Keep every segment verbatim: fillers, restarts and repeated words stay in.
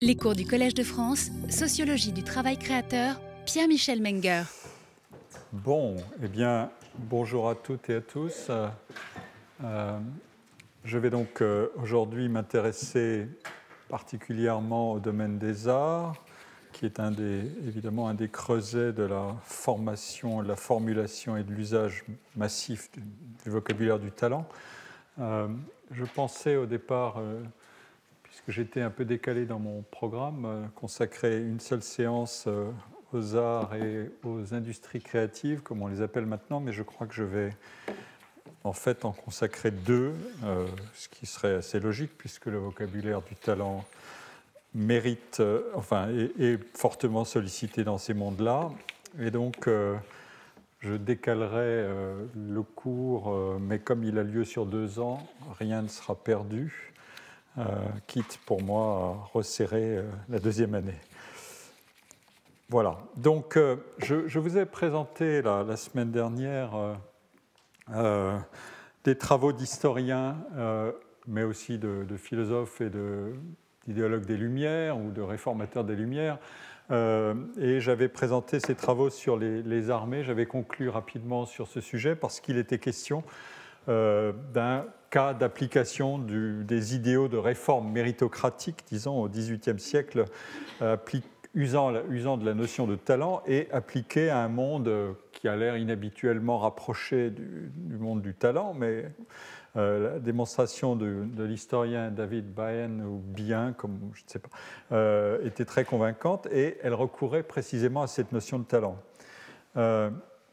Les cours du Collège de France, Sociologie du travail créateur, Pierre-Michel Menger. Bon, eh bien, bonjour à toutes et à tous. Euh, je vais donc euh, aujourd'hui m'intéresser particulièrement au domaine des arts, qui est un des, évidemment un des creusets de la formation, de la formulation et de l'usage massif du, du vocabulaire du talent. Euh, je pensais au départ, euh, puisque j'étais un peu décalé dans mon programme, euh, consacrer une seule séance euh, aux arts et aux industries créatives, comme on les appelle maintenant, mais je crois que je vais en fait en consacrer deux, euh, ce qui serait assez logique, puisque le vocabulaire du talent mérite, euh, enfin, est, est fortement sollicité dans ces mondes-là. Et donc, euh, je décalerai euh, le cours, euh, mais comme il a lieu sur deux ans, rien ne sera perdu, euh, quitte pour moi à resserrer euh, la deuxième année. Voilà, donc euh, je, je vous ai présenté la, la semaine dernière euh, euh, des travaux d'historiens, euh, mais aussi de, de philosophes et de, d'idéologues des Lumières ou de réformateurs des Lumières. Euh, et j'avais présenté ces travaux sur les, les armées. J'avais conclu rapidement sur ce sujet parce qu'il était question euh, d'un cas d'application du, des idéaux de réforme méritocratique, disons, au dix-huitième siècle, euh, usant, usant de la notion de talent et appliqué à un monde qui a l'air inhabituellement rapproché du, du monde du talent, mais euh, la démonstration de, de l'historien David Baen, ou Bien, comme je ne sais pas, euh, était très convaincante et elle recourait précisément à cette notion de talent. Euh,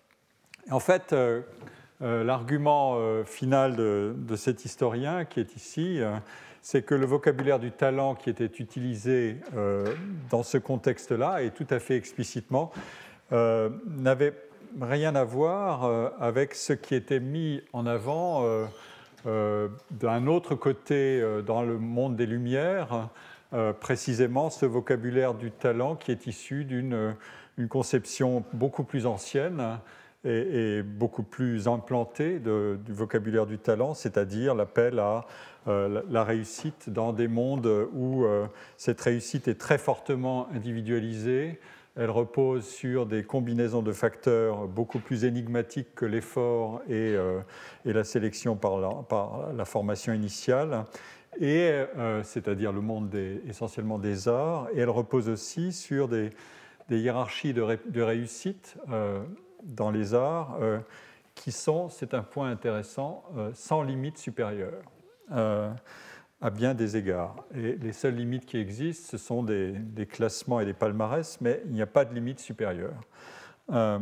en fait, euh, euh, l'argument euh, final de, de cet historien, qui est ici, euh, c'est que le vocabulaire du talent qui était utilisé euh, dans ce contexte-là, et tout à fait explicitement, euh, n'avait rien à voir euh, avec ce qui était mis en avant euh, euh, d'un autre côté euh, dans le monde des Lumières, euh, précisément ce vocabulaire du talent qui est issu d'une une conception beaucoup plus ancienne et, et beaucoup plus implantée de, du vocabulaire du talent, c'est-à-dire l'appel à euh, la réussite dans des mondes où euh, cette réussite est très fortement individualisée. Elle repose sur des combinaisons de facteurs beaucoup plus énigmatiques que l'effort et, euh, et la sélection par la, par la formation initiale, et, euh, c'est-à-dire le monde des, essentiellement des arts. Et elle repose aussi sur des, des hiérarchies de, ré, de réussite euh, dans les arts euh, qui sont, c'est un point intéressant, euh, sans limite supérieure. Euh, à bien des égards. Et les seules limites qui existent, ce sont des, des classements et des palmarès, mais il n'y a pas de limite supérieure. Euh,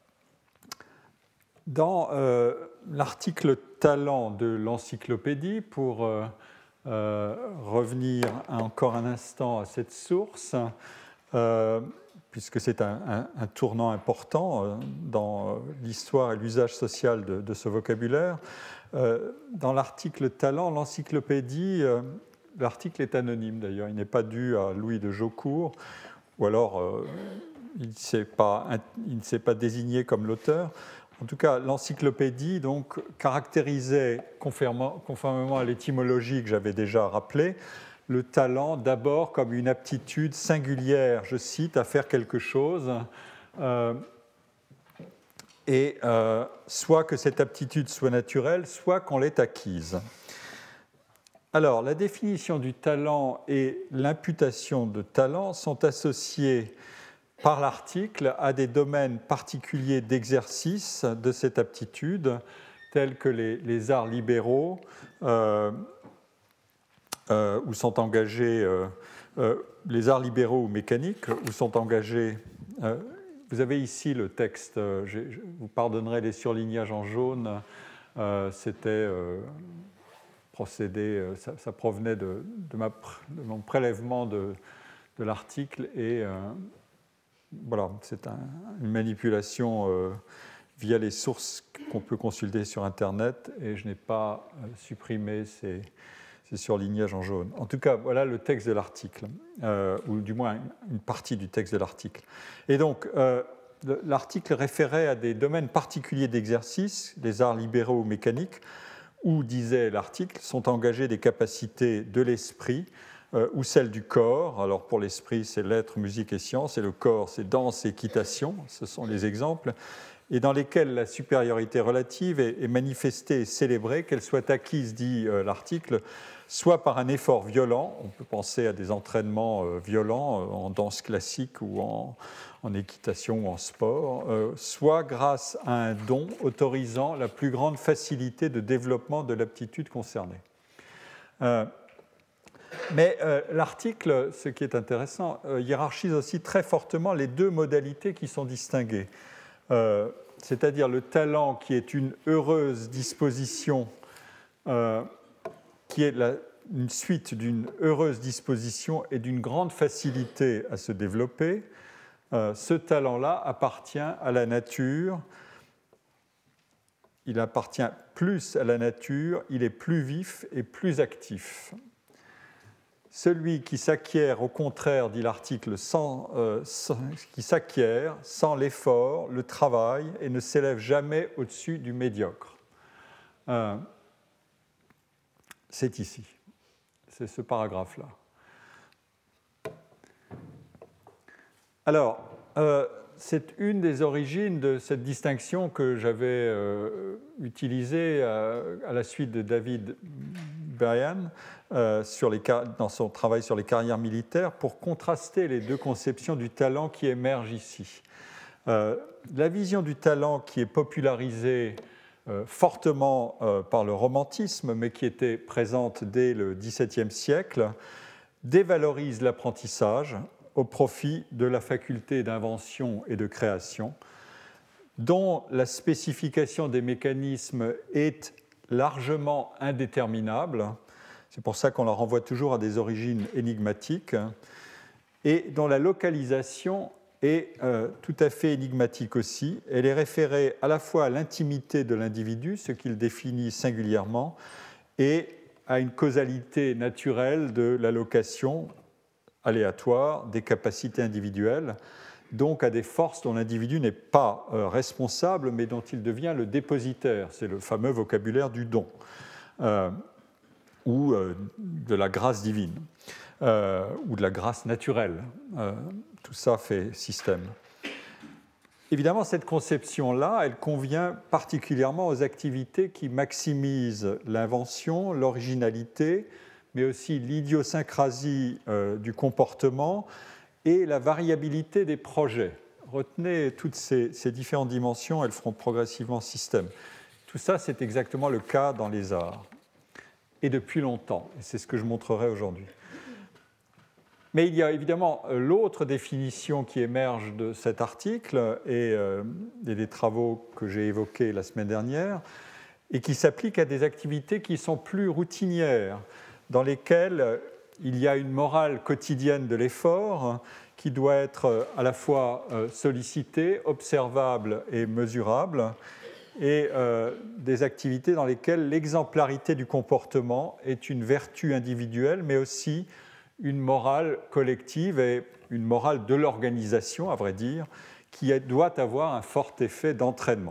dans euh, l'article talent de l'encyclopédie, pour euh, euh, revenir encore un instant à cette source, euh, puisque c'est un, un, un tournant important euh, dans l'histoire et l'usage social de, de ce vocabulaire, Euh, dans l'article Talent, l'encyclopédie, euh, l'article est anonyme d'ailleurs, il n'est pas dû à Louis de Jaucourt, ou alors euh, il ne s'est pas, il ne s'est pas désigné comme l'auteur. En tout cas, l'encyclopédie donc, caractérisait, conformément, conformément à l'étymologie que j'avais déjà rappelée, le talent d'abord comme une aptitude singulière, je cite, à faire quelque chose. Euh, et euh, soit que cette aptitude soit naturelle, soit qu'on l'ait acquise. Alors, la définition du talent et l'imputation de talent sont associées par l'article à des domaines particuliers d'exercice de cette aptitude, tels que les, les arts libéraux, euh, euh, où sont engagés euh, euh, les arts libéraux ou mécaniques, où sont engagés... Euh, Vous avez ici le texte, je, je vous pardonnerai les surlignages en jaune, euh, c'était euh, procédé, ça, ça provenait de, de, ma, de mon prélèvement de, de l'article et euh, voilà, c'est un, une manipulation euh, via les sources qu'on peut consulter sur Internet et je n'ai pas euh, supprimé ces, ces surlignages en jaune. En tout cas, voilà le texte de l'article, euh, ou du moins une partie du texte de l'article. Et donc, euh, l'article référait à des domaines particuliers d'exercice, les arts libéraux ou mécaniques, où, disait l'article, sont engagées des capacités de l'esprit euh, ou celle du corps. Alors pour l'esprit, c'est lettres, musique et sciences, et le corps, c'est danse et équitation. Ce sont les exemples. Et dans lesquels la supériorité relative est, est manifestée et célébrée, qu'elle soit acquise, dit euh, l'article, soit par un effort violent, on peut penser à des entraînements euh, violents euh, en danse classique ou en, en équitation ou en sport, euh, soit grâce à un don autorisant la plus grande facilité de développement de l'aptitude concernée. Euh, mais euh, l'article, ce qui est intéressant, euh, hiérarchise aussi très fortement les deux modalités qui sont distinguées. Euh, c'est-à-dire le talent qui est une heureuse disposition, euh, qui est la, une suite d'une heureuse disposition et d'une grande facilité à se développer. Euh, ce talent-là appartient à la nature, il appartient plus à la nature, il est plus vif et plus actif. Celui qui s'acquiert, au contraire, dit l'article, sans, euh, sans, qui s'acquiert sans l'effort, le travail, et ne s'élève jamais au-dessus du médiocre. Euh, c'est ici, c'est ce paragraphe-là. Alors, euh, c'est une des origines de cette distinction que j'avais euh, utilisée euh, à la suite de David Bryan euh, sur les, dans son travail sur les carrières militaires pour contraster les deux conceptions du talent qui émergent ici. Euh, la vision du talent qui est popularisée euh, fortement euh, par le romantisme, mais qui était présente dès le dix-septième siècle, dévalorise l'apprentissage au profit de la faculté d'invention et de création, dont la spécification des mécanismes est largement indéterminable, c'est pour ça qu'on la renvoie toujours à des origines énigmatiques, et dont la localisation est euh, tout à fait énigmatique aussi. Elle est référée à la fois à l'intimité de l'individu, ce qu'il définit singulièrement, et à une causalité naturelle de l'allocation aléatoire des capacités individuelles, donc à des forces dont l'individu n'est pas euh, responsable, mais dont il devient le dépositaire. C'est le fameux vocabulaire du don, euh, ou euh, de la grâce divine, euh, ou de la grâce naturelle. Euh, tout ça fait système. Évidemment, cette conception-là, elle convient particulièrement aux activités qui maximisent l'invention, l'originalité, mais aussi l'idiosyncrasie euh, du comportement et la variabilité des projets. Retenez toutes ces, ces différentes dimensions, elles feront progressivement système. Tout ça, c'est exactement le cas dans les arts, et depuis longtemps, et c'est ce que je montrerai aujourd'hui. Mais il y a évidemment l'autre définition qui émerge de cet article et, euh, et des travaux que j'ai évoqués la semaine dernière, et qui s'applique à des activités qui sont plus routinières, dans lesquelles il y a une morale quotidienne de l'effort qui doit être à la fois sollicitée, observable et mesurable, et euh, des activités dans lesquelles l'exemplarité du comportement est une vertu individuelle, mais aussi une morale collective et une morale de l'organisation, à vrai dire, qui doit avoir un fort effet d'entraînement.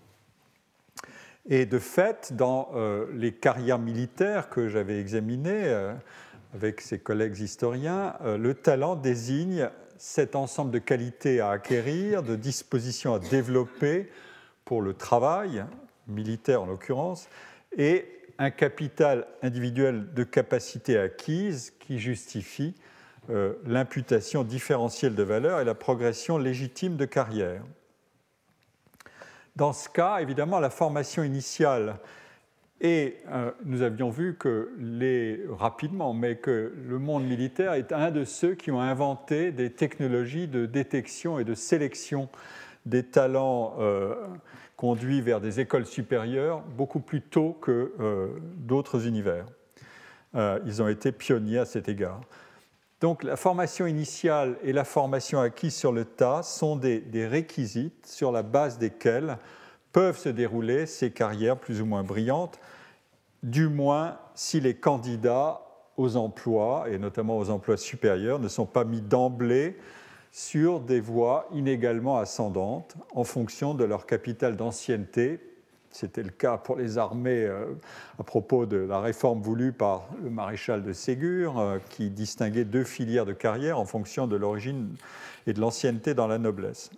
Et de fait, dans euh, les carrières militaires que j'avais examinées euh, avec ses collègues historiens, euh, le talent désigne cet ensemble de qualités à acquérir, de dispositions à développer pour le travail, militaire en l'occurrence, et un capital individuel de capacités acquises qui justifie euh, l'imputation différentielle de valeur et la progression légitime de carrière. Dans ce cas, évidemment, la formation initiale, et euh, nous avions vu que les, rapidement, mais que le monde militaire est un de ceux qui ont inventé des technologies de détection et de sélection des talents euh, conduits vers des écoles supérieures beaucoup plus tôt que euh, d'autres univers. Euh, ils ont été pionniers à cet égard. Donc la formation initiale et la formation acquise sur le tas sont des, des réquisites sur la base desquels peuvent se dérouler ces carrières plus ou moins brillantes, du moins si les candidats aux emplois, et notamment aux emplois supérieurs, ne sont pas mis d'emblée sur des voies inégalement ascendantes en fonction de leur capital d'ancienneté C'était le cas pour les armées euh, à propos de la réforme voulue par le maréchal de Ségur, euh, qui distinguait deux filières de carrière en fonction de l'origine et de l'ancienneté dans la noblesse.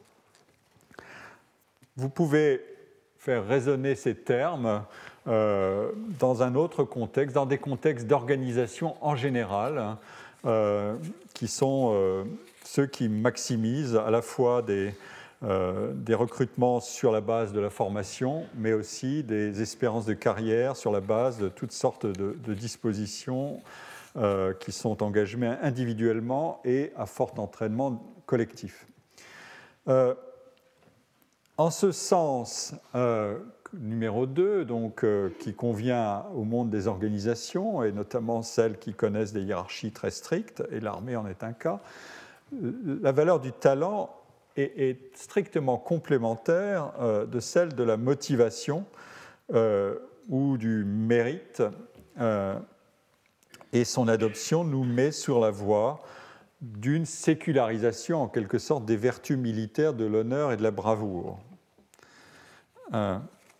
Vous pouvez faire résonner ces termes euh, dans un autre contexte, dans des contextes d'organisation en général, euh, qui sont euh, ceux qui maximisent à la fois des, euh, des recrutements sur la base de la formation, mais aussi des espérances de carrière sur la base de toutes sortes de, de dispositions euh, qui sont engagées individuellement et à fort entraînement collectif. Euh, En ce sens, euh, numéro deux, donc, euh, qui convient au monde des organisations, et notamment celles qui connaissent des hiérarchies très strictes, et l'armée en est un cas, la valeur du talent est, est strictement complémentaire euh, de celle de la motivation euh, ou du mérite, euh, et son adoption nous met sur la voie d'une sécularisation, en quelque sorte, des vertus militaires de l'honneur et de la bravoure. Euh,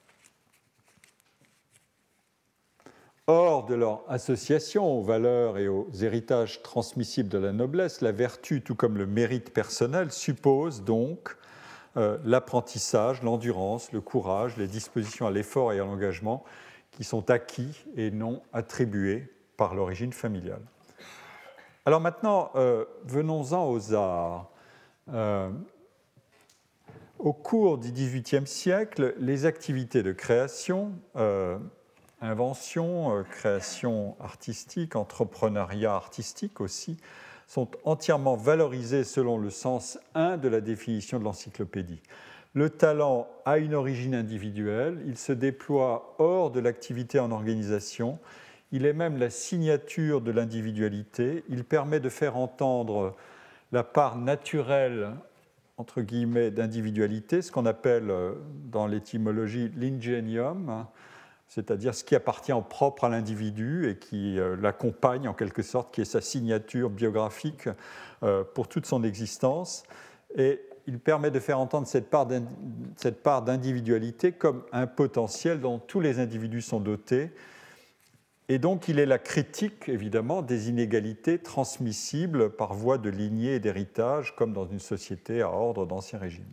hors de leur association aux valeurs et aux héritages transmissibles de la noblesse, la vertu, tout comme le mérite personnel, suppose donc euh, l'apprentissage, l'endurance, le courage, les dispositions à l'effort et à l'engagement qui sont acquis et non attribués par l'origine familiale. Alors maintenant, euh, venons-en aux arts. Euh, au cours du dix-huitième siècle, les activités de création, euh, invention, euh, création artistique, entrepreneuriat artistique aussi, sont entièrement valorisées selon le sens un de la définition de l'encyclopédie. Le talent a une origine individuelle, il se déploie hors de l'activité en organisation. Il est même la signature de l'individualité. Il permet de faire entendre la part naturelle, entre guillemets, d'individualité, ce qu'on appelle dans l'étymologie l'ingenium, c'est-à-dire ce qui appartient en propre à l'individu et qui l'accompagne en quelque sorte, qui est sa signature biographique pour toute son existence. Et il permet de faire entendre cette part d'individualité comme un potentiel dont tous les individus sont dotés. Et donc, il est la critique, évidemment, des inégalités transmissibles par voie de lignée et d'héritage, comme dans une société à ordre d'Ancien Régime.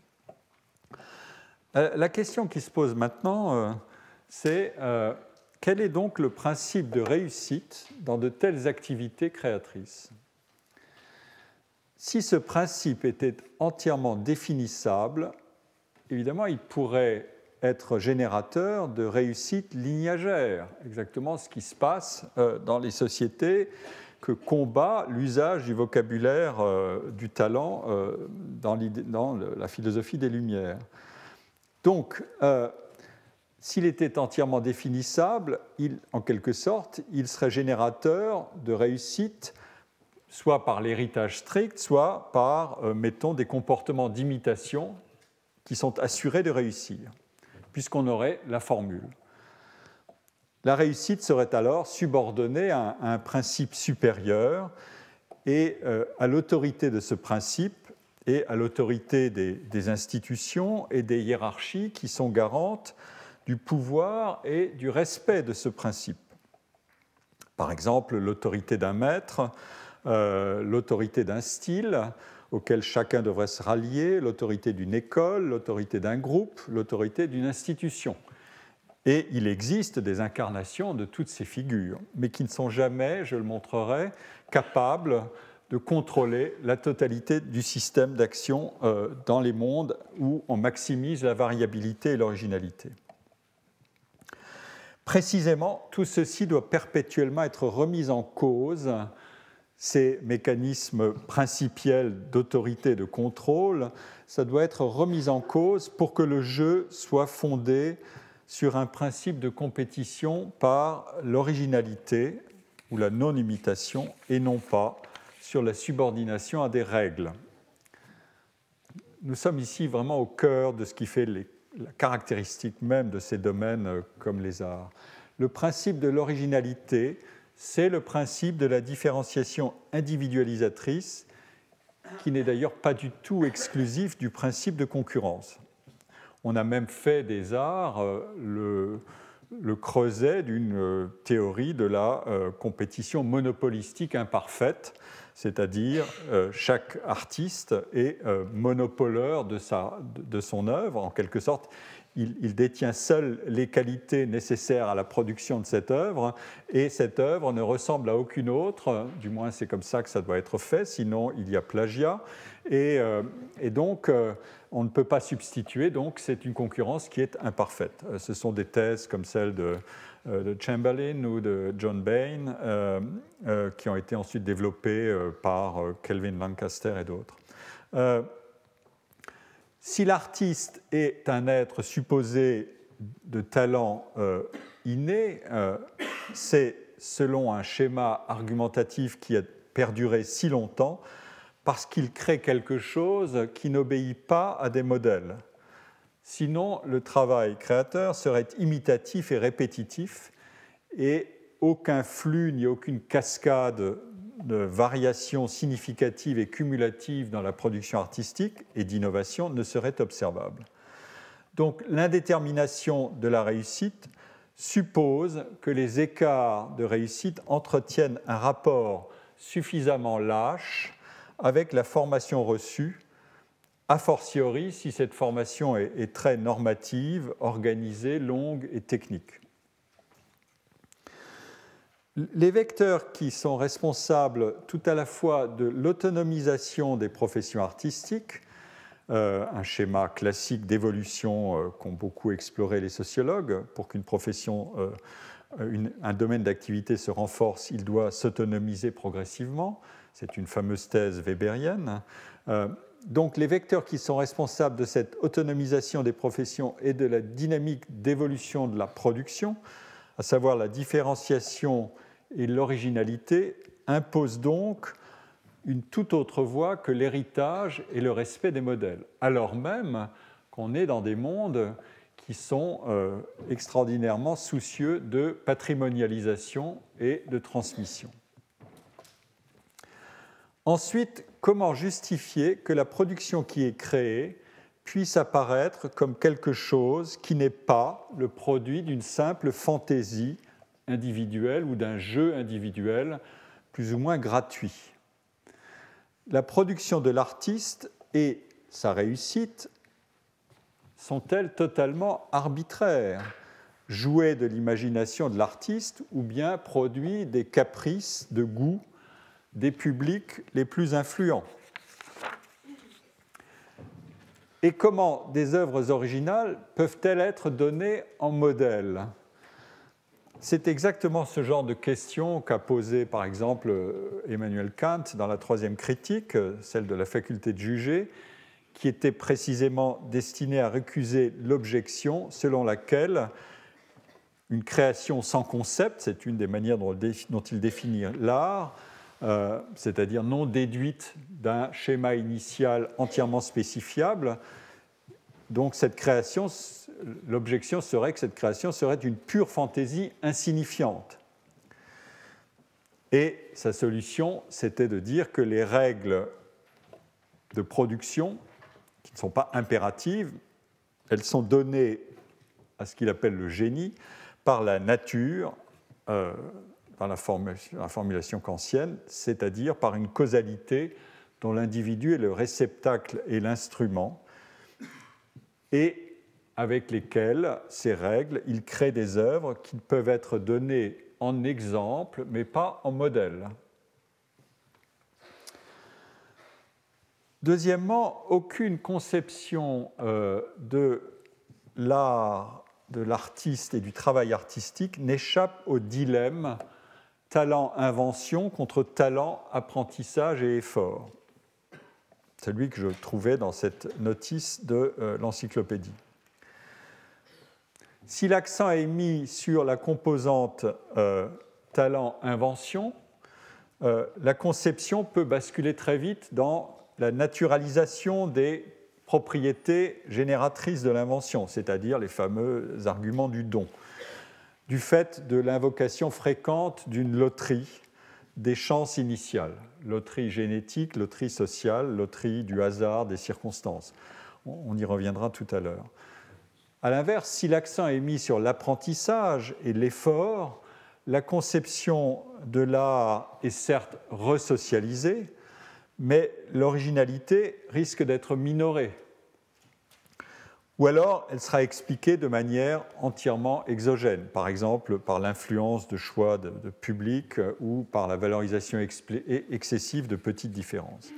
La question qui se pose maintenant, c'est euh, quel est donc le principe de réussite dans de telles activités créatrices ? Si ce principe était entièrement définissable, évidemment, il pourrait être générateur de réussite lignagère, exactement ce qui se passe dans les sociétés que combat l'usage du vocabulaire du talent dans, dans la philosophie des Lumières. Donc, euh, s'il était entièrement définissable, il, en quelque sorte, il serait générateur de réussite soit par l'héritage strict, soit par, euh, mettons, des comportements d'imitation qui sont assurés de réussir, puisqu'on aurait la formule. La réussite serait alors subordonnée à un, à un principe supérieur et euh, à l'autorité de ce principe et à l'autorité des, des institutions et des hiérarchies qui sont garantes du pouvoir et du respect de ce principe. Par exemple, l'autorité d'un maître, euh, l'autorité d'un style auquel chacun devrait se rallier, l'autorité d'une école, l'autorité d'un groupe, l'autorité d'une institution. Et il existe des incarnations de toutes ces figures, mais qui ne sont jamais, je le montrerai, capables de contrôler la totalité du système d'action euh, dans les mondes où on maximise la variabilité et l'originalité. Précisément, tout ceci doit perpétuellement être remis en cause. Ces mécanismes principiels d'autorité et de contrôle, ça doit être remis en cause pour que le jeu soit fondé sur un principe de compétition par l'originalité ou la non-imitation et non pas sur la subordination à des règles. Nous sommes ici vraiment au cœur de ce qui fait les, la caractéristique même de ces domaines comme les arts. Le principe de l'originalité, c'est le principe de la différenciation individualisatrice qui n'est d'ailleurs pas du tout exclusif du principe de concurrence. On a même fait des arts euh, le, le creuset d'une euh, théorie de la euh, compétition monopolistique imparfaite, c'est-à-dire euh, chaque artiste est euh, monopoleur de, sa, de son œuvre, en quelque sorte. Il, il détient seul les qualités nécessaires à la production de cette œuvre, et cette œuvre ne ressemble à aucune autre, du moins c'est comme ça que ça doit être fait, sinon il y a plagiat, et, euh, et donc euh, on ne peut pas substituer, donc c'est une concurrence qui est imparfaite. Ce sont des thèses comme celle de, euh, de Chamberlain ou de John Bain, euh, euh, qui ont été ensuite développées euh, par euh, Kelvin Lancaster et d'autres. Euh, Si l'artiste est un être supposé de talent euh, inné, euh, c'est selon un schéma argumentatif qui a perduré si longtemps parce qu'il crée quelque chose qui n'obéit pas à des modèles. Sinon, le travail créateur serait imitatif et répétitif et aucun flux ni aucune cascade de variations significatives et cumulatives dans la production artistique et d'innovation ne serait observable. Donc l'indétermination de la réussite suppose que les écarts de réussite entretiennent un rapport suffisamment lâche avec la formation reçue, a fortiori si cette formation est, est très normative, organisée, longue et technique. Les vecteurs qui sont responsables tout à la fois de l'autonomisation des professions artistiques, euh, un schéma classique d'évolution euh, qu'ont beaucoup exploré les sociologues, pour qu'une profession, euh, une, un domaine d'activité se renforce, il doit s'autonomiser progressivement. C'est une fameuse thèse weberienne. Euh, donc les vecteurs qui sont responsables de cette autonomisation des professions et de la dynamique d'évolution de la production, à savoir la différenciation et l'originalité, impose donc une toute autre voie que l'héritage et le respect des modèles, alors même qu'on est dans des mondes qui sont euh, extraordinairement soucieux de patrimonialisation et de transmission. Ensuite, comment justifier que la production qui est créée puisse apparaître comme quelque chose qui n'est pas le produit d'une simple fantaisie individuelle ou d'un jeu individuel plus ou moins gratuit. La production de l'artiste et sa réussite sont-elles totalement arbitraires, jouets de l'imagination de l'artiste ou bien produits des caprices de goût des publics les plus influents? Et comment des œuvres originales peuvent-elles être données en modèle? C'est exactement ce genre de question qu'a posé par exemple Emmanuel Kant dans la troisième critique, celle de la faculté de juger, qui était précisément destinée à récuser l'objection selon laquelle une création sans concept, c'est une des manières dont il définit l'art, euh, c'est-à-dire non déduite d'un schéma initial entièrement spécifiable. Donc cette création, l'objection serait que cette création serait une pure fantaisie insignifiante. Et sa solution, c'était de dire que les règles de production, qui ne sont pas impératives, elles sont données à ce qu'il appelle le génie par la nature, euh, dans la, formulation, la formulation kantienne, c'est-à-dire par une causalité dont l'individu est le réceptacle et l'instrument, et avec lesquelles, ces règles, il crée des œuvres qui peuvent être données en exemple, mais pas en modèle. Deuxièmement, aucune conception euh, de l'art, de l'artiste et du travail artistique n'échappe au dilemme talent-invention contre talent-apprentissage et effort. Celui que je trouvais dans cette notice de euh, l'encyclopédie. Si l'accent est mis sur la composante euh, talent-invention, euh, la conception peut basculer très vite dans la naturalisation des propriétés génératrices de l'invention, c'est-à-dire les fameux arguments du don, du fait de l'invocation fréquente d'une loterie des chances initiales, loterie génétique, loterie sociale, loterie du hasard, des circonstances. On y reviendra tout à l'heure. à l'inverse, si l'accent est mis sur l'apprentissage et l'effort, la conception de l'art est certes resocialisée, mais l'originalité risque d'être minorée. Ou alors, elle sera expliquée de manière entièrement exogène, par exemple par l'influence de choix de, de public ou par la valorisation expl- excessive de petites différences.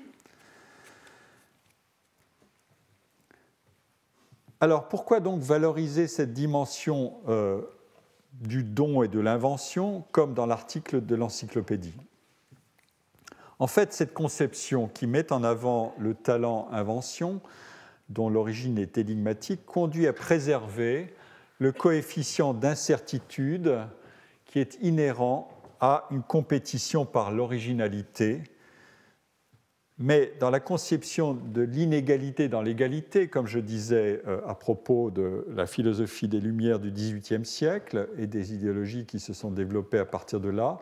Alors, pourquoi donc valoriser cette dimension euh, du don et de l'invention, comme dans l'article de l'encyclopédie ? En fait, cette conception qui met en avant le talent-invention, dont l'origine est énigmatique, conduit à préserver le coefficient d'incertitude qui est inhérent à une compétition par l'originalité. Mais dans la conception de l'inégalité dans l'égalité, comme je disais euh, à propos de la philosophie des Lumières du dix-huitième siècle et des idéologies qui se sont développées à partir de là,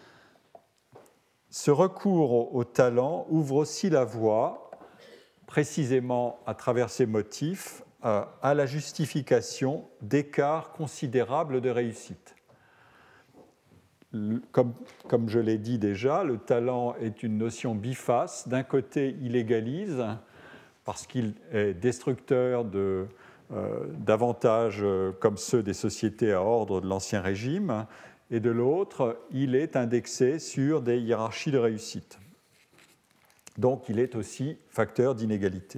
ce recours au, au talent ouvre aussi la voie, précisément à travers ces motifs, euh, à la justification d'écarts considérables de réussite. Comme, comme je l'ai dit déjà, le talent est une notion biface. D'un côté, il égalise, parce qu'il est destructeur de, euh, d'avantages euh, comme ceux des sociétés à ordre de l'Ancien Régime, et de l'autre, il est indexé sur des hiérarchies de réussite. Donc, il est aussi facteur d'inégalité.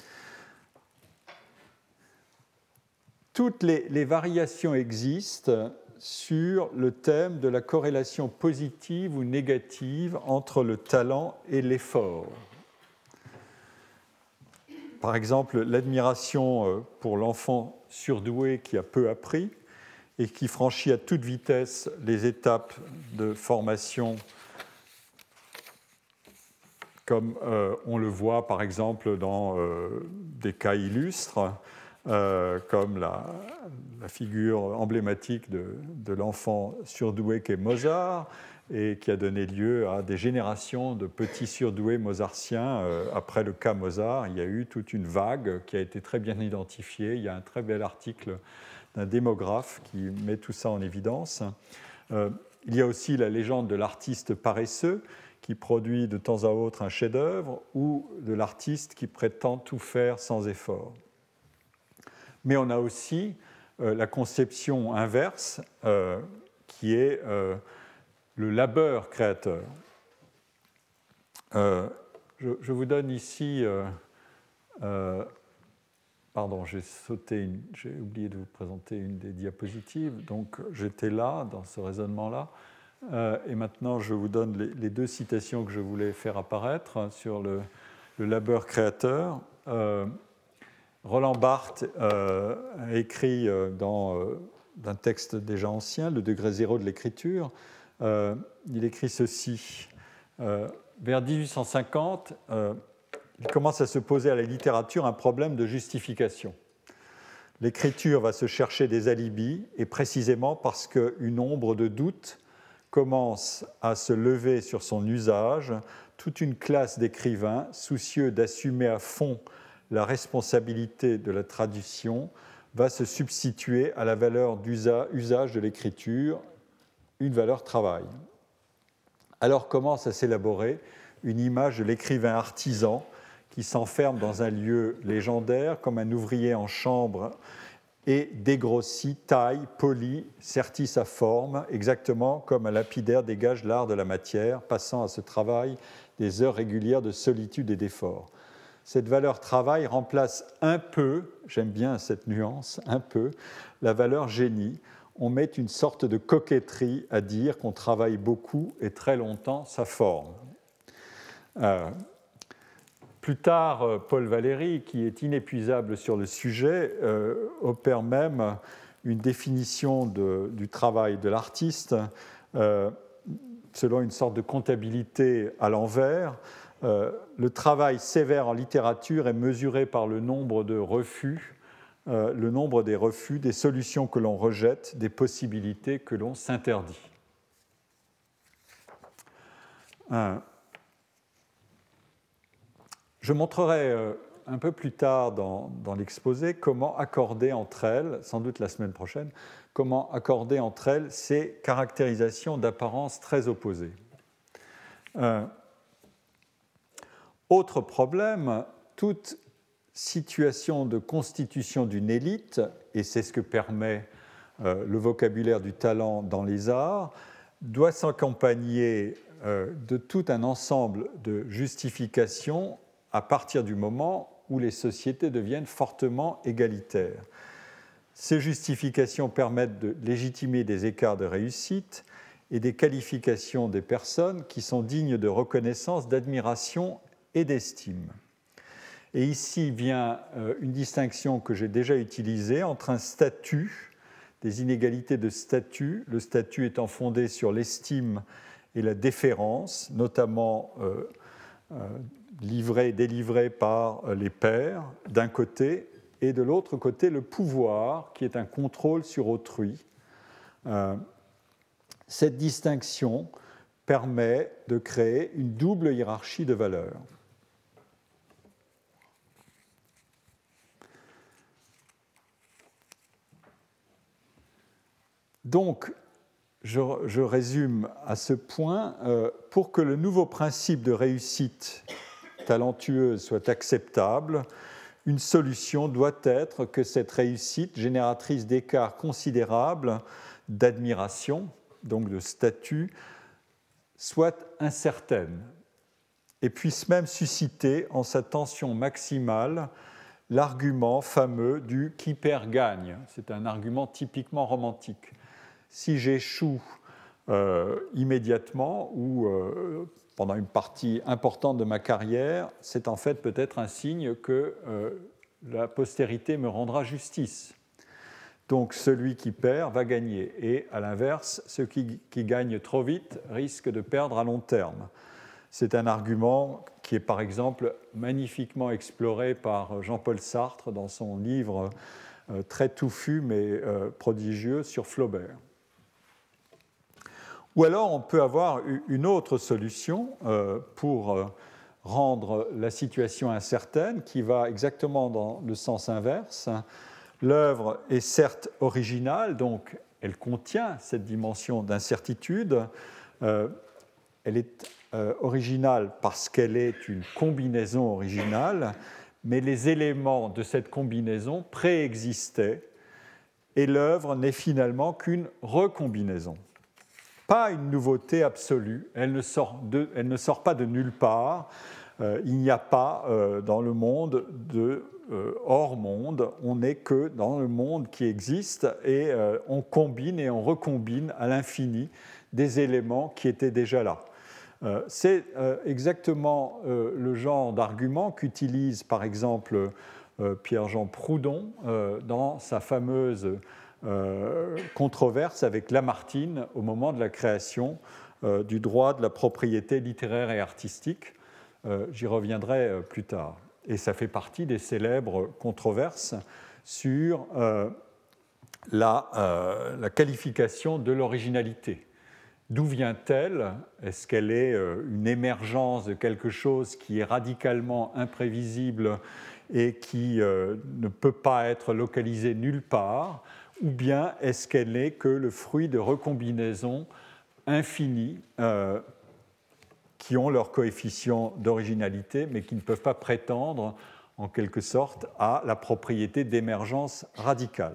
Toutes les, les variations existent sur le thème de la corrélation positive ou négative entre le talent et l'effort. Par exemple, l'admiration pour l'enfant surdoué qui a peu appris et qui franchit à toute vitesse les étapes de formation, comme euh, on le voit par exemple dans euh, des cas illustres, euh, comme la, la figure emblématique de, de l'enfant surdoué qu'est Mozart, et qui a donné lieu à des générations de petits surdoués mozartiens. Euh, après le cas Mozart, il y a eu toute une vague qui a été très bien identifiée. Il y a un très bel article d'un démographe qui met tout ça en évidence. Euh, il y a aussi la légende de l'artiste paresseux, qui produit de temps à autre un chef-d'œuvre, ou de l'artiste qui prétend tout faire sans effort. Mais on a aussi euh, la conception inverse, euh, qui est euh, le labeur créateur. Euh, je, je vous donne ici... Euh, euh, pardon, j'ai sauté, une, j'ai oublié de vous présenter une des diapositives. Donc, j'étais là, dans ce raisonnement-là. Euh, et maintenant, je vous donne les, les deux citations que je voulais faire apparaître sur le, le labeur créateur. Euh, Roland Barthes euh, a écrit euh, dans euh, un texte déjà ancien, Le degré zéro de l'écriture. Euh, il écrit ceci. Euh, vers dix-huit cent cinquante, euh, il commence à se poser à la littérature un problème de justification. L'écriture va se chercher des alibis, et précisément parce qu'une ombre de doute commence à se lever sur son usage, toute une classe d'écrivains soucieux d'assumer à fond la responsabilité de la tradition va se substituer à la valeur d'usage de l'écriture, une valeur travail. Alors commence à s'élaborer une image de l'écrivain artisan qui s'enferme dans un lieu légendaire comme un ouvrier en chambre et dégrossit, taille, polit, sertit sa forme, exactement comme un lapidaire dégage l'art de la matière, passant à ce travail des heures régulières de solitude et d'effort. Cette valeur travail remplace un peu, j'aime bien cette nuance, un peu, la valeur génie. On met une sorte de coquetterie à dire qu'on travaille beaucoup et très longtemps sa forme. Euh, plus tard, Paul Valéry, qui est inépuisable sur le sujet, euh, opère même une définition de, du travail de l'artiste euh, selon une sorte de comptabilité à l'envers. Euh, le travail sévère en littérature est mesuré par le nombre de refus, euh, le nombre des refus, des solutions que l'on rejette, des possibilités que l'on s'interdit. Euh, je montrerai euh, un peu plus tard dans, dans l'exposé comment accorder entre elles, sans doute la semaine prochaine, comment accorder entre elles ces caractérisations d'apparence très opposées. Euh, autre problème, toute situation de constitution d'une élite, et c'est ce que permet euh, le vocabulaire du talent dans les arts, doit s'accompagner euh, de tout un ensemble de justifications à partir du moment où les sociétés deviennent fortement égalitaires. Ces justifications permettent de légitimer des écarts de réussite et des qualifications des personnes qui sont dignes de reconnaissance, d'admiration et d'estime. Et ici vient euh, une distinction que j'ai déjà utilisée entre un statut, des inégalités de statut, le statut étant fondé sur l'estime et la déférence, notamment euh, euh, livré, délivré par les pairs, d'un côté, et de l'autre côté, le pouvoir, qui est un contrôle sur autrui. Euh, cette distinction permet de créer une double hiérarchie de valeurs. Donc, je, je résume à ce point, euh, pour que le nouveau principe de réussite talentueuse soit acceptable, une solution doit être que cette réussite, génératrice d'écarts considérables d'admiration, donc de statut, soit incertaine et puisse même susciter en sa tension maximale l'argument fameux du « qui perd gagne ». C'est un argument typiquement romantique. Si j'échoue euh, immédiatement ou euh, pendant une partie importante de ma carrière, c'est en fait peut-être un signe que euh, la postérité me rendra justice. Donc celui qui perd va gagner. Et à l'inverse, ceux qui, qui gagnent trop vite risquent de perdre à long terme. C'est un argument qui est par exemple magnifiquement exploré par Jean-Paul Sartre dans son livre euh, très touffu mais euh, prodigieux sur Flaubert. Ou alors on peut avoir une autre solution euh, pour euh, rendre la situation incertaine qui va exactement dans le sens inverse. L'œuvre est certes originale, donc elle contient cette dimension d'incertitude. Euh, elle est euh, originale parce qu'elle est une combinaison originale, mais les éléments de cette combinaison préexistaient et l'œuvre n'est finalement qu'une recombinaison. Pas une nouveauté absolue, elle ne sort, de, elle ne sort pas de nulle part. Euh, il n'y a pas euh, dans le monde de euh, hors monde, on n'est que dans le monde qui existe et euh, on combine et on recombine à l'infini des éléments qui étaient déjà là. Euh, c'est euh, exactement euh, le genre d'argument qu'utilise par exemple euh, Pierre-Jean Proudhon euh, dans sa fameuse Euh, controverse avec Lamartine au moment de la création euh, du droit de la propriété littéraire et artistique. Euh, j'y reviendrai euh, plus tard. Et ça fait partie des célèbres controverses sur euh, la, euh, la qualification de l'originalité. D'où vient-elle ? Est-ce qu'elle est euh, une émergence de quelque chose qui est radicalement imprévisible et qui euh, ne peut pas être localisé nulle part ? Ou bien est-ce qu'elle n'est que le fruit de recombinaisons infinies euh, qui ont leur coefficient d'originalité, mais qui ne peuvent pas prétendre, en quelque sorte, à la propriété d'émergence radicale.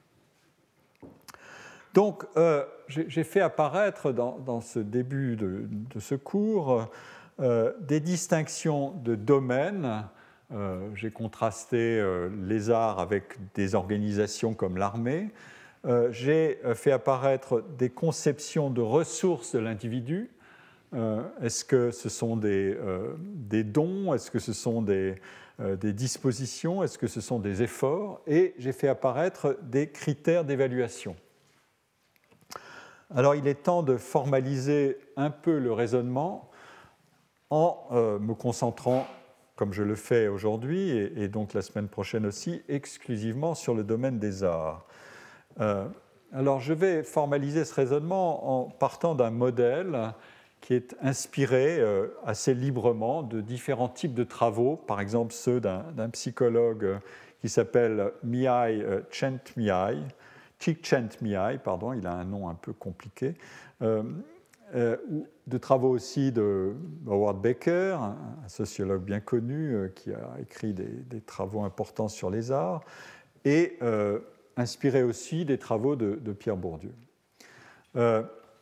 Donc, euh, j'ai fait apparaître dans, dans ce début de, de ce cours euh, des distinctions de domaines. Euh, j'ai contrasté euh, les arts avec des organisations comme l'armée. Euh, j'ai fait apparaître des conceptions de ressources de l'individu. Euh, est-ce que ce sont des, euh, des dons ? Est-ce que ce sont des, euh, des dispositions ? Est-ce que ce sont des efforts ? Et j'ai fait apparaître des critères d'évaluation. Alors, il est temps de formaliser un peu le raisonnement en euh, me concentrant, comme je le fais aujourd'hui, et, et donc la semaine prochaine aussi, exclusivement sur le domaine des arts. Euh, alors, je vais formaliser ce raisonnement en partant d'un modèle qui est inspiré euh, assez librement de différents types de travaux, par exemple ceux d'un, d'un psychologue euh, qui s'appelle Mihaly euh, Csikszentmihalyi, Csikszentmihalyi, pardon, il a un nom un peu compliqué, euh, euh, de travaux aussi de Howard Baker, un, un sociologue bien connu euh, qui a écrit des, des travaux importants sur les arts, et euh, inspiré aussi des travaux de, de Pierre Bourdieu. Euh,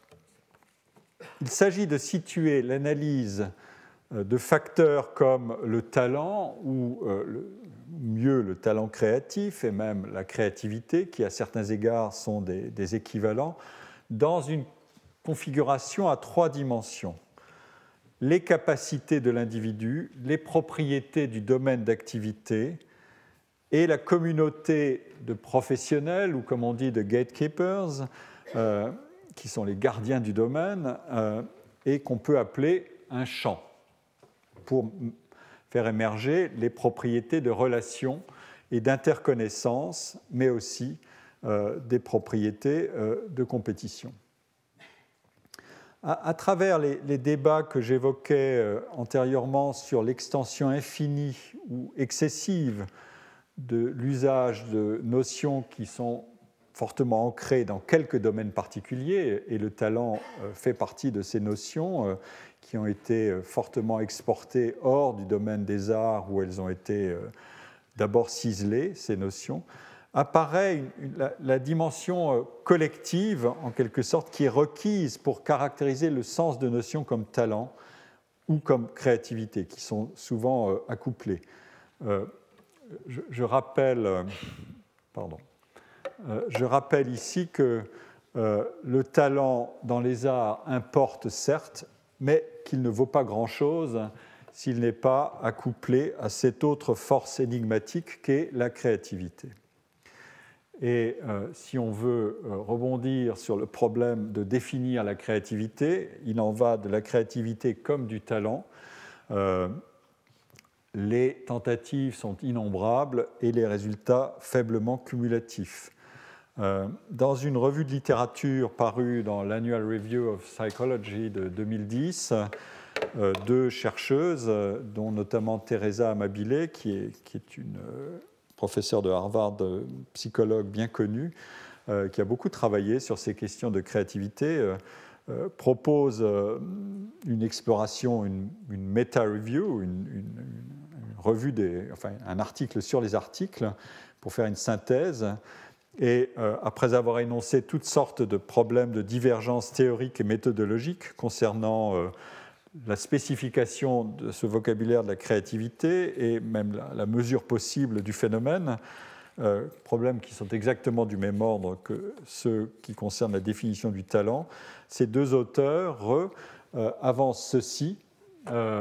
il s'agit de situer l'analyse de facteurs comme le talent, ou euh, le, mieux le talent créatif, et même la créativité, qui à certains égards sont des, des équivalents, dans une configuration à trois dimensions. Les capacités de l'individu, les propriétés du domaine d'activité, et la communauté de professionnels, ou comme on dit, de gatekeepers, euh, qui sont les gardiens du domaine, euh, et qu'on peut appeler un champ, pour faire émerger les propriétés de relations et d'interconnaissance, mais aussi euh, des propriétés euh, de compétition. À, à travers les, les débats que j'évoquais euh, antérieurement sur l'extension infinie ou excessive de l'usage de notions qui sont fortement ancrées dans quelques domaines particuliers, et le talent fait partie de ces notions qui ont été fortement exportées hors du domaine des arts, où elles ont été d'abord ciselées, ces notions, apparaît une, une, la, la dimension collective, en quelque sorte, qui est requise pour caractériser le sens de notions comme talent ou comme créativité, qui sont souvent accouplées. Euh, Je, je, rappelle, pardon, euh, je rappelle ici que euh, le talent dans les arts importe certes, mais qu'il ne vaut pas grand-chose s'il n'est pas accouplé à cette autre force énigmatique qu'est la créativité. Et euh, si on veut euh, rebondir sur le problème de définir la créativité, il en va de la créativité comme du talent. Euh, Les tentatives sont innombrables et les résultats faiblement cumulatifs. Euh, dans une revue de littérature parue dans l'Annual Review of Psychology de deux mille dix, euh, deux chercheuses, dont notamment Teresa Amabile, qui est, qui est une euh, professeure de Harvard, euh, psychologue bien connue, euh, qui a beaucoup travaillé sur ces questions de créativité, euh, euh, propose euh, une exploration, une, une meta-review, une, une, une revue des, enfin, un article sur les articles pour faire une synthèse. Et euh, après avoir énoncé toutes sortes de problèmes de divergence théorique et méthodologique concernant euh, la spécification de ce vocabulaire de la créativité et même la, la mesure possible du phénomène, euh, problèmes qui sont exactement du même ordre que ceux qui concernent la définition du talent, ces deux auteurs euh, avancent ceci. Euh,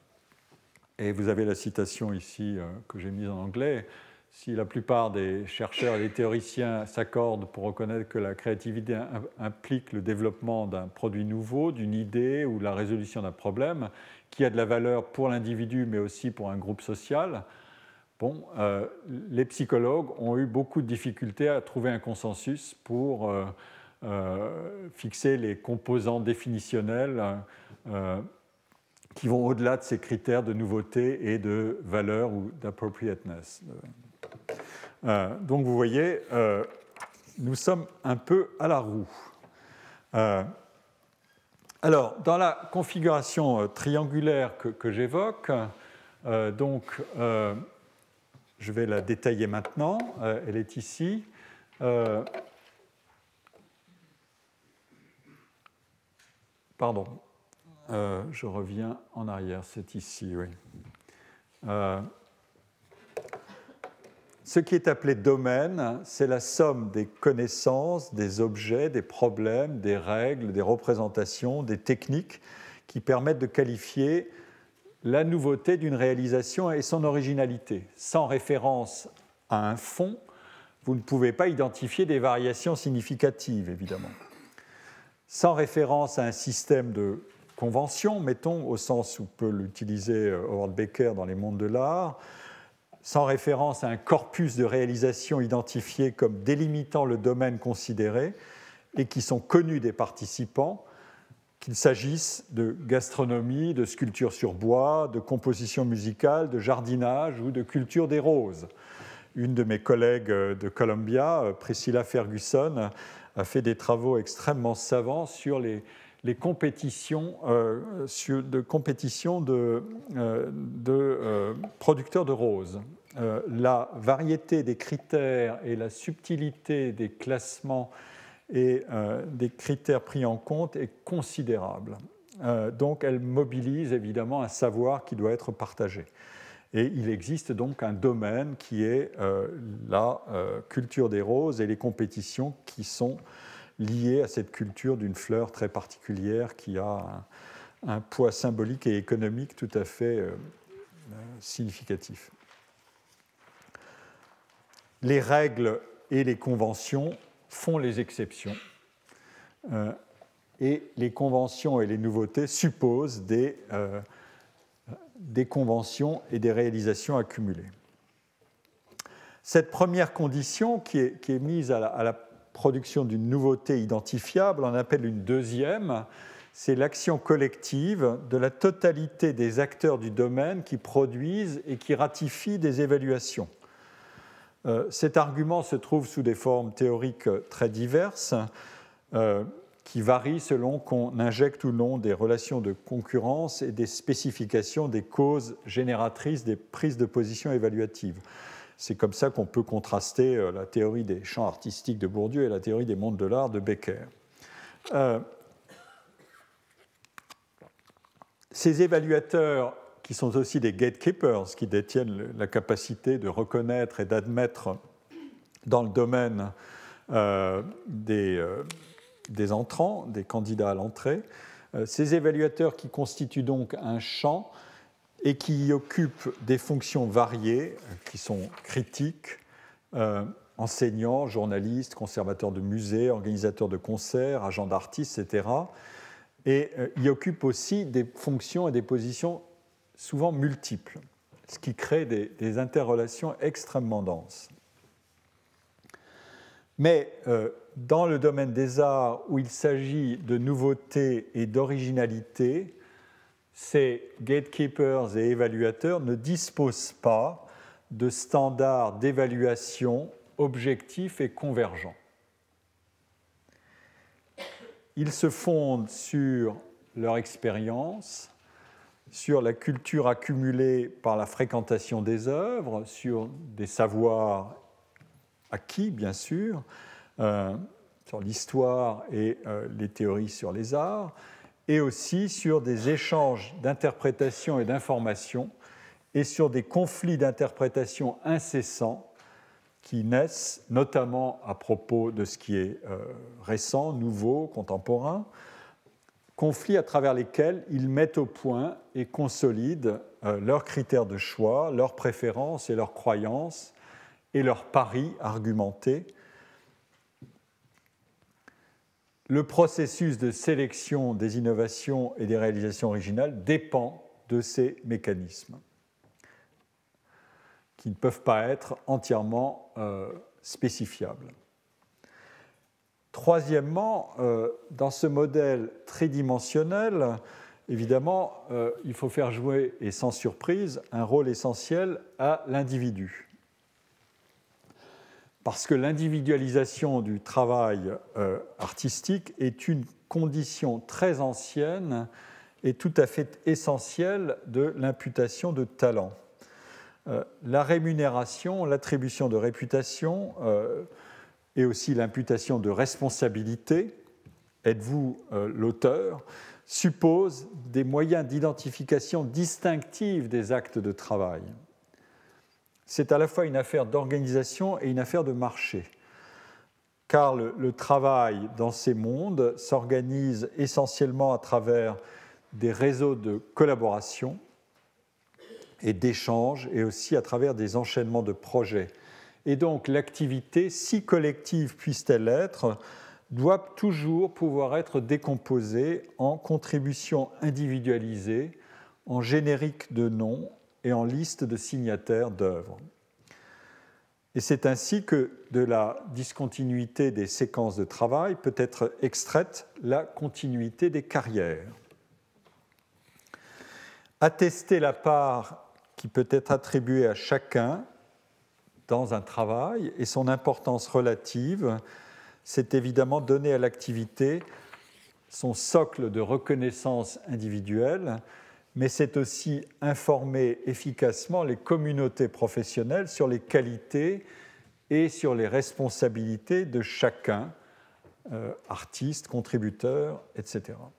et vous avez la citation ici euh, que j'ai mise en anglais. Si la plupart des chercheurs et des théoriciens s'accordent pour reconnaître que la créativité implique le développement d'un produit nouveau, d'une idée ou la résolution d'un problème qui a de la valeur pour l'individu mais aussi pour un groupe social, bon, euh, les psychologues ont eu beaucoup de difficultés à trouver un consensus pour euh, euh, fixer les composants définitionnels euh, qui vont au-delà de ces critères de nouveauté et de valeur ou d'appropriateness. Euh, donc vous voyez, euh, nous sommes un peu à la roue. Euh, alors, dans la configuration euh, triangulaire que, que j'évoque, euh, donc, euh, je vais la détailler maintenant, euh, elle est ici. Euh, pardon, euh, je reviens en arrière, c'est ici, oui. Euh, Ce qui est appelé domaine, c'est la somme des connaissances, des objets, des problèmes, des règles, des représentations, des techniques qui permettent de qualifier la nouveauté d'une réalisation et son originalité. Sans référence à un fond, vous ne pouvez pas identifier des variations significatives, évidemment. Sans référence à un système de convention, mettons, au sens où peut l'utiliser Howard Baker dans les mondes de l'art, sans référence à un corpus de réalisations identifiées comme délimitant le domaine considéré et qui sont connus des participants, qu'il s'agisse de gastronomie, de sculpture sur bois, de composition musicale, de jardinage ou de culture des roses. Une de mes collègues de Columbia, Priscilla Ferguson, a fait des travaux extrêmement savants sur les, les compétitions, euh, sur, de, compétitions de, euh, de euh, producteurs de roses. Euh, la variété des critères et la subtilité des classements et euh, des critères pris en compte est considérable. Euh, donc elle mobilise évidemment un savoir qui doit être partagé. Et il existe donc un domaine qui est euh, la euh, culture des roses et les compétitions qui sont liées à cette culture d'une fleur très particulière qui a un, un poids symbolique et économique tout à fait euh, significatif. Les règles et les conventions font les exceptions. Euh, et les conventions et les nouveautés supposent des, euh, des conventions et des réalisations accumulées. Cette première condition qui est, qui est mise à la, à la production d'une nouveauté identifiable, on en appelle une deuxième, c'est l'action collective de la totalité des acteurs du domaine qui produisent et qui ratifient des évaluations. Euh, cet argument se trouve sous des formes théoriques très diverses, euh, qui varient selon qu'on injecte ou non des relations de concurrence et des spécifications des causes génératrices des prises de position évaluatives. C'est comme ça qu'on peut contraster euh, la théorie des champs artistiques de Bourdieu et la théorie des mondes de l'art de Becker. Euh, ces évaluateurs, qui sont aussi des gatekeepers, qui détiennent la capacité de reconnaître et d'admettre dans le domaine euh, des, euh, des entrants, des candidats à l'entrée. Euh, ces évaluateurs qui constituent donc un champ et qui y occupent des fonctions variées, qui sont critiques, euh, enseignants, journalistes, conservateurs de musées, organisateurs de concerts, agents d'artistes, et cetera. Et euh, y occupent aussi des fonctions et des positions souvent multiples, ce qui crée des, des interrelations extrêmement denses. Mais euh, dans le domaine des arts, où il s'agit de nouveautés et d'originalité, ces gatekeepers et évaluateurs ne disposent pas de standards d'évaluation objectifs et convergents. Ils se fondent sur leur expérience, sur la culture accumulée par la fréquentation des œuvres, sur des savoirs acquis, bien sûr, euh, sur l'histoire et euh, les théories sur les arts, et aussi sur des échanges d'interprétations et d'informations, et sur des conflits d'interprétation incessants qui naissent notamment à propos de ce qui est euh, récent, nouveau, contemporain, conflits à travers lesquels ils mettent au point et consolident euh, leurs critères de choix, leurs préférences et leurs croyances et leurs paris argumentés. Le processus de sélection des innovations et des réalisations originales dépend de ces mécanismes qui ne peuvent pas être entièrement euh, spécifiables. Troisièmement, euh, dans ce modèle tridimensionnel, évidemment, euh, il faut faire jouer, et sans surprise, un rôle essentiel à l'individu. Parce que l'individualisation du travail euh, artistique est une condition très ancienne et tout à fait essentielle de l'imputation de talent. Euh, la rémunération, l'attribution de réputation, euh, et aussi l'imputation de responsabilité, êtes-vous euh, l'auteur, suppose des moyens d'identification distinctive des actes de travail. C'est à la fois une affaire d'organisation et une affaire de marché, car le, le travail dans ces mondes s'organise essentiellement à travers des réseaux de collaboration et d'échanges, et aussi à travers des enchaînements de projets. Et donc l'activité, si collective puisse-t-elle être, doit toujours pouvoir être décomposée en contributions individualisées, en génériques de noms et en listes de signataires d'œuvres. Et c'est ainsi que de la discontinuité des séquences de travail peut être extraite la continuité des carrières. Attester la part qui peut être attribuée à chacun dans un travail et son importance relative, c'est évidemment donner à l'activité son socle de reconnaissance individuelle, mais c'est aussi informer efficacement les communautés professionnelles sur les qualités et sur les responsabilités de chacun, euh, artiste, contributeur, et cetera.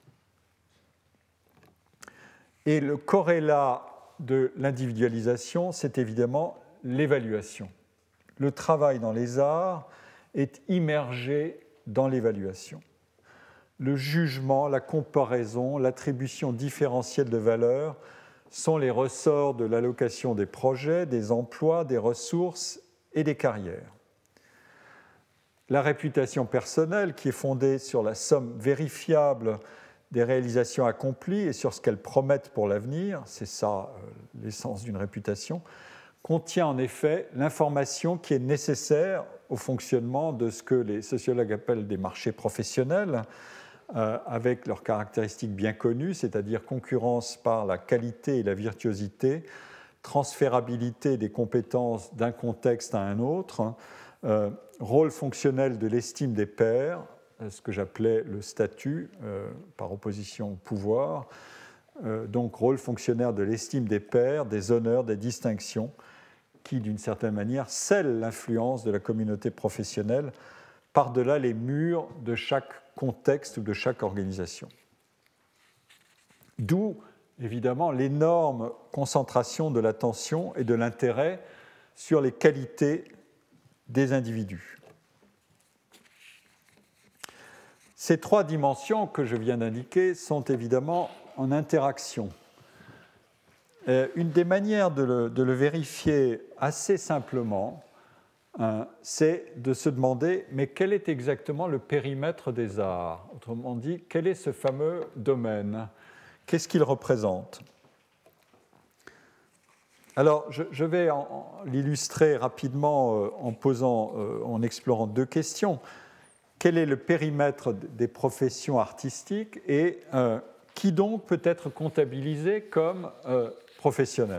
Et le corrélat de l'individualisation, c'est évidemment l'évaluation. Le travail dans les arts est immergé dans l'évaluation. Le jugement, la comparaison, l'attribution différentielle de valeur sont les ressorts de l'allocation des projets, des emplois, des ressources et des carrières. La réputation personnelle, qui est fondée sur la somme vérifiable des réalisations accomplies et sur ce qu'elles promettent pour l'avenir, c'est ça euh, l'essence d'une réputation, contient en effet l'information qui est nécessaire au fonctionnement de ce que les sociologues appellent des marchés professionnels, euh, avec leurs caractéristiques bien connues, c'est-à-dire concurrence par la qualité et la virtuosité, transférabilité des compétences d'un contexte à un autre, euh, rôle fonctionnel de l'estime des pairs, ce que j'appelais le statut, euh, par opposition au pouvoir, euh, donc rôle fonctionnaire de l'estime des pairs, des honneurs, des distinctions, qui, d'une certaine manière, scellent l'influence de la communauté professionnelle par-delà les murs de chaque contexte ou de chaque organisation. D'où, évidemment, l'énorme concentration de l'attention et de l'intérêt sur les qualités des individus. Ces trois dimensions que je viens d'indiquer sont évidemment en interaction. Euh, une des manières de le, de le vérifier assez simplement, hein, c'est de se demander, mais quel est exactement le périmètre des arts ? Autrement dit, quel est ce fameux domaine ? Qu'est-ce qu'il représente ? Alors, je, je vais en, en, l'illustrer rapidement euh, en posant, euh, en explorant deux questions. Quel est le périmètre des professions artistiques et euh, qui donc peut être comptabilisé comme euh, professionnel ?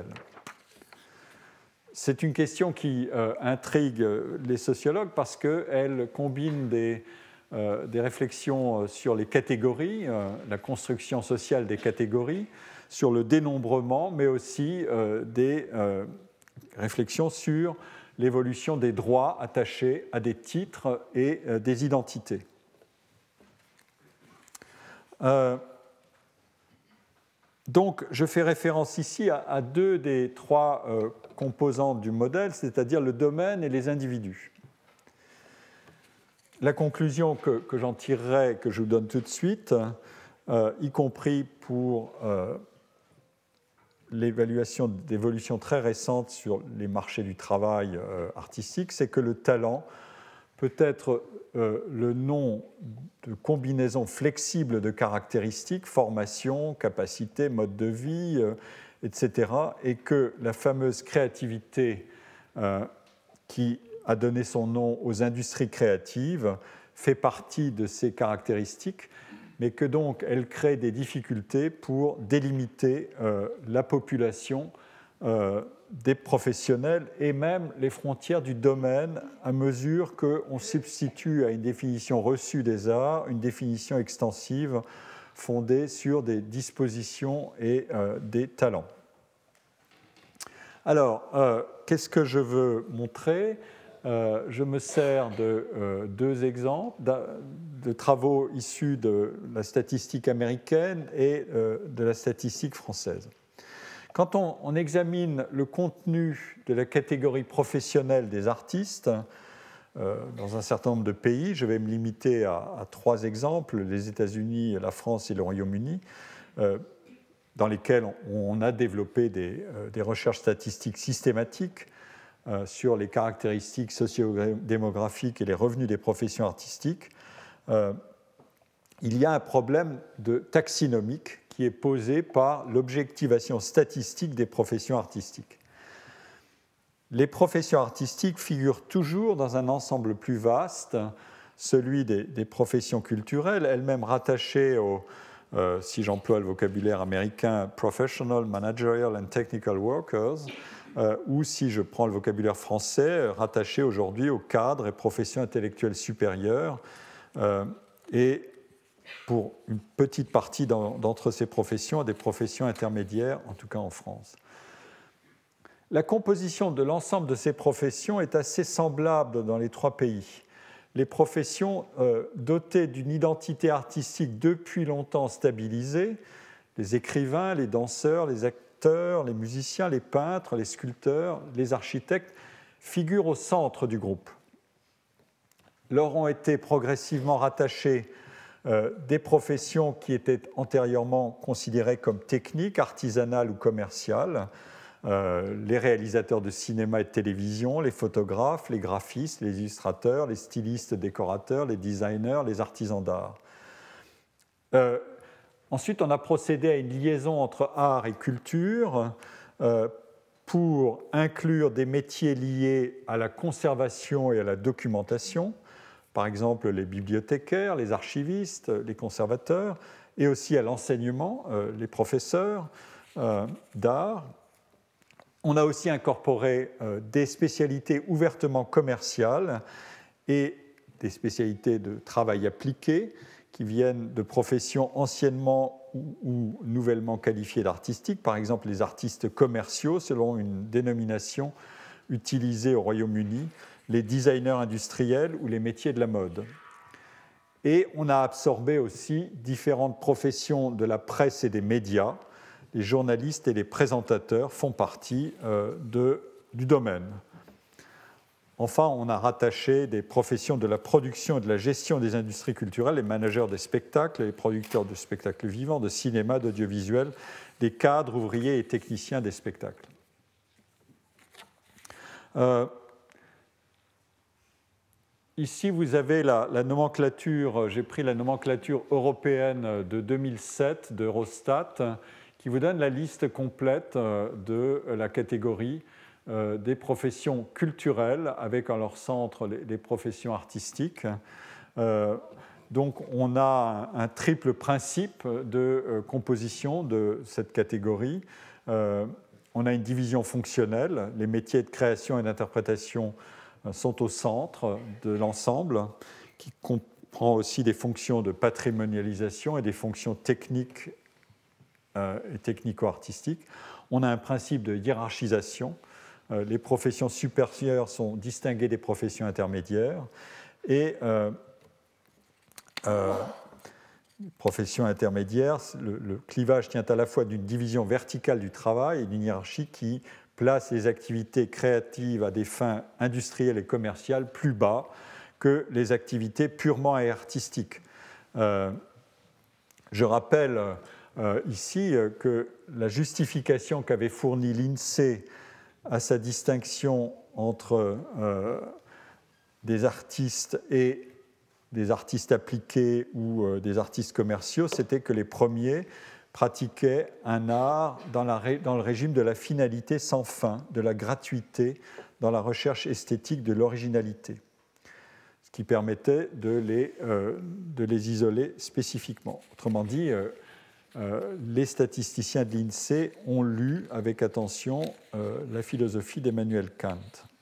C'est une question qui euh, intrigue les sociologues parce qu'elle combine des, euh, des réflexions sur les catégories, euh, la construction sociale des catégories, sur le dénombrement, mais aussi euh, des euh, réflexions sur l'évolution des droits attachés à des titres et euh, des identités. Euh, donc, je fais référence ici à, à deux des trois euh, composantes du modèle, c'est-à-dire le domaine et les individus. La conclusion que, que j'en tirerai, que je vous donne tout de suite, euh, y compris pour euh, l'évaluation d'évolutions très récentes sur les marchés du travail euh, artistique, c'est que le talent peut être euh, le nom de combinaisons flexibles de caractéristiques, formation, capacité, mode de vie, euh, et cetera, et que la fameuse créativité euh, qui a donné son nom aux industries créatives fait partie de ces caractéristiques, mais que donc elle crée des difficultés pour délimiter euh, la population euh, des professionnels et même les frontières du domaine à mesure qu'on substitue à une définition reçue des arts une définition extensive fondée sur des dispositions et euh, des talents. Alors, euh, qu'est-ce que je veux montrer ? Euh, je me sers de euh, deux exemples de travaux issus de la statistique américaine et euh, de la statistique française. Quand on, on examine le contenu de la catégorie professionnelle des artistes euh, dans un certain nombre de pays, je vais me limiter à, à trois exemples, les États-Unis, la France et le Royaume-Uni, euh, dans lesquels on, on a développé des, euh, des recherches statistiques systématiques Euh, sur les caractéristiques socio-démographiques et les revenus des professions artistiques, euh, il y a un problème de taxinomique qui est posé par l'objectivation statistique des professions artistiques. les professions artistiques figurent toujours dans un ensemble plus vaste, celui des, des professions culturelles, elles-mêmes rattachées au, euh, si j'emploie le vocabulaire américain, professional, managerial and technical workers, euh, ou si je prends le vocabulaire français, rattachées aujourd'hui aux cadres et professions intellectuelles supérieures, euh, et pour une petite partie d'entre ces professions, à des professions intermédiaires, en tout cas en France. La composition de l'ensemble de ces professions est assez semblable dans les trois pays. Les professions euh, dotées d'une identité artistique depuis longtemps stabilisée, les écrivains, les danseurs, les acteurs, les musiciens, les peintres, les sculpteurs, les architectes, figurent au centre du groupe. Leur ont été progressivement rattachées euh, des professions qui étaient antérieurement considérées comme techniques, artisanales ou commerciales, Euh, les réalisateurs de cinéma et de télévision, les photographes, les graphistes, les illustrateurs, les stylistes, décorateurs, les designers, les artisans d'art. Euh, ensuite, on a procédé à une liaison entre art et culture euh, pour inclure des métiers liés à la conservation et à la documentation, par exemple les bibliothécaires, les archivistes, les conservateurs, et aussi à l'enseignement, euh, les professeurs euh, d'art. On a aussi incorporé euh, des spécialités ouvertement commerciales et des spécialités de travail appliqué qui viennent de professions anciennement ou, ou nouvellement qualifiées d'artistiques, par exemple les artistes commerciaux, selon une dénomination utilisée au Royaume-Uni, les designers industriels ou les métiers de la mode. Et on a absorbé aussi différentes professions de la presse et des médias. Les journalistes et les présentateurs font partie euh, de, du domaine. Enfin, on a rattaché des professions de la production et de la gestion des industries culturelles, les managers des spectacles, les producteurs de spectacles vivants, de cinéma, d'audiovisuel, les cadres, ouvriers et techniciens des spectacles. Euh, Ici, vous avez la, la nomenclature, j'ai pris la nomenclature européenne de deux mille sept d'Eurostat, qui vous donne la liste complète de la catégorie des professions culturelles, avec en leur centre les professions artistiques. Donc, on a un triple principe de composition de cette catégorie. On a une division fonctionnelle, les métiers de création et d'interprétation sont au centre de l'ensemble, qui comprend aussi des fonctions de patrimonialisation et des fonctions techniques et technico-artistiques. On a un principe de hiérarchisation. Les professions supérieures sont distinguées des professions intermédiaires. Et euh, euh, professions intermédiaires, le, le clivage tient à la fois d'une division verticale du travail et d'une hiérarchie qui place les activités créatives à des fins industrielles et commerciales plus bas que les activités purement artistiques. Euh, je rappelle Euh, ici euh, que la justification qu'avait fournie l'INSEE à sa distinction entre euh, des artistes et des artistes appliqués ou euh, des artistes commerciaux, c'était que les premiers pratiquaient un art dans, la, dans le régime de la finalité sans fin, de la gratuité, dans la recherche esthétique de l'originalité, ce qui permettait de les, euh, de les isoler spécifiquement. Autrement dit, euh, Euh, les statisticiens de l'INSEE ont lu avec attention euh, la philosophie d'Emmanuel Kant.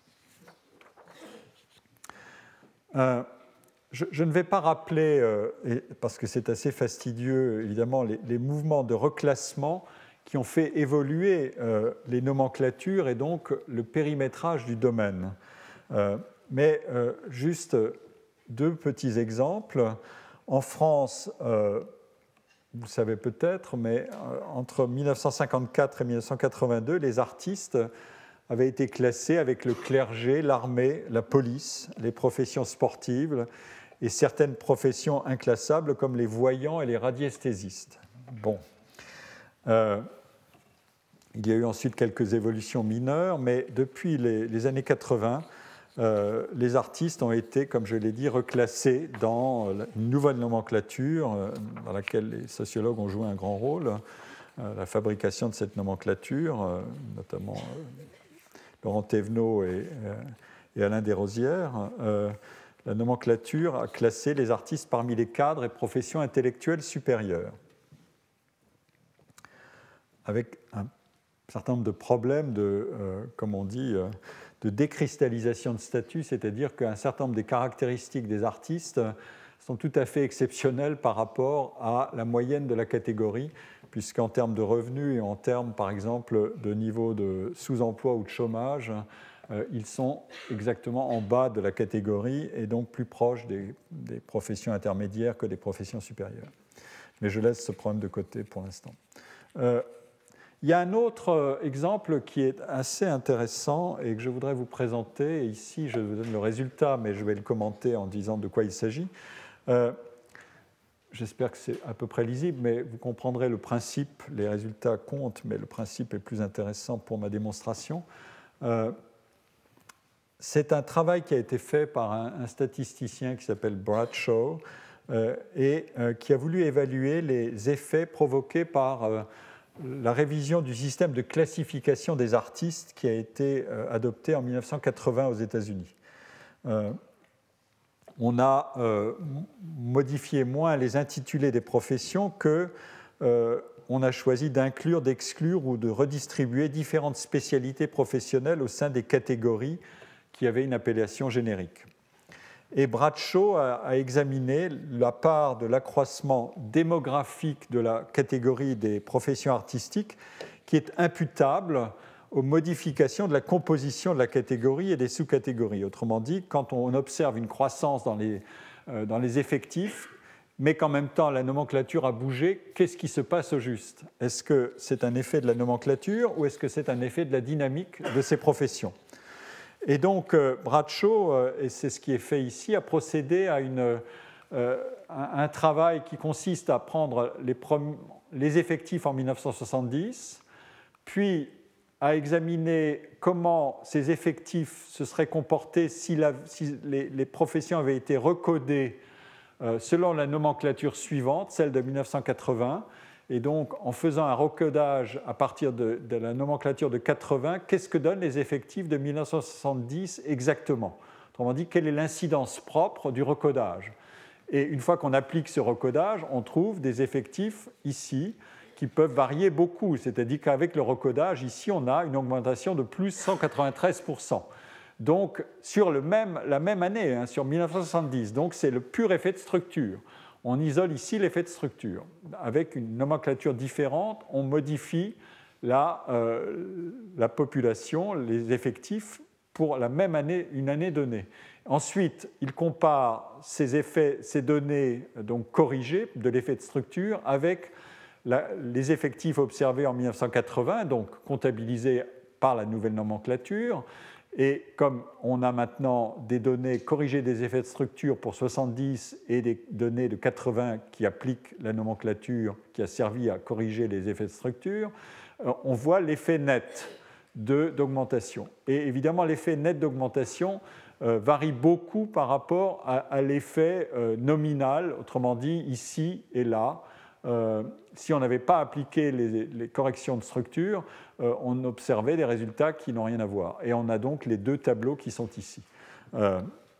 Euh, je, je ne vais pas rappeler, euh, et, parce que c'est assez fastidieux, évidemment, les, les mouvements de reclassement qui ont fait évoluer euh, les nomenclatures et donc le périmétrage du domaine. Euh, mais euh, juste deux petits exemples. En France, euh, vous le savez peut-être, mais entre mille neuf cent cinquante-quatre et mille neuf cent quatre-vingt-deux, les artistes avaient été classés avec le clergé, l'armée, la police, les professions sportives et certaines professions inclassables comme les voyants et les radiesthésistes. Bon. Euh, il y a eu ensuite quelques évolutions mineures, mais depuis les, les années quatre-vingts, Euh, les artistes ont été, comme je l'ai dit, reclassés dans une nouvelle nomenclature euh, dans laquelle les sociologues ont joué un grand rôle. Euh, la fabrication de cette nomenclature, euh, notamment euh, Laurent Thévenot et, euh, et Alain Desrosières, euh, la nomenclature a classé les artistes parmi les cadres et professions intellectuelles supérieures, avec un certain nombre de problèmes de, euh, comme on dit, euh, de décristallisation de statut, c'est-à-dire qu'un certain nombre des caractéristiques des artistes sont tout à fait exceptionnelles par rapport à la moyenne de la catégorie, puisqu'en termes de revenus et en termes, par exemple, de niveau de sous-emploi ou de chômage, euh, ils sont exactement en bas de la catégorie et donc plus proches des, des professions intermédiaires que des professions supérieures. Mais je laisse ce problème de côté pour l'instant. Euh, il y a un autre exemple qui est assez intéressant et que je voudrais vous présenter. Ici, je vous donne le résultat, mais je vais le commenter en disant de quoi il s'agit. Euh, J'espère que c'est à peu près lisible, mais vous comprendrez le principe. Les résultats comptent, mais le principe est plus intéressant pour ma démonstration. Euh, c'est un travail qui a été fait par un, un statisticien qui s'appelle Bradshaw euh, et euh, qui a voulu évaluer les effets provoqués par euh, la révision du système de classification des artistes qui a été euh, adopté en mille neuf cent quatre-vingts aux États-Unis. Euh, on a euh, modifié moins les intitulés des professions que euh, on a choisi d'inclure, d'exclure ou de redistribuer différentes spécialités professionnelles au sein des catégories qui avaient une appellation générique. Et Bradshaw a, a examiné la part de l'accroissement démographique de la catégorie des professions artistiques qui est imputable aux modifications de la composition de la catégorie et des sous-catégories. Autrement dit, quand on observe une croissance dans les, euh, dans les effectifs, mais qu'en même temps la nomenclature a bougé, qu'est-ce qui se passe au juste? Est-ce que c'est un effet de la nomenclature ou est-ce que c'est un effet de la dynamique de ces professions? Et donc euh, Bradshaw, euh, et c'est ce qui est fait ici, a procédé à une, euh, un, un travail qui consiste à prendre les, prom- les effectifs en mille neuf cent soixante-dix, puis à examiner comment ces effectifs se seraient comportés si, la, si les, les professions avaient été recodées euh, selon la nomenclature suivante, celle de mille neuf cent quatre-vingts. Et donc, en faisant un recodage à partir de, de la nomenclature de quatre-vingts, qu'est-ce que donnent les effectifs de mille neuf cent soixante-dix exactement? Autrement dit, quelle est l'incidence propre du recodage? Et une fois qu'on applique ce recodage, on trouve des effectifs ici qui peuvent varier beaucoup. C'est-à-dire qu'avec le recodage, ici, on a une augmentation de plus cent quatre-vingt-treize pour cent. Donc, sur le même, la même année, hein, sur mille neuf cent soixante-dix. Donc, c'est le pur effet de structure. On isole ici l'effet de structure. Avec une nomenclature différente, on modifie la, euh, la population, les effectifs, pour la même année, une année donnée. Ensuite, il compare ces, effets, ces données donc corrigées de l'effet de structure avec la, les effectifs observés en mille neuf cent quatre-vingts, donc comptabilisés par la nouvelle nomenclature. Et comme on a maintenant des données corrigées des effets de structure pour soixante-dix et des données de quatre-vingts qui appliquent la nomenclature qui a servi à corriger les effets de structure, on voit l'effet net de, d'augmentation. Et évidemment, l'effet net d'augmentation euh, varie beaucoup par rapport à, à l'effet euh, nominal, autrement dit ici et là. Euh, si on n'avait pas appliqué les, les corrections de structure, euh, on observait des résultats qui n'ont rien à voir. Et on a donc les deux tableaux qui sont ici. Euh,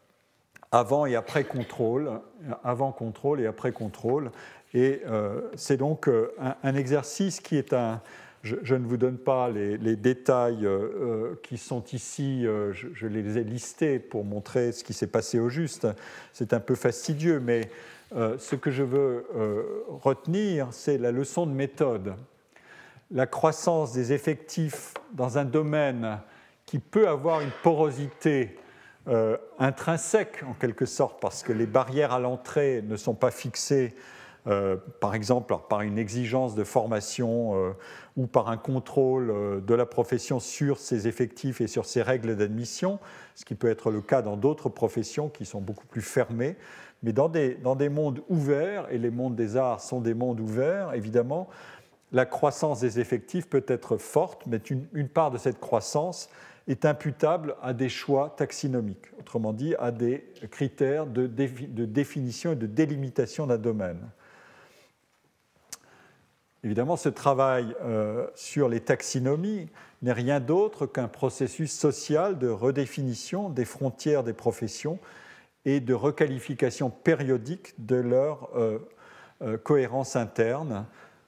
avant et après contrôle, avant contrôle et après contrôle. Et euh, c'est donc euh, un, un exercice qui est un... Je, je ne vous donne pas les, les détails euh, qui sont ici, euh, je, je les ai listés pour montrer ce qui s'est passé au juste. C'est un peu fastidieux, mais euh, ce que je veux euh, retenir, c'est la leçon de méthode. La croissance des effectifs dans un domaine qui peut avoir une porosité euh, intrinsèque, en quelque sorte, parce que les barrières à l'entrée ne sont pas fixées, Euh, par exemple par une exigence de formation euh, ou par un contrôle euh, de la profession sur ses effectifs et sur ses règles d'admission, ce qui peut être le cas dans d'autres professions qui sont beaucoup plus fermées. Mais dans des, dans des mondes ouverts, et les mondes des arts sont des mondes ouverts, évidemment, la croissance des effectifs peut être forte, mais une, une part de cette croissance est imputable à des choix taxinomiques, autrement dit à des critères de, défi, de définition et de délimitation d'un domaine. Évidemment, ce travail euh, sur les taxinomies n'est rien d'autre qu'un processus social de redéfinition des frontières des professions et de requalification périodique de leur euh, euh, cohérence interne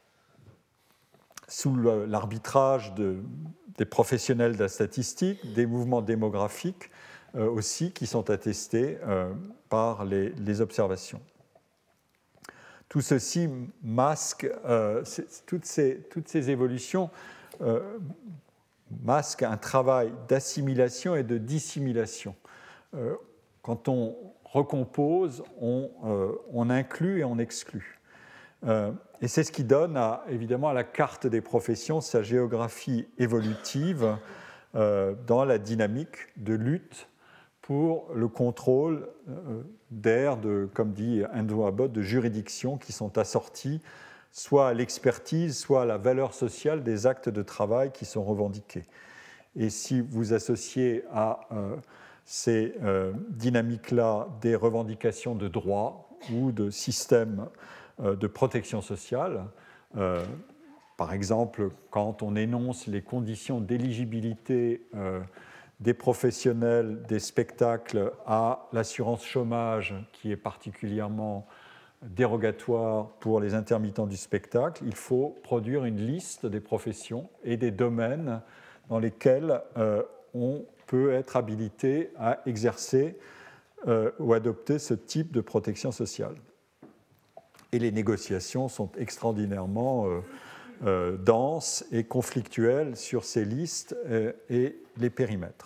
sous le, l'arbitrage de, des professionnels de la statistique, des mouvements démographiques euh, aussi qui sont attestés euh, par les, les observations. Tout ceci masque, euh, toutes, ces, toutes ces évolutions euh, masquent un travail d'assimilation et de dissimulation. Euh, quand on recompose, on, euh, on inclut et on exclut. Euh, et c'est ce qui donne à, évidemment à la carte des professions sa géographie évolutive euh, dans la dynamique de lutte pour le contrôle euh, d'aires, de, comme dit Andrew Abbott, de juridictions qui sont assorties soit à l'expertise, soit à la valeur sociale des actes de travail qui sont revendiqués. Et si vous associez à euh, ces euh, dynamiques-là des revendications de droits ou de systèmes euh, de protection sociale, euh, par exemple, quand on énonce les conditions d'éligibilité euh, des professionnels des spectacles à l'assurance chômage, qui est particulièrement dérogatoire pour les intermittents du spectacle, il faut produire une liste des professions et des domaines dans lesquels euh, on peut être habilité à exercer euh, ou adopter ce type de protection sociale. Et les négociations sont extraordinairement euh, euh, denses et conflictuelles sur ces listes euh, et les périmètres.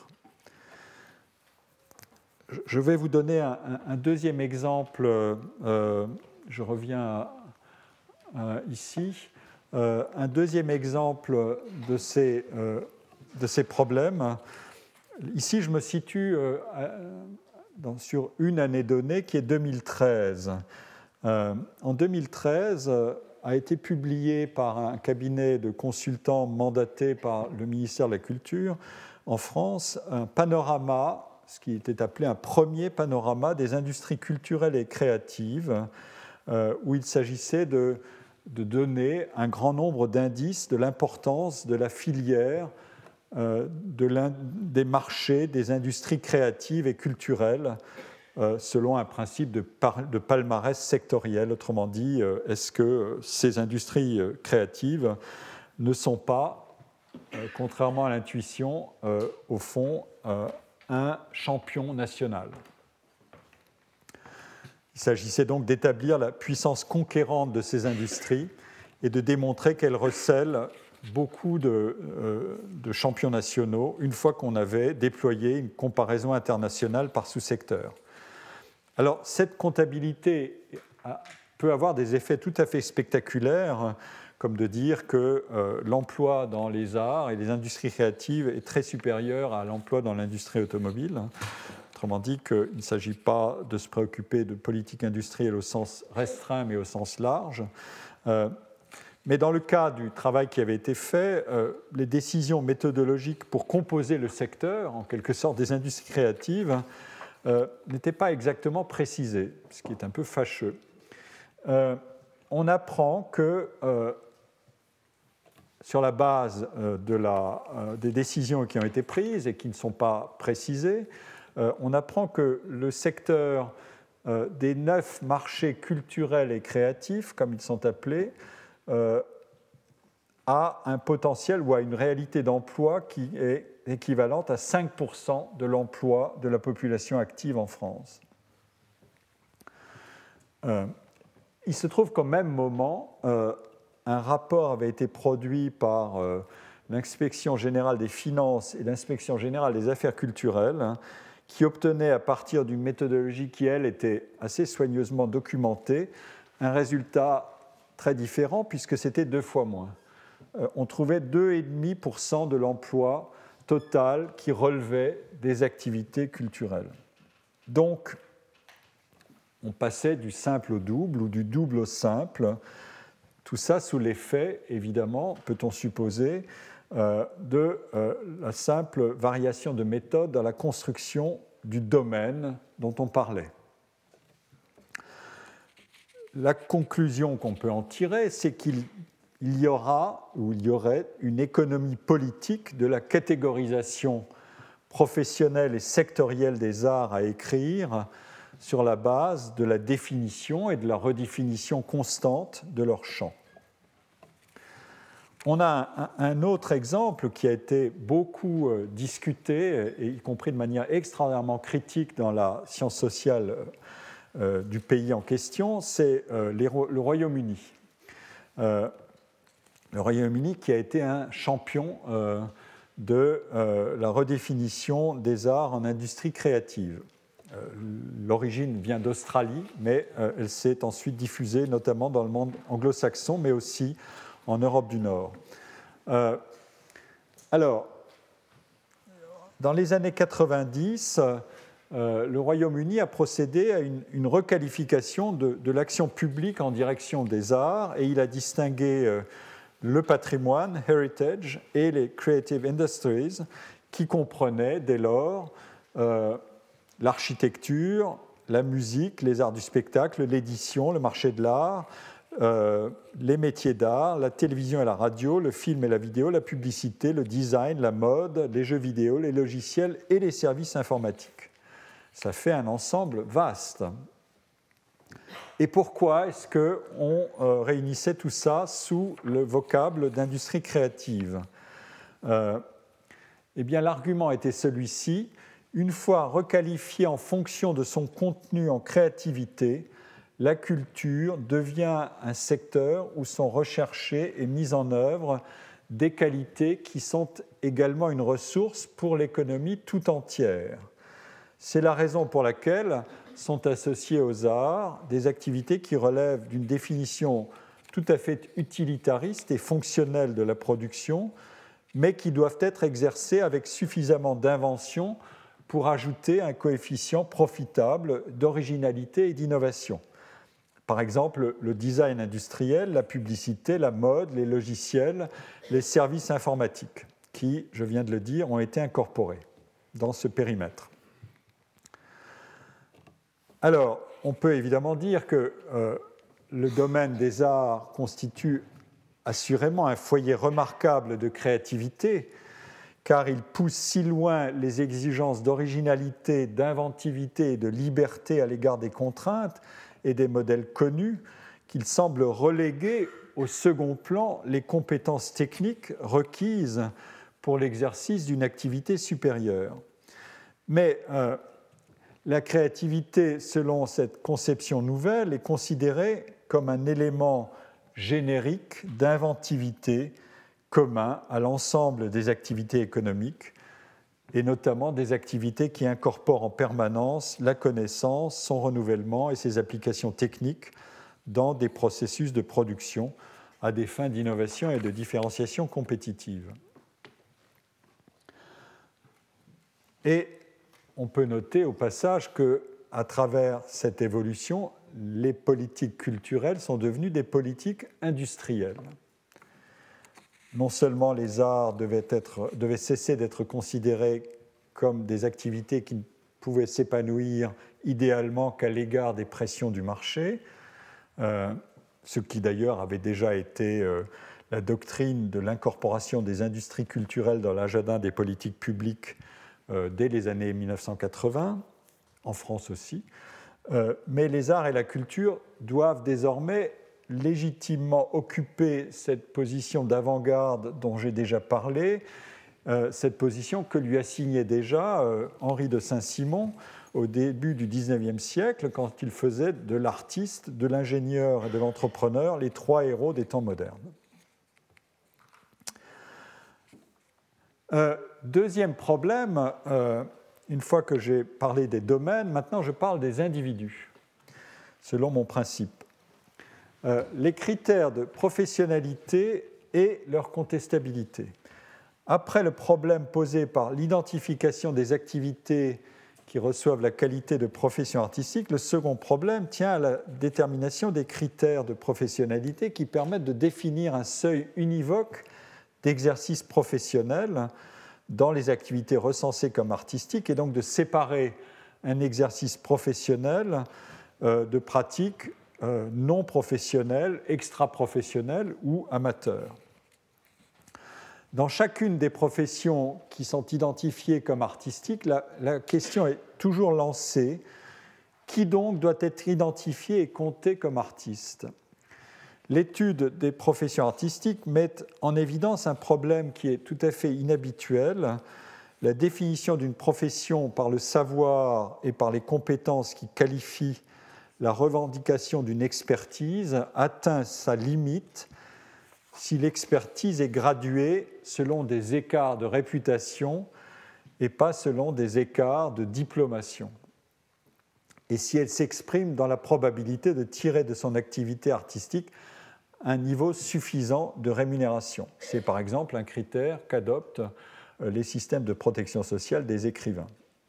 Je vais vous donner un, un deuxième exemple, euh, je reviens à, à ici, euh, un deuxième exemple de ces, euh, de ces problèmes. Ici, je me situe euh, dans, sur une année donnée qui est deux mille treize. Euh, en deux mille treize, euh, a été publié par un cabinet de consultants mandaté par le ministère de la Culture en France un panorama, ce qui était appelé un premier panorama des industries culturelles et créatives, euh, où il s'agissait de, de donner un grand nombre d'indices de l'importance de la filière, euh, de des marchés, des industries créatives et culturelles, euh, selon un principe de, par, de palmarès sectoriel. Autrement dit, euh, est-ce que ces industries créatives ne sont pas, euh, contrairement à l'intuition, euh, au fond, euh, un champion national. Il s'agissait donc d'établir la puissance conquérante de ces industries et de démontrer qu'elles recèlent beaucoup de, euh, de champions nationaux une fois qu'on avait déployé une comparaison internationale par sous-secteur. Alors, cette comptabilité peut avoir des effets tout à fait spectaculaires, comme de dire que euh, l'emploi dans les arts et les industries créatives est très supérieur à l'emploi dans l'industrie automobile. Autrement dit, qu'il ne s'agit pas de se préoccuper de politique industrielle au sens restreint, mais au sens large. Euh, mais dans le cas du travail qui avait été fait, euh, les décisions méthodologiques pour composer le secteur, en quelque sorte des industries créatives, euh, n'étaient pas exactement précisées, ce qui est un peu fâcheux. Euh, on apprend que euh, sur la base euh, de la, euh, des décisions qui ont été prises et qui ne sont pas précisées, euh, on apprend que le secteur euh, des neuf marchés culturels et créatifs, comme ils sont appelés, euh, a un potentiel ou a une réalité d'emploi qui est équivalente à cinq pour cent de l'emploi de la population active en France. Euh, il se trouve qu'au même moment, euh, un rapport avait été produit par euh, l'Inspection générale des finances et l'Inspection générale des affaires culturelles, hein, qui obtenait, à partir d'une méthodologie qui, elle, était assez soigneusement documentée, un résultat très différent, puisque c'était deux fois moins. Euh, on trouvait deux virgule cinq pour cent de l'emploi total qui relevait des activités culturelles. Donc, on passait du simple au double ou du double au simple. Tout ça sous l'effet, évidemment, peut-on supposer, euh, de euh, la simple variation de méthode dans la construction du domaine dont on parlait. La conclusion qu'on peut en tirer, c'est qu'il il y aura ou il y aurait une économie politique de la catégorisation professionnelle et sectorielle des arts à écrire sur la base de la définition et de la redéfinition constante de leur champ. On a un autre exemple qui a été beaucoup discuté, et y compris de manière extraordinairement critique dans la science sociale du pays en question, c'est le Royaume-Uni. Le Royaume-Uni qui a été un champion de la redéfinition des arts en industrie créative. L'origine vient d'Australie, mais elle s'est ensuite diffusée notamment dans le monde anglo-saxon, mais aussi en Europe du Nord. Euh, alors, dans les années quatre-vingt-dix, euh, le Royaume-Uni a procédé à une, une requalification de, de l'action publique en direction des arts, et il a distingué euh, le patrimoine, heritage, et les creative industries, qui comprenaient dès lors euh, l'architecture, la musique, les arts du spectacle, l'édition, le marché de l'art, Euh, les métiers d'art, la télévision et la radio, le film et la vidéo, la publicité, le design, la mode, les jeux vidéo, les logiciels et les services informatiques. Ça fait un ensemble vaste. Et pourquoi est-ce qu'on euh, réunissait tout ça sous le vocable d'industrie créative ? euh, Eh bien, l'argument était celui-ci. Une fois requalifié en fonction de son contenu en créativité, la culture devient un secteur où sont recherchées et mises en œuvre des qualités qui sont également une ressource pour l'économie tout entière. C'est la raison pour laquelle sont associées aux arts des activités qui relèvent d'une définition tout à fait utilitariste et fonctionnelle de la production, mais qui doivent être exercées avec suffisamment d'invention pour ajouter un coefficient profitable d'originalité et d'innovation. Par exemple, le design industriel, la publicité, la mode, les logiciels, les services informatiques, qui, je viens de le dire, ont été incorporés dans ce périmètre. Alors, on peut évidemment dire que euh, le domaine des arts constitue assurément un foyer remarquable de créativité, car il pousse si loin les exigences d'originalité, d'inventivité et de liberté à l'égard des contraintes et des modèles connus, qu'il semble reléguer au second plan les compétences techniques requises pour l'exercice d'une activité supérieure. Mais euh, la créativité, selon cette conception nouvelle, est considérée comme un élément générique d'inventivité commun à l'ensemble des activités économiques, et notamment des activités qui incorporent en permanence la connaissance, son renouvellement et ses applications techniques dans des processus de production à des fins d'innovation et de différenciation compétitive. Et on peut noter au passage qu'à travers cette évolution, les politiques culturelles sont devenues des politiques industrielles. Non seulement les arts devaient, être, devaient cesser d'être considérés comme des activités qui ne pouvaient s'épanouir idéalement qu'à l'égard des pressions du marché, euh, ce qui d'ailleurs avait déjà été euh, la doctrine de l'incorporation des industries culturelles dans l'agenda des politiques publiques euh, dès les années mille neuf cent quatre-vingts, en France aussi. Euh, mais les arts et la culture doivent désormais légitimement occuper cette position d'avant-garde dont j'ai déjà parlé, euh, cette position que lui assignait déjà euh, Henri de Saint-Simon au début du dix-neuvième siècle, quand il faisait de l'artiste, de l'ingénieur et de l'entrepreneur les trois héros des temps modernes. Euh, deuxième problème, euh, une fois que j'ai parlé des domaines, maintenant je parle des individus, selon mon principe. Euh, les critères de professionnalité et leur contestabilité. Après le problème posé par l'identification des activités qui reçoivent la qualité de profession artistique, le second problème tient à la détermination des critères de professionnalité qui permettent de définir un seuil univoque d'exercice professionnel dans les activités recensées comme artistiques et donc de séparer un exercice professionnel euh, de pratiques euh, non professionnels, extra-professionnels ou amateurs. Dans chacune des professions qui sont identifiées comme artistiques, la, la question est toujours lancée. Qui donc doit être identifié et compté comme artiste ? L'étude des professions artistiques met en évidence un problème qui est tout à fait inhabituel. La définition d'une profession par le savoir et par les compétences qui qualifient la revendication d'une expertise atteint sa limite si l'expertise est graduée selon des écarts de réputation et pas selon des écarts de diplomation. Et si elle s'exprime dans la probabilité de tirer de son activité artistique un niveau suffisant de rémunération. C'est par exemple un critère qu'adoptent les systèmes de protection sociale des écrivains.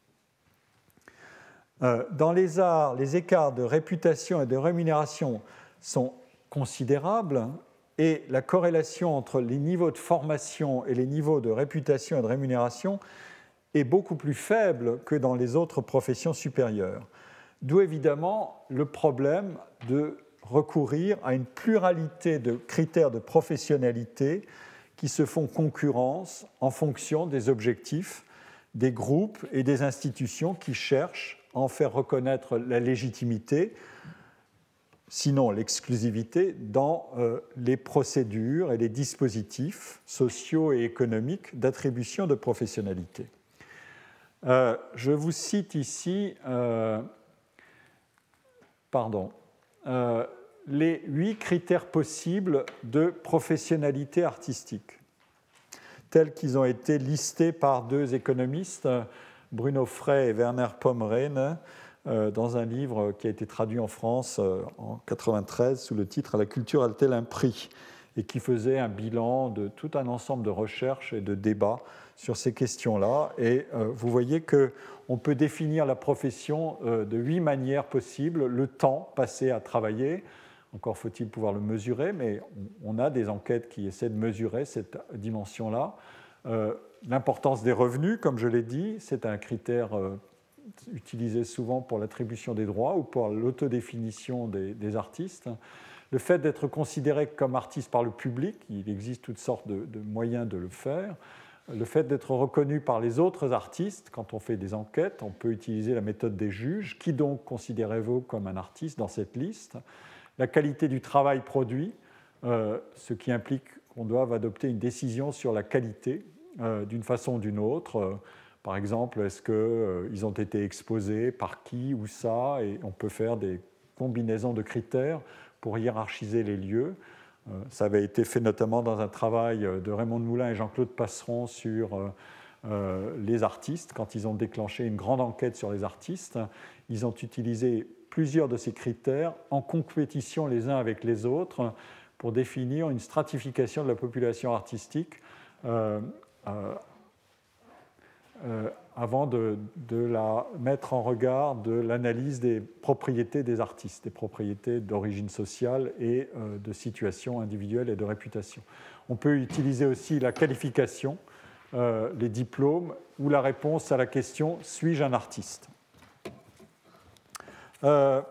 Dans les arts, les écarts de réputation et de rémunération sont considérables et la corrélation entre les niveaux de formation et les niveaux de réputation et de rémunération est beaucoup plus faible que dans les autres professions supérieures. D'où évidemment le problème de recourir à une pluralité de critères de professionnalité qui se font concurrence en fonction des objectifs des groupes et des institutions qui cherchent à en faire reconnaître la légitimité, sinon l'exclusivité, dans euh, les procédures et les dispositifs sociaux et économiques d'attribution de professionnalité. Euh, je vous cite ici, euh, pardon, euh, les huit critères possibles de professionnalité artistique, tels qu'ils ont été listés par deux économistes, Bruno Frey et Werner Pommeren, euh, dans un livre qui a été traduit en France euh, en mille neuf cent quatre-vingt-treize sous le titre « La culture a-t-elle un prix ?» et qui faisait un bilan de tout un ensemble de recherches et de débats sur ces questions-là. Et euh, vous voyez qu'on peut définir la profession euh, de huit manières possibles. Le temps passé à travailler, encore faut-il pouvoir le mesurer, mais on a des enquêtes qui essaient de mesurer cette dimension-là. Euh, l'importance des revenus, comme je l'ai dit, c'est un critère euh, utilisé souvent pour l'attribution des droits ou pour l'autodéfinition des, des artistes. Le fait d'être considéré comme artiste par le public, il existe toutes sortes de, de moyens de le faire. Le fait d'être reconnu par les autres artistes, quand on fait des enquêtes, on peut utiliser la méthode des juges. Qui donc considérez-vous comme un artiste dans cette liste ? La qualité du travail produit, euh, ce qui implique qu'on doive adopter une décision sur la qualité euh, d'une façon ou d'une autre. Euh, par exemple, est-ce qu'ils euh, ont été exposés, par qui, où ça ? Et on peut faire des combinaisons de critères pour hiérarchiser les lieux. Euh, ça avait été fait notamment dans un travail de Raymond de Moulin et Jean-Claude Passeron sur euh, euh, les artistes. Quand ils ont déclenché une grande enquête sur les artistes, ils ont utilisé plusieurs de ces critères en compétition les uns avec les autres pour définir une stratification de la population artistique euh, euh, euh, avant de, de la mettre en regard de l'analyse des propriétés des artistes, des propriétés d'origine sociale et euh, de situation individuelle et de réputation. On peut utiliser aussi la qualification, euh, les diplômes ou la réponse à la question « Suis-je un artiste ?» Euh,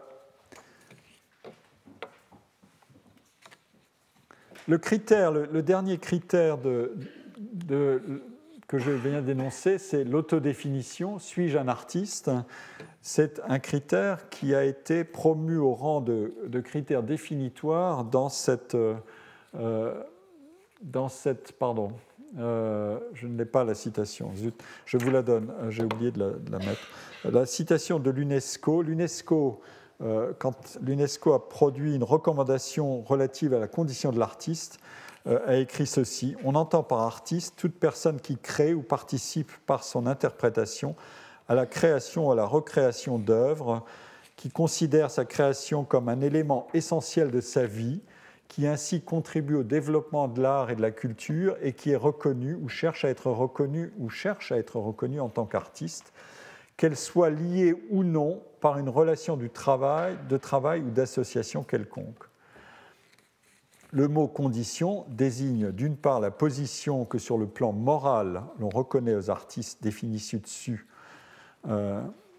le critère, le, le dernier critère de, de, que je viens d'énoncer, c'est l'autodéfinition. Suis-je un artiste ? C'est un critère qui a été promu au rang de, de critère définitoire dans cette, euh, dans cette pardon, euh, je ne l'ai pas la citation, zut, je vous la donne, j'ai oublié de la, de la mettre. La citation de l'UNESCO. L'UNESCO, euh, quand l'UNESCO a produit une recommandation relative à la condition de l'artiste, euh, a écrit ceci. On entend par artiste toute personne qui crée ou participe par son interprétation à la création ou à la recréation d'œuvres, qui considère sa création comme un élément essentiel de sa vie, qui ainsi contribue au développement de l'art et de la culture et qui est reconnu ou cherche à être reconnu ou cherche à être reconnu en tant qu'artiste, qu'elle soit liée ou non par une relation du travail, de travail ou d'association quelconque. Le mot « condition » désigne d'une part la position que sur le plan moral l'on reconnaît aux artistes définis ci-dessus, euh,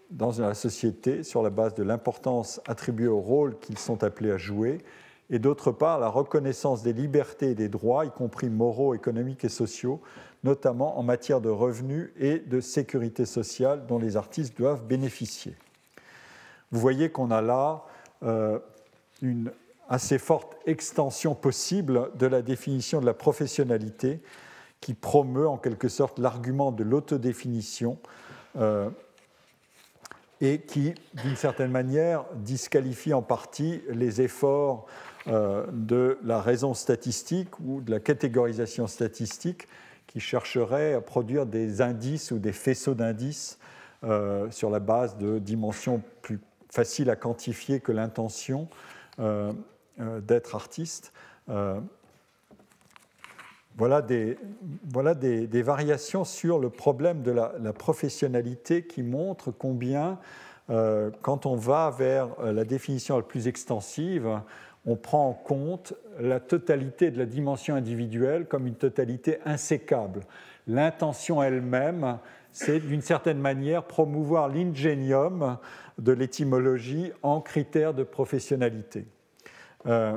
dans la société sur la base de l'importance attribuée au rôle qu'ils sont appelés à jouer, et d'autre part la reconnaissance des libertés et des droits, y compris moraux, économiques et sociaux, notamment en matière de revenus et de sécurité sociale dont les artistes doivent bénéficier. Vous voyez qu'on a là euh, une assez forte extension possible de la définition de la professionnalité qui promeut en quelque sorte l'argument de l'autodéfinition euh, et qui, d'une certaine manière, disqualifie en partie les efforts euh, de la raison statistique ou de la catégorisation statistique qui chercherait à produire des indices ou des faisceaux d'indices euh, sur la base de dimensions plus faciles à quantifier que l'intention euh, euh, d'être artiste. Euh, Voilà, des, voilà des, des variations sur le problème de la, la professionnalité qui montrent combien, euh, quand on va vers la définition la plus extensive, on prend en compte la totalité de la dimension individuelle comme une totalité insécable. L'intention elle-même, c'est d'une certaine manière promouvoir l'ingénium de l'étymologie en critère de professionnalité. Euh,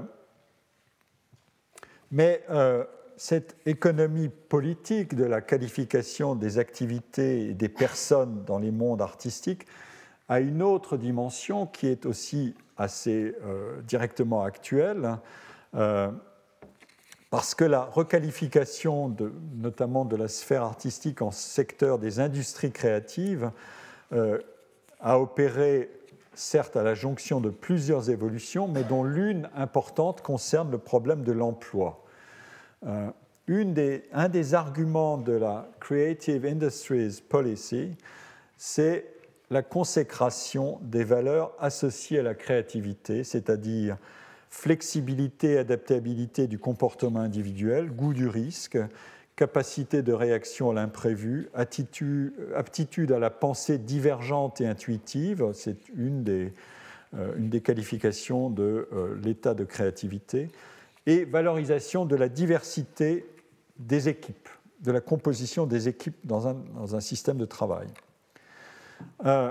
mais euh, cette économie politique de la qualification des activités et des personnes dans les mondes artistiques a une autre dimension qui est aussi assez euh, directement actuelle, euh, parce que la requalification de, notamment de la sphère artistique en secteur des industries créatives euh, a opéré certes à la jonction de plusieurs évolutions, mais dont l'une importante concerne le problème de l'emploi. Euh, une des, un des arguments de la Creative Industries Policy, c'est la consécration des valeurs associées à la créativité, c'est-à-dire flexibilité et adaptabilité du comportement individuel, goût du risque, capacité de réaction à l'imprévu, attitude, aptitude à la pensée divergente et intuitive, c'est une des, euh, une des qualifications de euh, l'état de créativité, et valorisation de la diversité des équipes, de la composition des équipes dans un, dans un système de travail. Euh,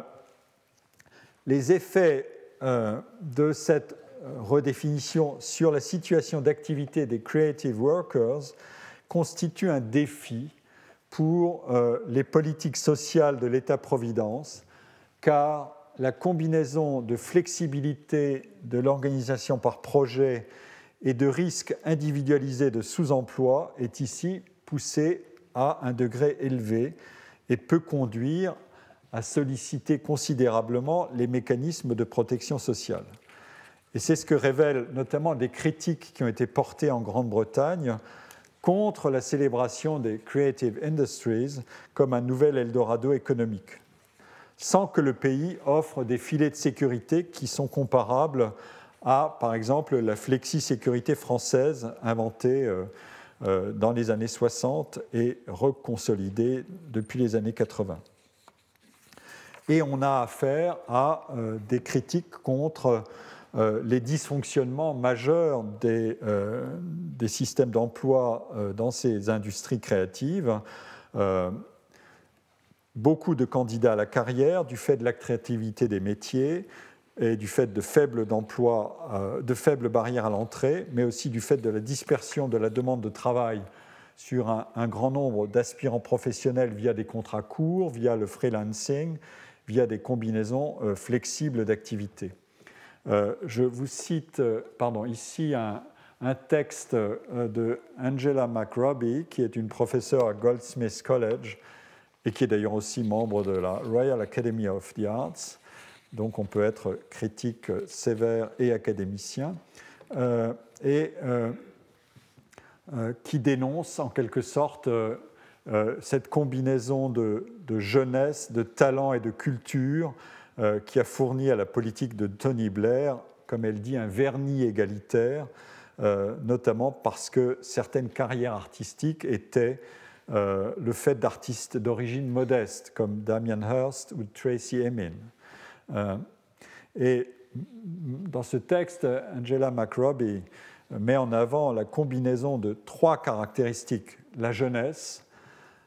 les effets euh, de cette redéfinition sur la situation d'activité des creative workers constituent un défi pour euh, les politiques sociales de l'État-providence, car la combinaison de flexibilité de l'organisation par projet et de risque individualisé de sous-emploi est ici poussée à un degré élevé et peut conduire à solliciter considérablement les mécanismes de protection sociale. Et c'est ce que révèlent notamment des critiques qui ont été portées en Grande-Bretagne contre la célébration des Creative Industries comme un nouvel Eldorado économique, sans que le pays offre des filets de sécurité qui sont comparables à, par exemple, la flexi-sécurité française inventée euh, euh, dans les années soixante et reconsolidée depuis les années quatre-vingts. Et on a affaire à euh, des critiques contre euh, les dysfonctionnements majeurs des, euh, des systèmes d'emploi euh, dans ces industries créatives. Euh, beaucoup de candidats à la carrière du fait de l'attractivité des métiers et du fait de faibles, d'emploi, euh, de faibles barrières à l'entrée, mais aussi du fait de la dispersion de la demande de travail sur un, un grand nombre d'aspirants professionnels via des contrats courts, via le freelancing, via des combinaisons euh, flexibles d'activités. Euh, je vous cite euh, pardon, ici un, un texte euh, de Angela McRobbie, qui est une professeure à Goldsmiths College et qui est d'ailleurs aussi membre de la Royal Academy of the Arts. Donc on peut être critique sévère et académicien, euh, et euh, euh, qui dénonce en quelque sorte euh, euh, cette combinaison de, de jeunesse, de talent et de culture euh, qui a fourni à la politique de Tony Blair, comme elle dit, un vernis égalitaire, euh, notamment parce que certaines carrières artistiques étaient euh, le fait d'artistes d'origine modeste, comme Damien Hirst ou Tracy Emin. Euh, et dans ce texte, Angela McRobbie met en avant la combinaison de trois caractéristiques: la jeunesse,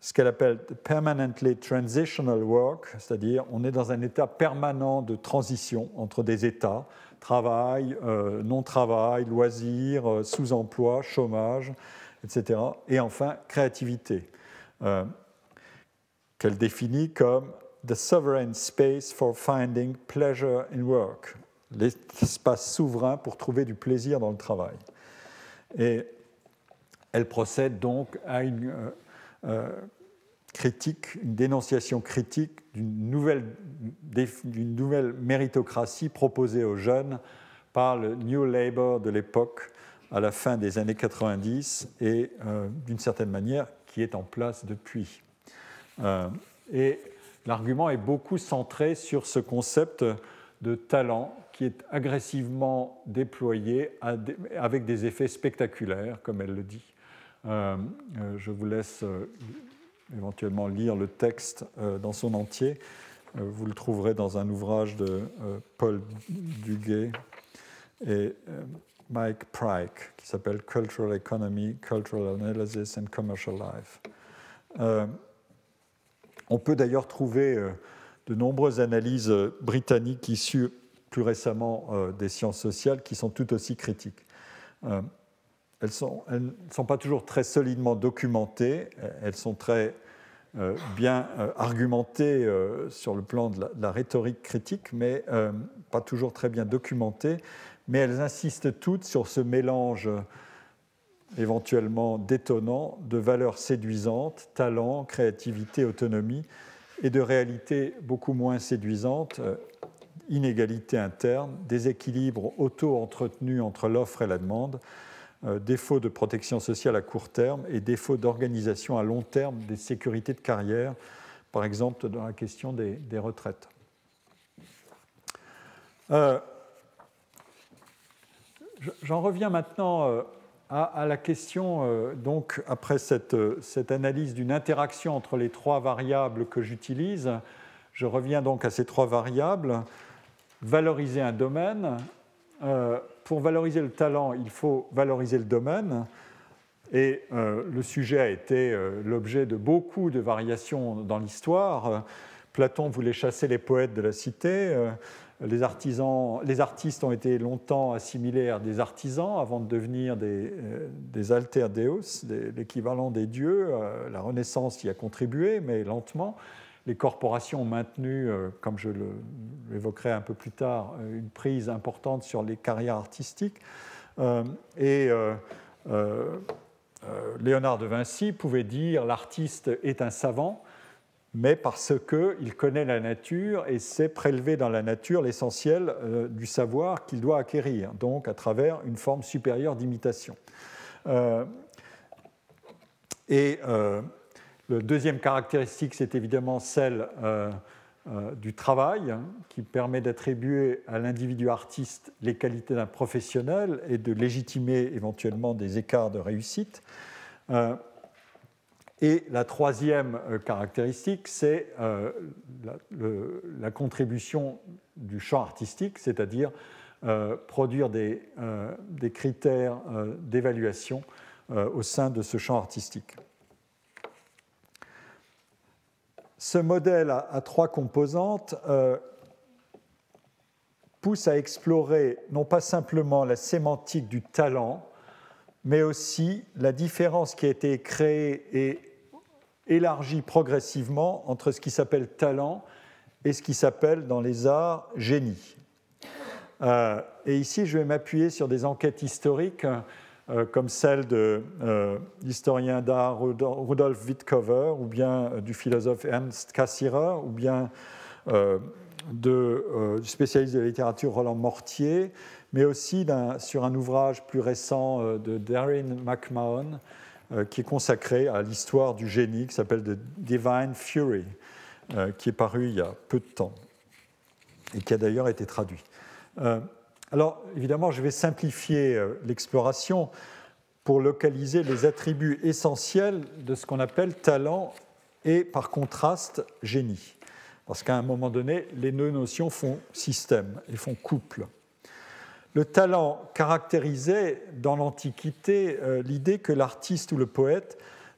ce qu'elle appelle permanently transitional work, c'est-à-dire on est dans un état permanent de transition entre des états, travail, euh, non-travail, loisirs, euh, sous-emploi, chômage, et cetera. Et enfin, créativité, euh, qu'elle définit comme the sovereign space for finding pleasure in work, l'espace souverain pour trouver du plaisir dans le travail. Et elle procède donc à une euh, euh, critique, une dénonciation critique d'une nouvelle, d'une nouvelle méritocratie proposée aux jeunes par le New Labour de l'époque à la fin des années quatre-vingt-dix et euh, d'une certaine manière qui est en place depuis. Euh, et l'argument est beaucoup centré sur ce concept de talent qui est agressivement déployé avec des effets spectaculaires, comme elle le dit. Euh, je vous laisse euh, éventuellement lire le texte euh, dans son entier. Euh, vous le trouverez dans un ouvrage de euh, Paul Duguay et euh, Mike Pryke qui s'appelle Cultural Economy, Cultural Analysis and Commercial Life. Euh, on peut d'ailleurs trouver euh, de nombreuses analyses euh, britanniques issues plus récemment euh, des sciences sociales qui sont tout aussi critiques. Euh, elles sont, elles ne sont pas toujours très solidement documentées, elles sont très euh, bien euh, argumentées euh, sur le plan de la, de la rhétorique critique, mais euh, pas toujours très bien documentées, mais elles insistent toutes sur ce mélange euh, éventuellement détonnant de valeurs séduisantes, talent, créativité, autonomie, et de réalités beaucoup moins séduisantes, euh, inégalités internes, déséquilibres auto-entretenus entre l'offre et la demande, euh, défaut de protection sociale à court terme et défaut d'organisation à long terme des sécurités de carrière, par exemple dans la question des, des retraites. Euh, j'en reviens maintenant euh, à, à la question, euh, donc après cette, cette analyse d'une interaction entre les trois variables que j'utilise, je reviens donc à ces trois variables. Valoriser un domaine. Euh, pour valoriser le talent, il faut valoriser le domaine. Et euh, le sujet a été euh, l'objet de beaucoup de variations dans l'histoire. Euh, Platon voulait chasser les poètes de la cité. Euh, les, artisans, les artistes ont été longtemps assimilés à des artisans avant de devenir des, euh, des alter deos, des, l'équivalent des dieux. Euh, la Renaissance y a contribué, mais lentement. Les corporations ont maintenu, euh, comme je le, l'évoquerai un peu plus tard, une prise importante sur les carrières artistiques. Euh, et euh, euh, euh, Léonard de Vinci pouvait dire « l'artiste est un savant », mais parce qu'il connaît la nature et sait prélever dans la nature l'essentiel euh, du savoir qu'il doit acquérir, donc à travers une forme supérieure d'imitation. Euh, et... Euh, La deuxième caractéristique, c'est évidemment celle euh, euh, du travail, hein, qui permet d'attribuer à l'individu artiste les qualités d'un professionnel et de légitimer éventuellement des écarts de réussite. Euh, et la troisième euh, caractéristique, c'est euh, la, le, la contribution du champ artistique, c'est-à-dire euh, produire des, euh, des critères euh, d'évaluation euh, au sein de ce champ artistique. Ce modèle à, à trois composantes euh, pousse à explorer non pas simplement la sémantique du talent, mais aussi la différence qui a été créée et élargie progressivement entre ce qui s'appelle talent et ce qui s'appelle dans les arts génie. Euh, et ici, je vais m'appuyer sur des enquêtes historiques Euh, comme celle de euh, l'historien d'art Rudolf Wittkower, ou bien euh, du philosophe Ernst Cassirer, ou bien euh, de, euh, du spécialiste de la littérature Roland Mortier, mais aussi sur un ouvrage plus récent euh, de Darren McMahon, euh, qui est consacré à l'histoire du génie, qui s'appelle The Divine Fury, euh, qui est paru il y a peu de temps, et qui a d'ailleurs été traduit. Euh, Alors, évidemment, je vais simplifier l'exploration pour localiser les attributs essentiels de ce qu'on appelle talent et, par contraste, génie. Parce qu'à un moment donné, les deux notions font système et font couple. Le talent caractérisait dans l'Antiquité l'idée que l'artiste ou le poète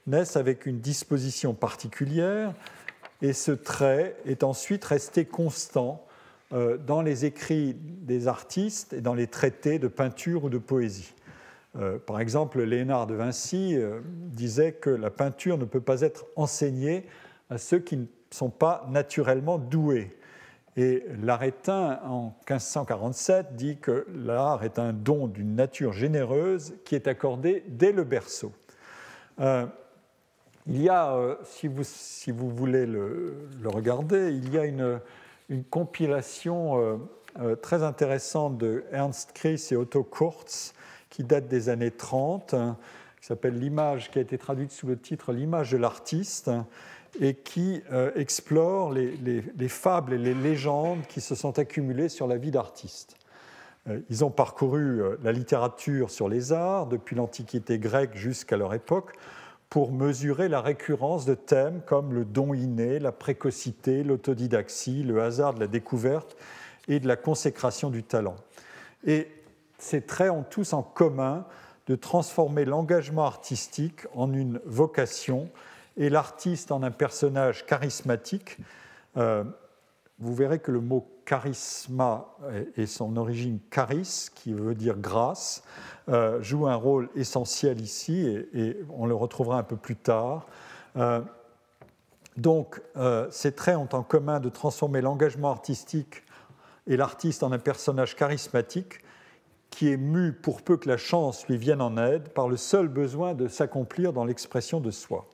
naissent avec une disposition particulière, et ce trait est ensuite resté constant euh, dans les écrits des artistes et dans les traités de peinture ou de poésie. Euh, par exemple, Léonard de Vinci euh, disait que la peinture ne peut pas être enseignée à ceux qui ne sont pas naturellement doués. Et l'Arétin, en quinze cent quarante-sept, dit que l'art est un don d'une nature généreuse qui est accordé dès le berceau. Euh, il y a, euh, si, vous, si vous voulez le, le regarder, il y a une, une compilation euh, euh, très intéressante de Ernst Kris et Otto Kurz, qui date des années trente, hein, qui s'appelle L'image, qui a été traduite sous le titre L'image de l'artiste, et qui euh, explore les, les, les fables et les légendes qui se sont accumulées sur la vie d'artistes. Euh, ils ont parcouru euh, la littérature sur les arts, depuis l'Antiquité grecque jusqu'à leur époque, pour mesurer la récurrence de thèmes comme le don inné, la précocité, l'autodidaxie, le hasard de la découverte et de la consécration du talent. Et ces traits ont tous en commun de transformer l'engagement artistique en une vocation et l'artiste en un personnage charismatique. Euh, vous verrez que le mot charisma et son origine charis, qui veut dire grâce, euh, joue un rôle essentiel ici, et, et on le retrouvera un peu plus tard. Euh, donc, euh, ces traits ont en commun de transformer l'engagement artistique et l'artiste en un personnage charismatique qui est mu pour peu que la chance lui vienne en aide par le seul besoin de s'accomplir dans l'expression de soi.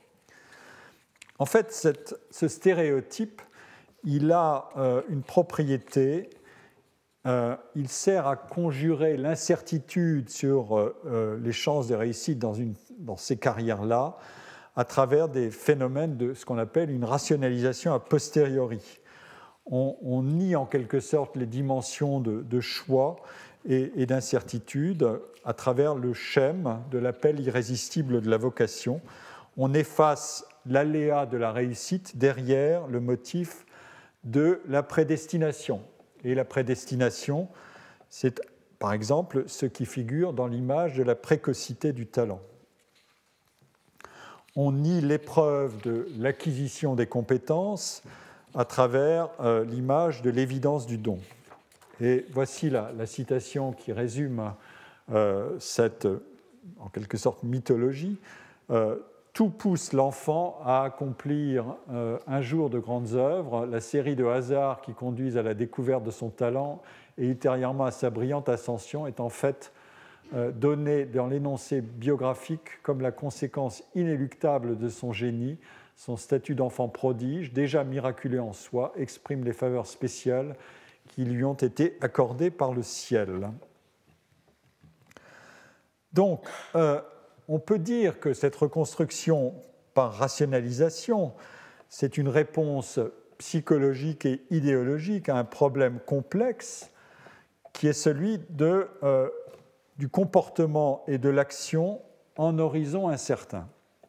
En fait, cette, ce stéréotype, il a euh, une propriété, euh, il sert à conjurer l'incertitude sur euh, les chances de réussite dans, une, dans ces carrières-là à travers des phénomènes de ce qu'on appelle une rationalisation a posteriori. On, on nie en quelque sorte les dimensions de, de choix et, et d'incertitude à travers le schème de l'appel irrésistible de la vocation. On efface l'aléa de la réussite derrière le motif de la prédestination. Et la prédestination, c'est par exemple ce qui figure dans l'image de la précocité du talent. On nie l'épreuve de l'acquisition des compétences à travers euh, l'image de l'évidence du don. Et voici la, la citation qui résume euh, cette, en quelque sorte, mythologie. Euh, Tout pousse l'enfant à accomplir euh, un jour de grandes œuvres, la série de hasards qui conduisent à la découverte de son talent et ultérieurement à sa brillante ascension est en fait euh, donnée dans l'énoncé biographique comme la conséquence inéluctable de son génie. Son statut d'enfant prodige, déjà miraculeux en soi, exprime les faveurs spéciales qui lui ont été accordées par le ciel. Donc, euh, on peut dire que cette reconstruction par rationalisation, c'est une réponse psychologique et idéologique à un problème complexe qui est celui de, euh, du comportement et de l'action en horizon incertain.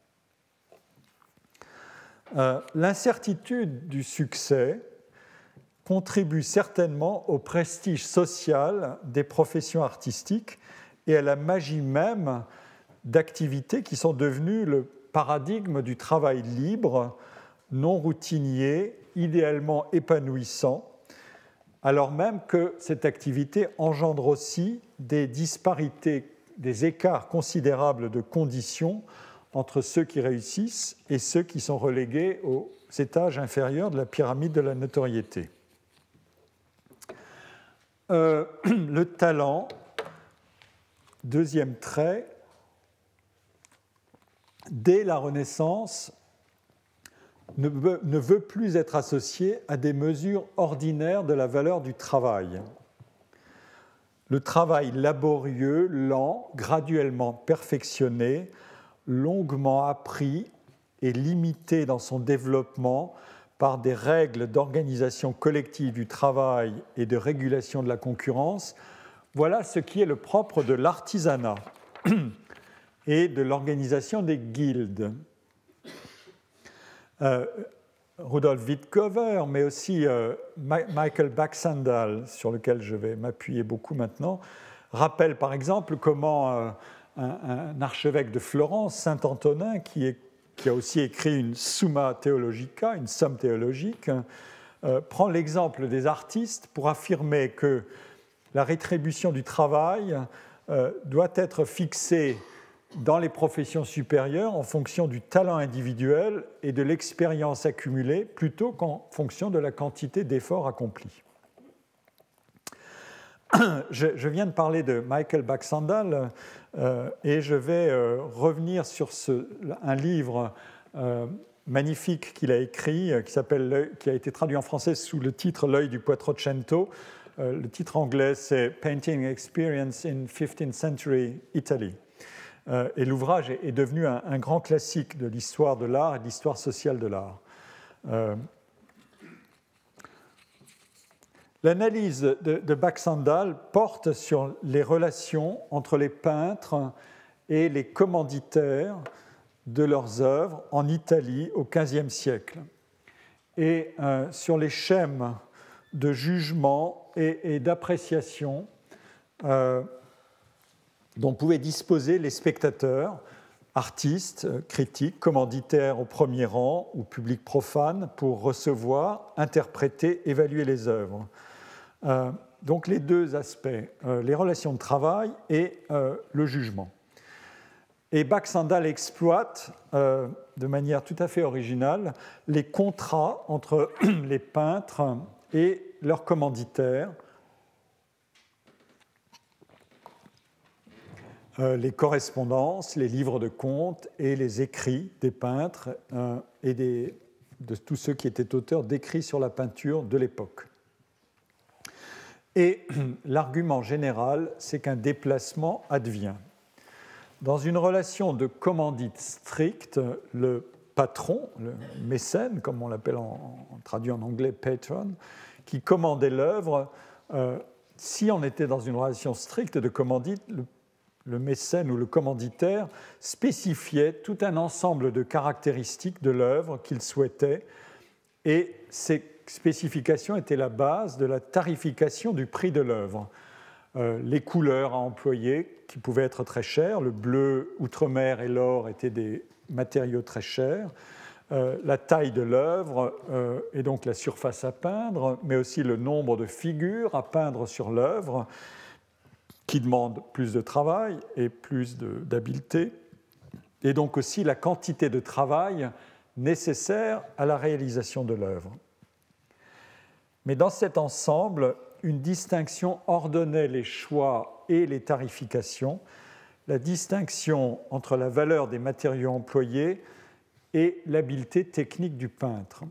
Euh, l'incertitude du succès contribue certainement au prestige social des professions artistiques et à la magie même d'activités qui sont devenues le paradigme du travail libre, non routinier, idéalement épanouissant, alors même que cette activité engendre aussi des disparités, des écarts considérables de conditions entre ceux qui réussissent et ceux qui sont relégués aux étages inférieurs de la pyramide de la notoriété. Euh, le talent, deuxième trait, dès la Renaissance, ne veut, ne veut plus être associé à des mesures ordinaires de la valeur du travail. Le travail laborieux, lent, graduellement perfectionné, longuement appris et limité dans son développement par des règles d'organisation collective du travail et de régulation de la concurrence, voilà ce qui est le propre de l'artisanat et de l'organisation des guildes. Euh, Rudolf Wittkower, mais aussi euh, Ma- Michael Baxandall, sur lequel je vais m'appuyer beaucoup maintenant, rappelle par exemple comment euh, un, un archevêque de Florence, Saint Antonin, qui, est, qui a aussi écrit une Summa Theologica, une somme théologique, euh, prend l'exemple des artistes pour affirmer que la rétribution du travail euh, doit être fixée dans les professions supérieures en fonction du talent individuel et de l'expérience accumulée plutôt qu'en fonction de la quantité d'efforts accomplis. Je, je viens de parler de Michael Baxandall euh, et je vais euh, revenir sur ce, un livre euh, magnifique qu'il a écrit, euh, qui, s'appelle, qui a été traduit en français sous le titre L'œil du Quattrocento. Euh, le titre anglais, c'est Painting Experience in fifteenth century Italy. Euh, et l'ouvrage est, est devenu un, un grand classique de l'histoire de l'art et de l'histoire sociale de l'art. Euh, L'analyse de, de Baxandall porte sur les relations entre les peintres et les commanditaires de leurs œuvres en Italie au quinzième siècle et euh, sur les schèmes de jugement et, et d'appréciation euh, dont pouvaient disposer les spectateurs, artistes, critiques, commanditaires au premier rang ou public profane pour recevoir, interpréter, évaluer les œuvres. Euh, donc les deux aspects, euh, les relations de travail et euh, le jugement. Et Baxandall exploite euh, de manière tout à fait originale les contrats entre les peintres et leurs commanditaires, euh, les correspondances, les livres de comptes et les écrits des peintres euh, et des, de tous ceux qui étaient auteurs d'écrits sur la peinture de l'époque. Et l'argument général, c'est qu'un déplacement advient. Dans une relation de commandite stricte, le patron, le mécène, comme on l'appelle en, en traduit en anglais patron, qui commandait l'œuvre, euh, si on était dans une relation stricte de commandite, le, le mécène ou le commanditaire spécifiait tout un ensemble de caractéristiques de l'œuvre qu'il souhaitait, et ces spécifications étaient la base de la tarification du prix de l'œuvre. Euh, les couleurs à employer, qui pouvaient être très chères, le bleu outre-mer et l'or étaient des matériaux très chers, euh, la taille de l'œuvre euh, et donc la surface à peindre, mais aussi le nombre de figures à peindre sur l'œuvre, qui demandent plus de travail et plus de, d'habileté, et donc aussi la quantité de travail nécessaire à la réalisation de l'œuvre. Mais dans cet ensemble, une distinction ordonnait les choix et les tarifications, la distinction entre la valeur des matériaux employés et l'habileté technique du peintre.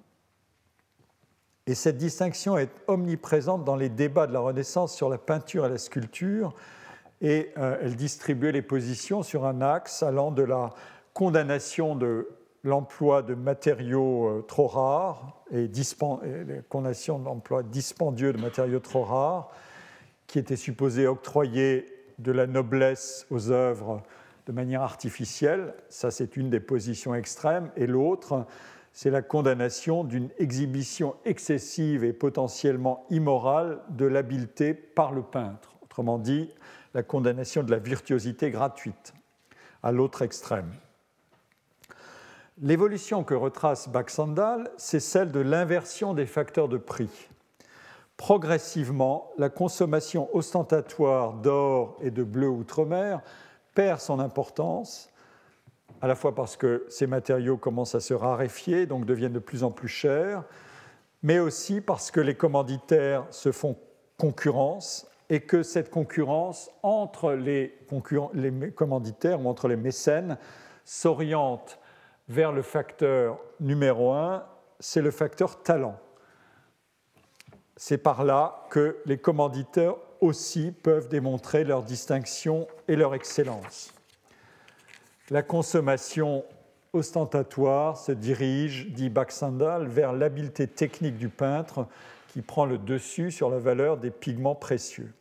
Et cette distinction est omniprésente dans les débats de la Renaissance sur la peinture et la sculpture, et euh, elle distribuait les positions sur un axe allant de la condamnation de l'emploi de matériaux euh, trop rares et, dispen- et la condamnation de l'emploi dispendieux de matériaux trop rares, qui étaient supposés octroyer de la noblesse aux œuvres de manière artificielle. Ça, c'est une des positions extrêmes. Et l'autre, c'est la condamnation d'une exhibition excessive et potentiellement immorale de l'habileté par le peintre. Autrement dit, la condamnation de la virtuosité gratuite, à l'autre extrême. L'évolution que retrace Baxandall, c'est celle de l'inversion des facteurs de prix. Progressivement, la consommation ostentatoire d'or et de bleu outre-mer perd son importance, à la fois parce que ces matériaux commencent à se raréfier, donc deviennent de plus en plus chers, mais aussi parce que les commanditaires se font concurrence et que cette concurrence entre les, concurrents, les commanditaires ou entre les mécènes s'oriente vers le facteur numéro un, c'est le facteur talent. C'est par là que les commanditaires aussi peuvent démontrer leur distinction et leur excellence. La consommation ostentatoire se dirige, dit Baxandall, vers l'habileté technique du peintre qui prend le dessus sur la valeur des pigments précieux.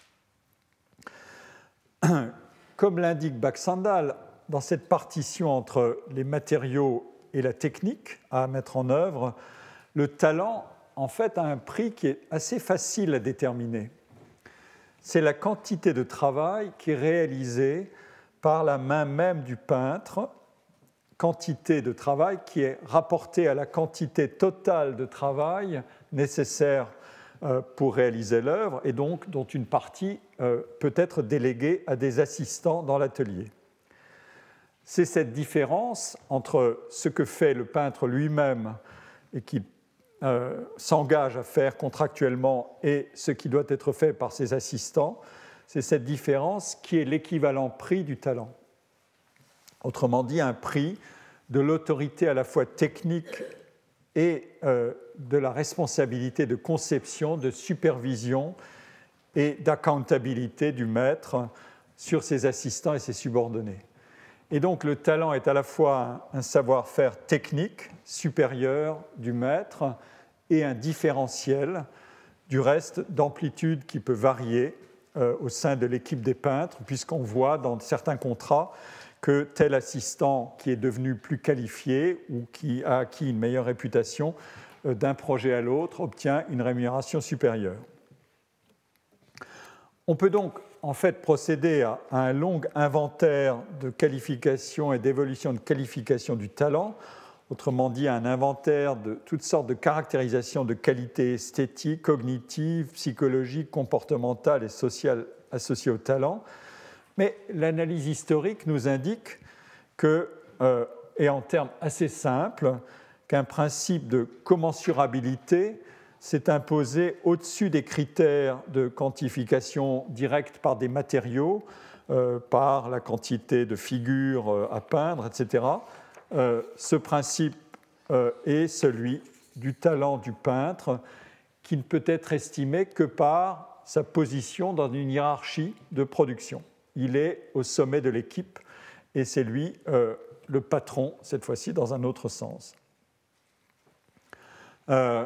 Comme l'indique Baxandall, dans cette partition entre les matériaux et la technique à mettre en œuvre, le talent, en fait, a un prix qui est assez facile à déterminer. C'est la quantité de travail qui est réalisée par la main même du peintre quantité de travail qui est rapportée à la quantité totale de travail nécessaire euh, pour réaliser l'œuvre et donc dont une partie euh, peut être déléguée à des assistants dans l'atelier. C'est cette différence entre ce que fait le peintre lui-même et qui euh, s'engage à faire contractuellement et ce qui doit être fait par ses assistants, c'est cette différence qui est l'équivalent prix du talent. Autrement dit, un prix de l'autorité à la fois technique et euh, de la responsabilité de conception, de supervision et d'accountabilité du maître sur ses assistants et ses subordonnés. Et donc le talent est à la fois un, un savoir-faire technique supérieur du maître et un différentiel du reste d'amplitude qui peut varier euh, au sein de l'équipe des peintres, puisqu'on voit dans certains contrats que tel assistant qui est devenu plus qualifié ou qui a acquis une meilleure réputation euh, d'un projet à l'autre obtient une rémunération supérieure. On peut donc en fait procéder à un long inventaire de qualification et d'évolution de qualification du talent, autrement dit un inventaire de toutes sortes de caractérisations de qualité esthétique, cognitive, psychologique, comportementale et sociale associées au talent. Mais l'analyse historique nous indique que, euh, et en termes assez simples, qu'un principe de commensurabilité s'est imposé au-dessus des critères de quantification directe par des matériaux, euh, par la quantité de figures euh, à peindre, et cetera. Euh, ce principe euh, est celui du talent du peintre, qui ne peut être estimé que par sa position dans une hiérarchie de production. Il est au sommet de l'équipe et c'est lui euh, le patron, cette fois-ci dans un autre sens. Euh,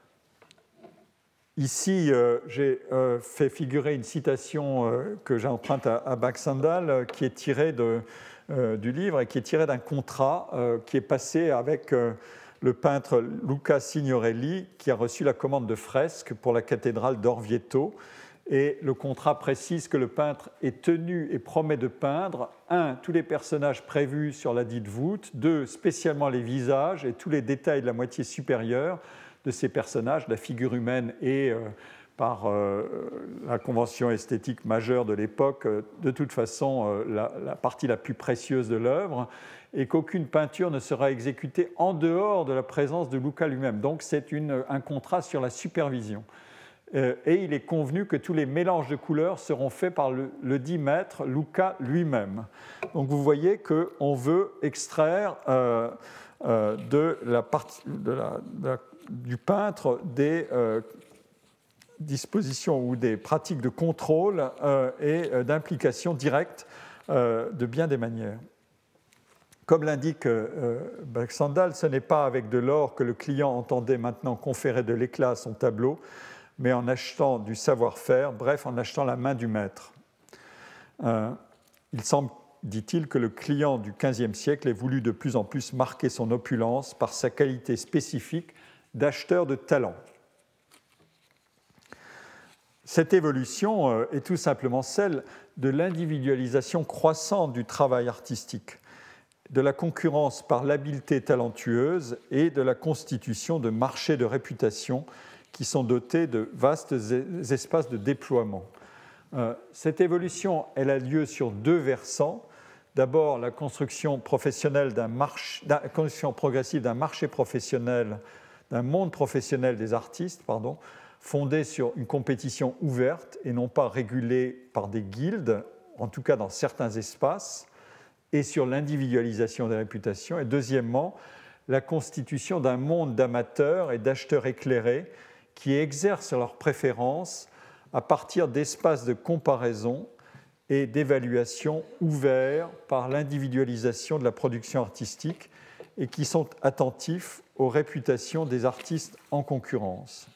Ici, euh, j'ai euh, fait figurer une citation euh, que j'emprunte à, à Baxandall, euh, qui est tirée de, euh, du livre et qui est tirée d'un contrat euh, qui est passé avec euh, le peintre Luca Signorelli, qui a reçu la commande de fresques pour la cathédrale d'Orvieto. Et le contrat précise que le peintre est tenu et promet de peindre, un, tous les personnages prévus sur la dite voûte, deux, spécialement les visages et tous les détails de la moitié supérieure de ces personnages, la figure humaine et, euh, par euh, la convention esthétique majeure de l'époque, euh, de toute façon euh, la, la partie la plus précieuse de l'œuvre, et qu'aucune peinture ne sera exécutée en dehors de la présence de Luca lui-même. Donc c'est une, un contrat sur la supervision. Euh, et il est convenu que tous les mélanges de couleurs seront faits par le, le dit maître, Luca lui-même. Donc vous voyez qu'on veut extraire euh, euh, de la partie, de la, de la du peintre des euh, dispositions ou des pratiques de contrôle euh, et euh, d'implication directe euh, de bien des manières. Comme l'indique euh, Baxandall, ce n'est pas avec de l'or que le client entendait maintenant conférer de l'éclat à son tableau, mais en achetant du savoir-faire, bref, en achetant la main du maître. Euh, il semble, dit-il, que le client du quinzième siècle ait voulu de plus en plus marquer son opulence par sa qualité spécifique d'acheteur de talent. Cette évolution est tout simplement celle de l'individualisation croissante du travail artistique, de la concurrence par l'habileté talentueuse et de la constitution de marchés de réputation qui sont dotés de vastes espaces de déploiement. Cette évolution, elle a lieu sur deux versants. D'abord, la construction professionnelle d'un marché, la construction progressive d'un marché professionnel, d'un monde professionnel des artistes, pardon, fondé sur une compétition ouverte et non pas régulée par des guildes, en tout cas dans certains espaces, et sur l'individualisation des réputations. Et deuxièmement, la constitution d'un monde d'amateurs et d'acheteurs éclairés qui exercent leurs préférences à partir d'espaces de comparaison et d'évaluation ouverts par l'individualisation de la production artistique et qui sont attentifs aux réputations des artistes en concurrence.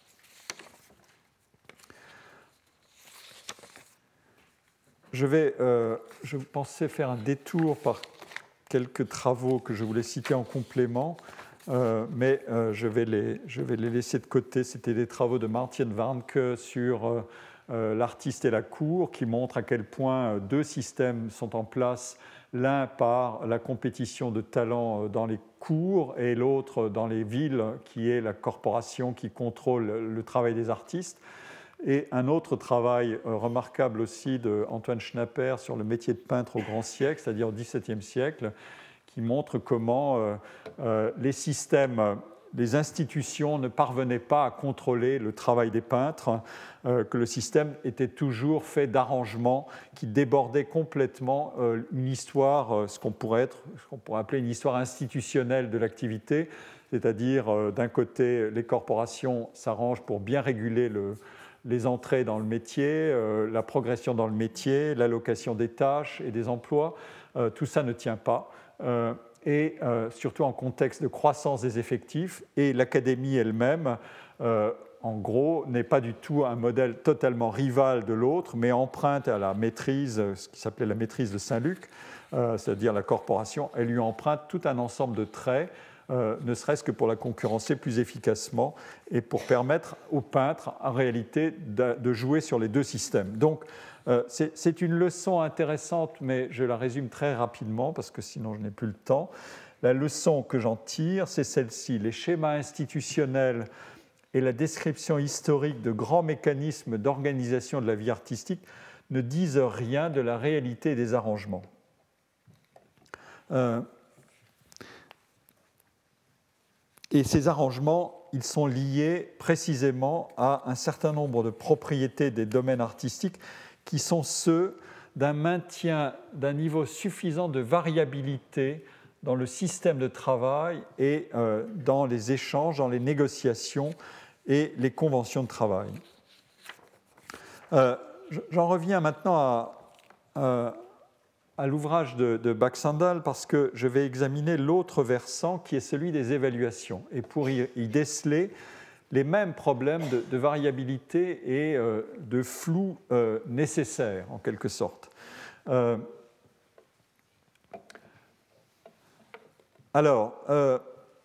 Je vais, euh, je pensais faire un détour par quelques travaux que je voulais citer en complément, euh, mais euh, je, vais les, je vais les laisser de côté. C'était des travaux de Martin Warnke sur euh, euh, l'artiste et la cour, qui montre à quel point deux systèmes sont en place, l'un par la compétition de talents dans les cours et l'autre dans les villes, qui est la corporation qui contrôle le travail des artistes. Et un autre travail remarquable aussi d'Antoine Schnapper sur le métier de peintre au grand siècle, c'est-à-dire au dix-septième siècle, qui montre comment euh, euh, les systèmes, les institutions ne parvenaient pas à contrôler le travail des peintres, euh, que le système était toujours fait d'arrangements qui débordaient complètement euh, une histoire, euh, ce qu'on pourrait être, ce qu'on pourrait appeler une histoire institutionnelle de l'activité, c'est-à-dire euh, d'un côté, les corporations s'arrangent pour bien réguler le, les entrées dans le métier, euh, la progression dans le métier, l'allocation des tâches et des emplois, euh, tout ça ne tient pas. Euh, et euh, surtout en contexte de croissance des effectifs, et l'académie elle-même, euh, en gros, n'est pas du tout un modèle totalement rival de l'autre, mais emprunte à la maîtrise, ce qui s'appelait la maîtrise de Saint-Luc, euh, c'est-à-dire la corporation, elle lui emprunte tout un ensemble de traits, euh, ne serait-ce que pour la concurrencer plus efficacement et pour permettre aux peintres, en réalité, de, de jouer sur les deux systèmes. Donc, Euh, c'est, c'est une leçon intéressante, mais je la résume très rapidement parce que sinon je n'ai plus le temps. La leçon que j'en tire, c'est celle-ci. Les schémas institutionnels et la description historique de grands mécanismes d'organisation de la vie artistique ne disent rien de la réalité des arrangements. Euh, et ces arrangements, ils sont liés précisément à un certain nombre de propriétés des domaines artistiques qui sont ceux d'un maintien d'un niveau suffisant de variabilité dans le système de travail et euh, dans les échanges, dans les négociations et les conventions de travail. Euh, j'en reviens maintenant à, à, à l'ouvrage de, de Baxandall parce que je vais examiner l'autre versant qui est celui des évaluations et pour y, y déceler les mêmes problèmes de, de variabilité et euh, de flou euh, nécessaires, en quelque sorte. Euh, alors, euh,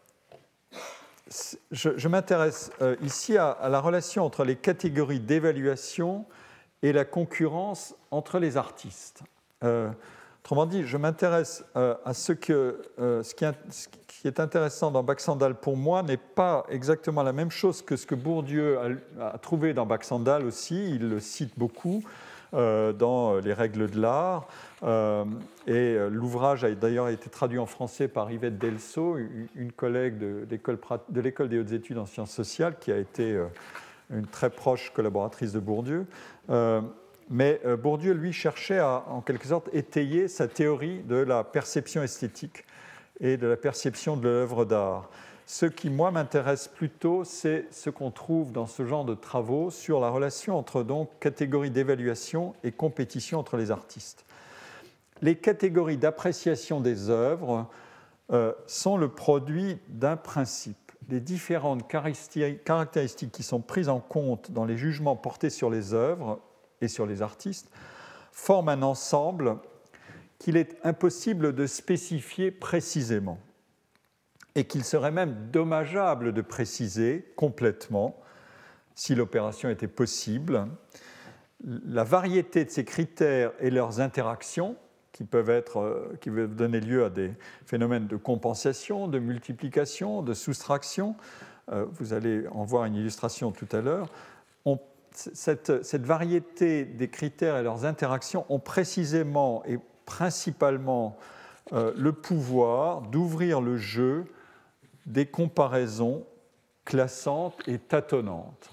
je, je m'intéresse euh, ici à, à la relation entre les catégories d'évaluation et la concurrence entre les artistes. Euh, autrement dit, je m'intéresse euh, à ce que euh, ce qui, ce qui est intéressant dans Baxandall pour moi n'est pas exactement la même chose que ce que Bourdieu a, a trouvé dans Baxandall aussi. Il le cite beaucoup euh, dans Les règles de l'art. Euh, et l'ouvrage a d'ailleurs été traduit en français par Yvette Delceau, une collègue de l'école, de l'école des hautes études en sciences sociales, qui a été euh, une très proche collaboratrice de Bourdieu. Euh, mais Bourdieu, lui, cherchait à, en quelque sorte, étayer sa théorie de la perception esthétique et de la perception de l'œuvre d'art. Ce qui, moi, m'intéresse plutôt, c'est ce qu'on trouve dans ce genre de travaux sur la relation entre donc, catégories d'évaluation et compétition entre les artistes. Les catégories d'appréciation des œuvres euh, sont le produit d'un principe. Les différentes caractéristiques qui sont prises en compte dans les jugements portés sur les œuvres et sur les artistes forment un ensemble qu'il est impossible de spécifier précisément et qu'il serait même dommageable de préciser complètement si l'opération était possible. La variété de ces critères et leurs interactions qui peuvent, être, qui peuvent donner lieu à des phénomènes de compensation, de multiplication, de soustraction, vous allez en voir une illustration tout à l'heure, on, cette, cette variété des critères et leurs interactions ont précisément et principalement euh, le pouvoir d'ouvrir le jeu des comparaisons classantes et tâtonnantes.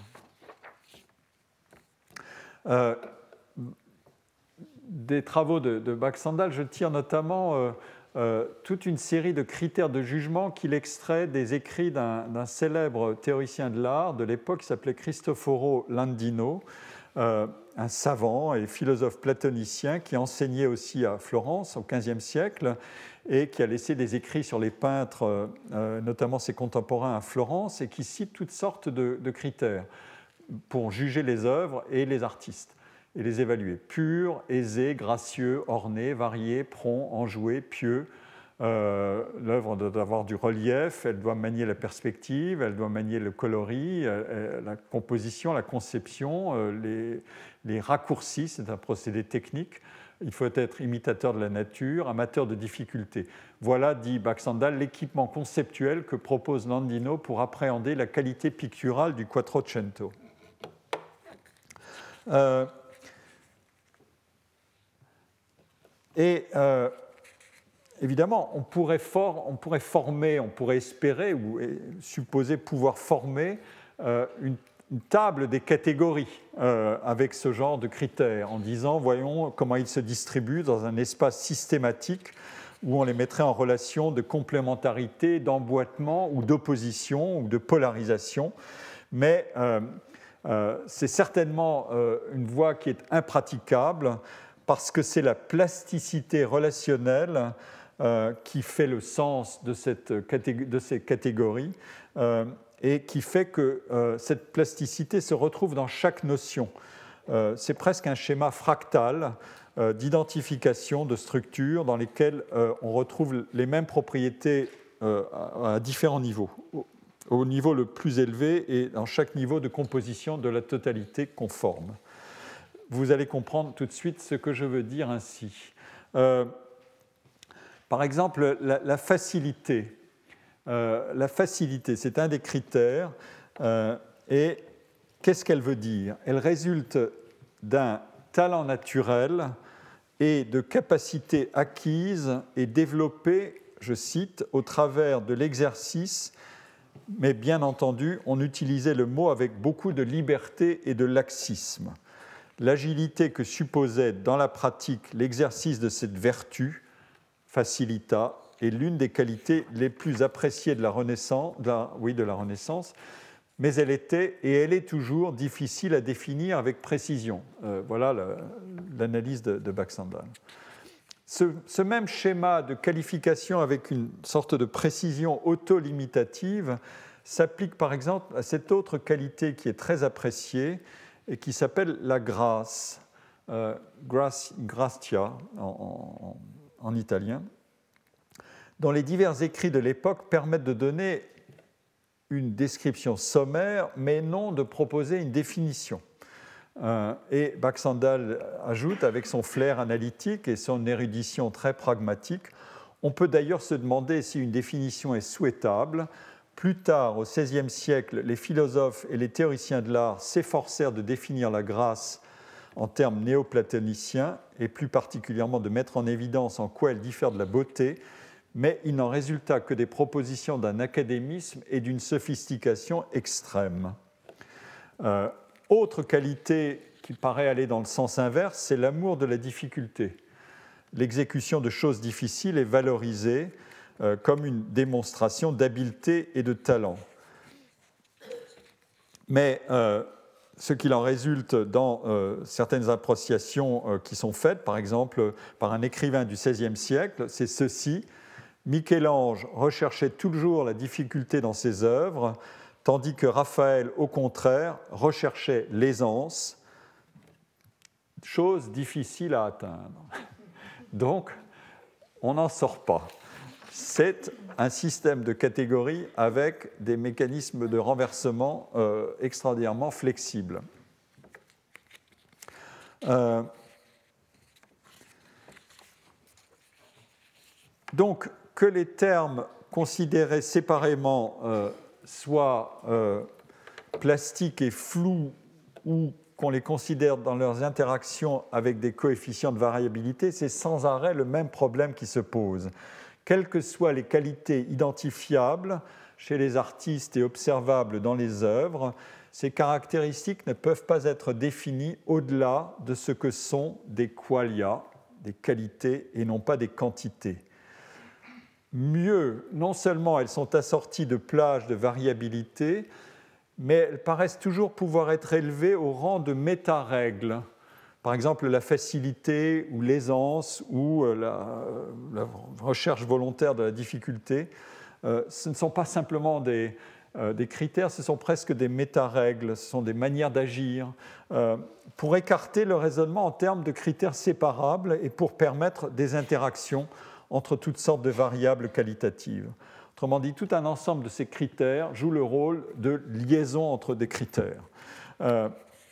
Euh, des travaux de, de Baxandall, je tire notamment euh, euh, toute une série de critères de jugement qu'il extrait des écrits d'un, d'un célèbre théoricien de l'art de l'époque qui s'appelait Cristoforo Landino, euh, un savant et philosophe platonicien qui enseignait aussi à Florence au quinzième siècle et qui a laissé des écrits sur les peintres, euh, notamment ses contemporains à Florence, et qui cite toutes sortes de, de critères pour juger les œuvres et les artistes et les évaluer. Purs, aisés, gracieux, ornés, variés, prompts, enjoués, pieux, Euh, l'œuvre doit avoir du relief, elle doit manier la perspective, elle doit manier le coloris, euh, la composition, la conception, euh, les, les raccourcis, c'est un procédé technique. Il faut être imitateur de la nature, amateur de difficultés. Voilà, dit Baxandall, l'équipement conceptuel que propose Landino pour appréhender la qualité picturale du Quattrocento. Euh, et euh, évidemment, on pourrait, for, on pourrait former, on pourrait espérer ou supposer pouvoir former euh, une une table des catégories euh, avec ce genre de critères, en disant, voyons comment ils se distribuent dans un espace systématique où on les mettrait en relation de complémentarité, d'emboîtement ou d'opposition ou de polarisation. Mais euh, euh, c'est certainement euh, une voie qui est impraticable parce que c'est la plasticité relationnelle euh, qui fait le sens de, cette catég- de ces catégories. Euh, et qui fait que euh, cette plasticité se retrouve dans chaque notion. Euh, c'est presque un schéma fractal euh, d'identification de structures dans lesquelles euh, on retrouve les mêmes propriétés euh, à, à différents niveaux, au, au niveau le plus élevé et dans chaque niveau de composition de la totalité conforme. Vous allez comprendre tout de suite ce que je veux dire ainsi. Euh, par exemple, la, la facilité. Euh, la facilité, c'est un des critères. Euh, et qu'est-ce qu'elle veut dire ? Elle résulte d'un talent naturel et de capacités acquises et développées, je cite, au travers de l'exercice, mais bien entendu, on utilisait le mot avec beaucoup de liberté et de laxisme. L'agilité que supposait dans la pratique l'exercice de cette vertu, facilita, est l'une des qualités les plus appréciées de la Renaissance, de la, oui, de la Renaissance, mais elle était et elle est toujours difficile à définir avec précision. Euh, voilà la, l'analyse de, de Baxandall. Ce, ce même schéma de qualification avec une sorte de précision auto-limitative s'applique par exemple à cette autre qualité qui est très appréciée et qui s'appelle la grâce, euh, gratia en, en, en italien, dont les divers écrits de l'époque permettent de donner une description sommaire, mais non de proposer une définition. Euh, et Baxandall ajoute, avec son flair analytique et son érudition très pragmatique, on peut d'ailleurs se demander si une définition est souhaitable. Plus tard, au seizième siècle, les philosophes et les théoriciens de l'art s'efforcèrent de définir la grâce en termes néoplatoniciens, et plus particulièrement de mettre en évidence en quoi elle diffère de la beauté, mais il n'en résulta que des propositions d'un académisme et d'une sophistication extrême. Euh, autre qualité qui paraît aller dans le sens inverse, c'est l'amour de la difficulté. L'exécution de choses difficiles est valorisée euh, comme une démonstration d'habileté et de talent. Mais euh, ce qu'il en résulte dans euh, certaines appréciations euh, qui sont faites, par exemple par un écrivain du seizième siècle, c'est ceci. Michel-Ange recherchait toujours la difficulté dans ses œuvres, tandis que Raphaël, au contraire, recherchait l'aisance, chose difficile à atteindre. Donc, on n'en sort pas. C'est un système de catégories avec des mécanismes de renversement euh, extraordinairement flexibles. Euh, donc, que les termes considérés séparément euh, soient euh, plastiques et flous ou qu'on les considère dans leurs interactions avec des coefficients de variabilité, c'est sans arrêt le même problème qui se pose. Quelles que soient les qualités identifiables chez les artistes et observables dans les œuvres, ces caractéristiques ne peuvent pas être définies au-delà de ce que sont des qualia, des qualités et non pas des quantités. Mieux, non seulement elles sont assorties de plages de variabilité, mais elles paraissent toujours pouvoir être élevées au rang de méta-règles. Par exemple, la facilité ou l'aisance ou la, la recherche volontaire de la difficulté, euh, ce ne sont pas simplement des, euh, des critères, ce sont presque des méta-règles, ce sont des manières d'agir, euh, pour écarter le raisonnement en termes de critères séparables et pour permettre des interactions entre toutes sortes de variables qualitatives. Autrement dit, tout un ensemble de ces critères joue le rôle de liaison entre des critères. Euh,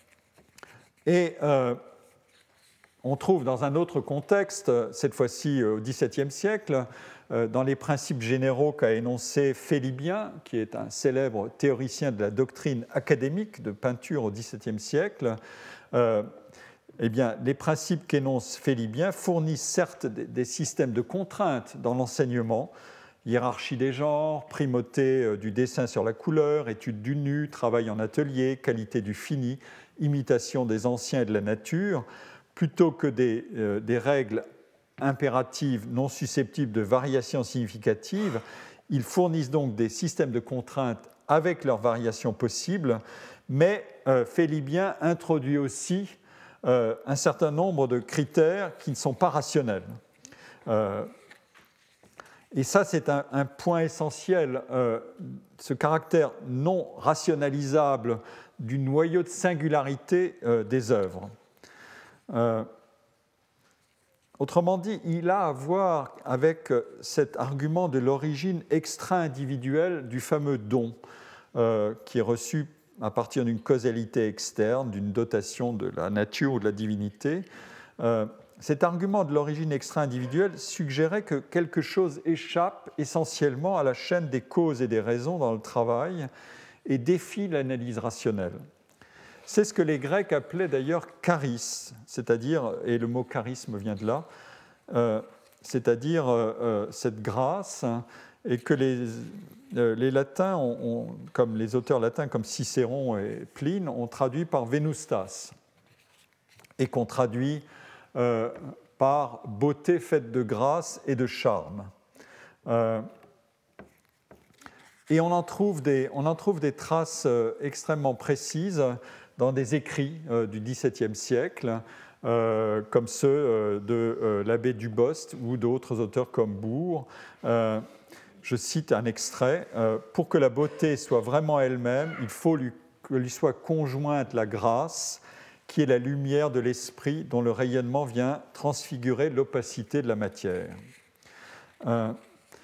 et euh, on trouve dans un autre contexte, cette fois-ci au dix-septième siècle, euh, dans les principes généraux qu'a énoncé Félibien, qui est un célèbre théoricien de la doctrine académique de peinture au dix-septième siècle, euh, eh bien, les principes qu'énonce Félibien fournissent certes des, des systèmes de contraintes dans l'enseignement, hiérarchie des genres, primauté du dessin sur la couleur, étude du nu, travail en atelier, qualité du fini, imitation des anciens et de la nature, plutôt que des, euh, des règles impératives non susceptibles de variations significatives. Ils fournissent donc des systèmes de contraintes avec leurs variations possibles, mais euh, Félibien introduit aussi euh, un certain nombre de critères qui ne sont pas rationnels. Euh, Et ça, c'est un, un point essentiel, euh, ce caractère non rationalisable du noyau de singularité euh, des œuvres. Euh, autrement dit, il a à voir avec cet argument de l'origine extra-individuelle du fameux don, euh, qui est reçu à partir d'une causalité externe, d'une dotation de la nature ou de la divinité. Euh, Cet argument de l'origine extra-individuelle suggérait que quelque chose échappe essentiellement à la chaîne des causes et des raisons dans le travail et défie l'analyse rationnelle. C'est ce que les Grecs appelaient d'ailleurs charis, c'est-à-dire, et le mot charisme vient de là, euh, c'est-à-dire euh, cette grâce, et que les, euh, les latins, ont, ont, comme les auteurs latins comme Cicéron et Pline, ont traduit par venustas, et qu'on traduit Euh, par beauté faite de grâce et de charme. Euh, et on en trouve des, on en trouve des traces euh, extrêmement précises dans des écrits euh, du dix-septième siècle, euh, comme ceux euh, de euh, l'abbé Dubost ou d'autres auteurs comme Bourg. Euh, je cite un extrait. Euh, « Pour que la beauté soit vraiment elle-même, il faut lui, que lui soit conjointe la grâce, qui est la lumière de l'esprit dont le rayonnement vient transfigurer l'opacité de la matière. Euh,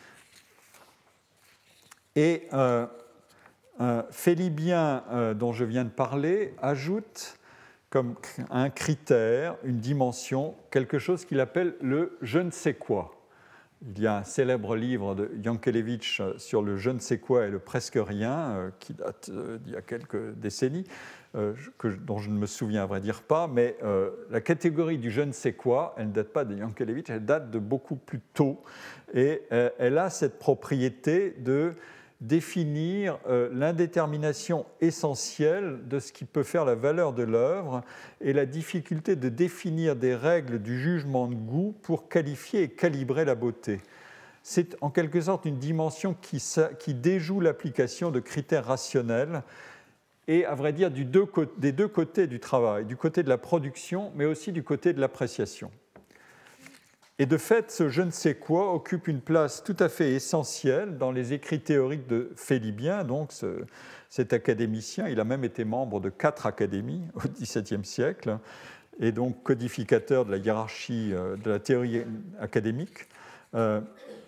et euh, euh, Félibien, euh, dont je viens de parler, ajoute comme un critère, une dimension, quelque chose qu'il appelle le « je ne sais quoi ». Il y a un célèbre livre de Yankelevitch sur le « je ne sais quoi » et le « presque rien », euh, qui date euh, d'il y a quelques décennies, Euh, que, dont je ne me souviens à vrai dire pas, mais euh, la catégorie du je ne sais quoi, elle ne date pas de Yankelevitch, elle date de beaucoup plus tôt, et euh, elle a cette propriété de définir euh, l'indétermination essentielle de ce qui peut faire la valeur de l'œuvre et la difficulté de définir des règles du jugement de goût pour qualifier et calibrer la beauté. C'est en quelque sorte une dimension qui, qui déjoue l'application de critères rationnels et, à vrai dire, du deux, des deux côtés du travail, du côté de la production, mais aussi du côté de l'appréciation. Et de fait, ce je ne sais quoi occupe une place tout à fait essentielle dans les écrits théoriques de Félibien, donc ce, cet académicien. Il a même été membre de quatre académies au dix-septième siècle, et donc codificateur de la hiérarchie de la théorie académique. Euh,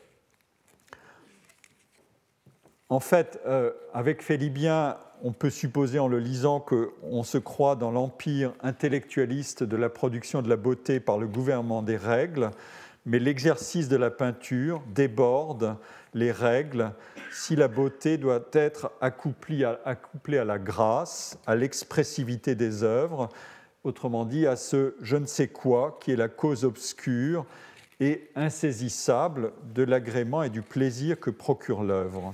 en fait, euh, avec Félibien, on peut supposer en le lisant qu'on se croit dans l'empire intellectualiste de la production de la beauté par le gouvernement des règles, mais l'exercice de la peinture déborde les règles si la beauté doit être accouplée à, accouplée à la grâce, à l'expressivité des œuvres, autrement dit à ce je ne sais quoi qui est la cause obscure et insaisissable de l'agrément et du plaisir que procure l'œuvre.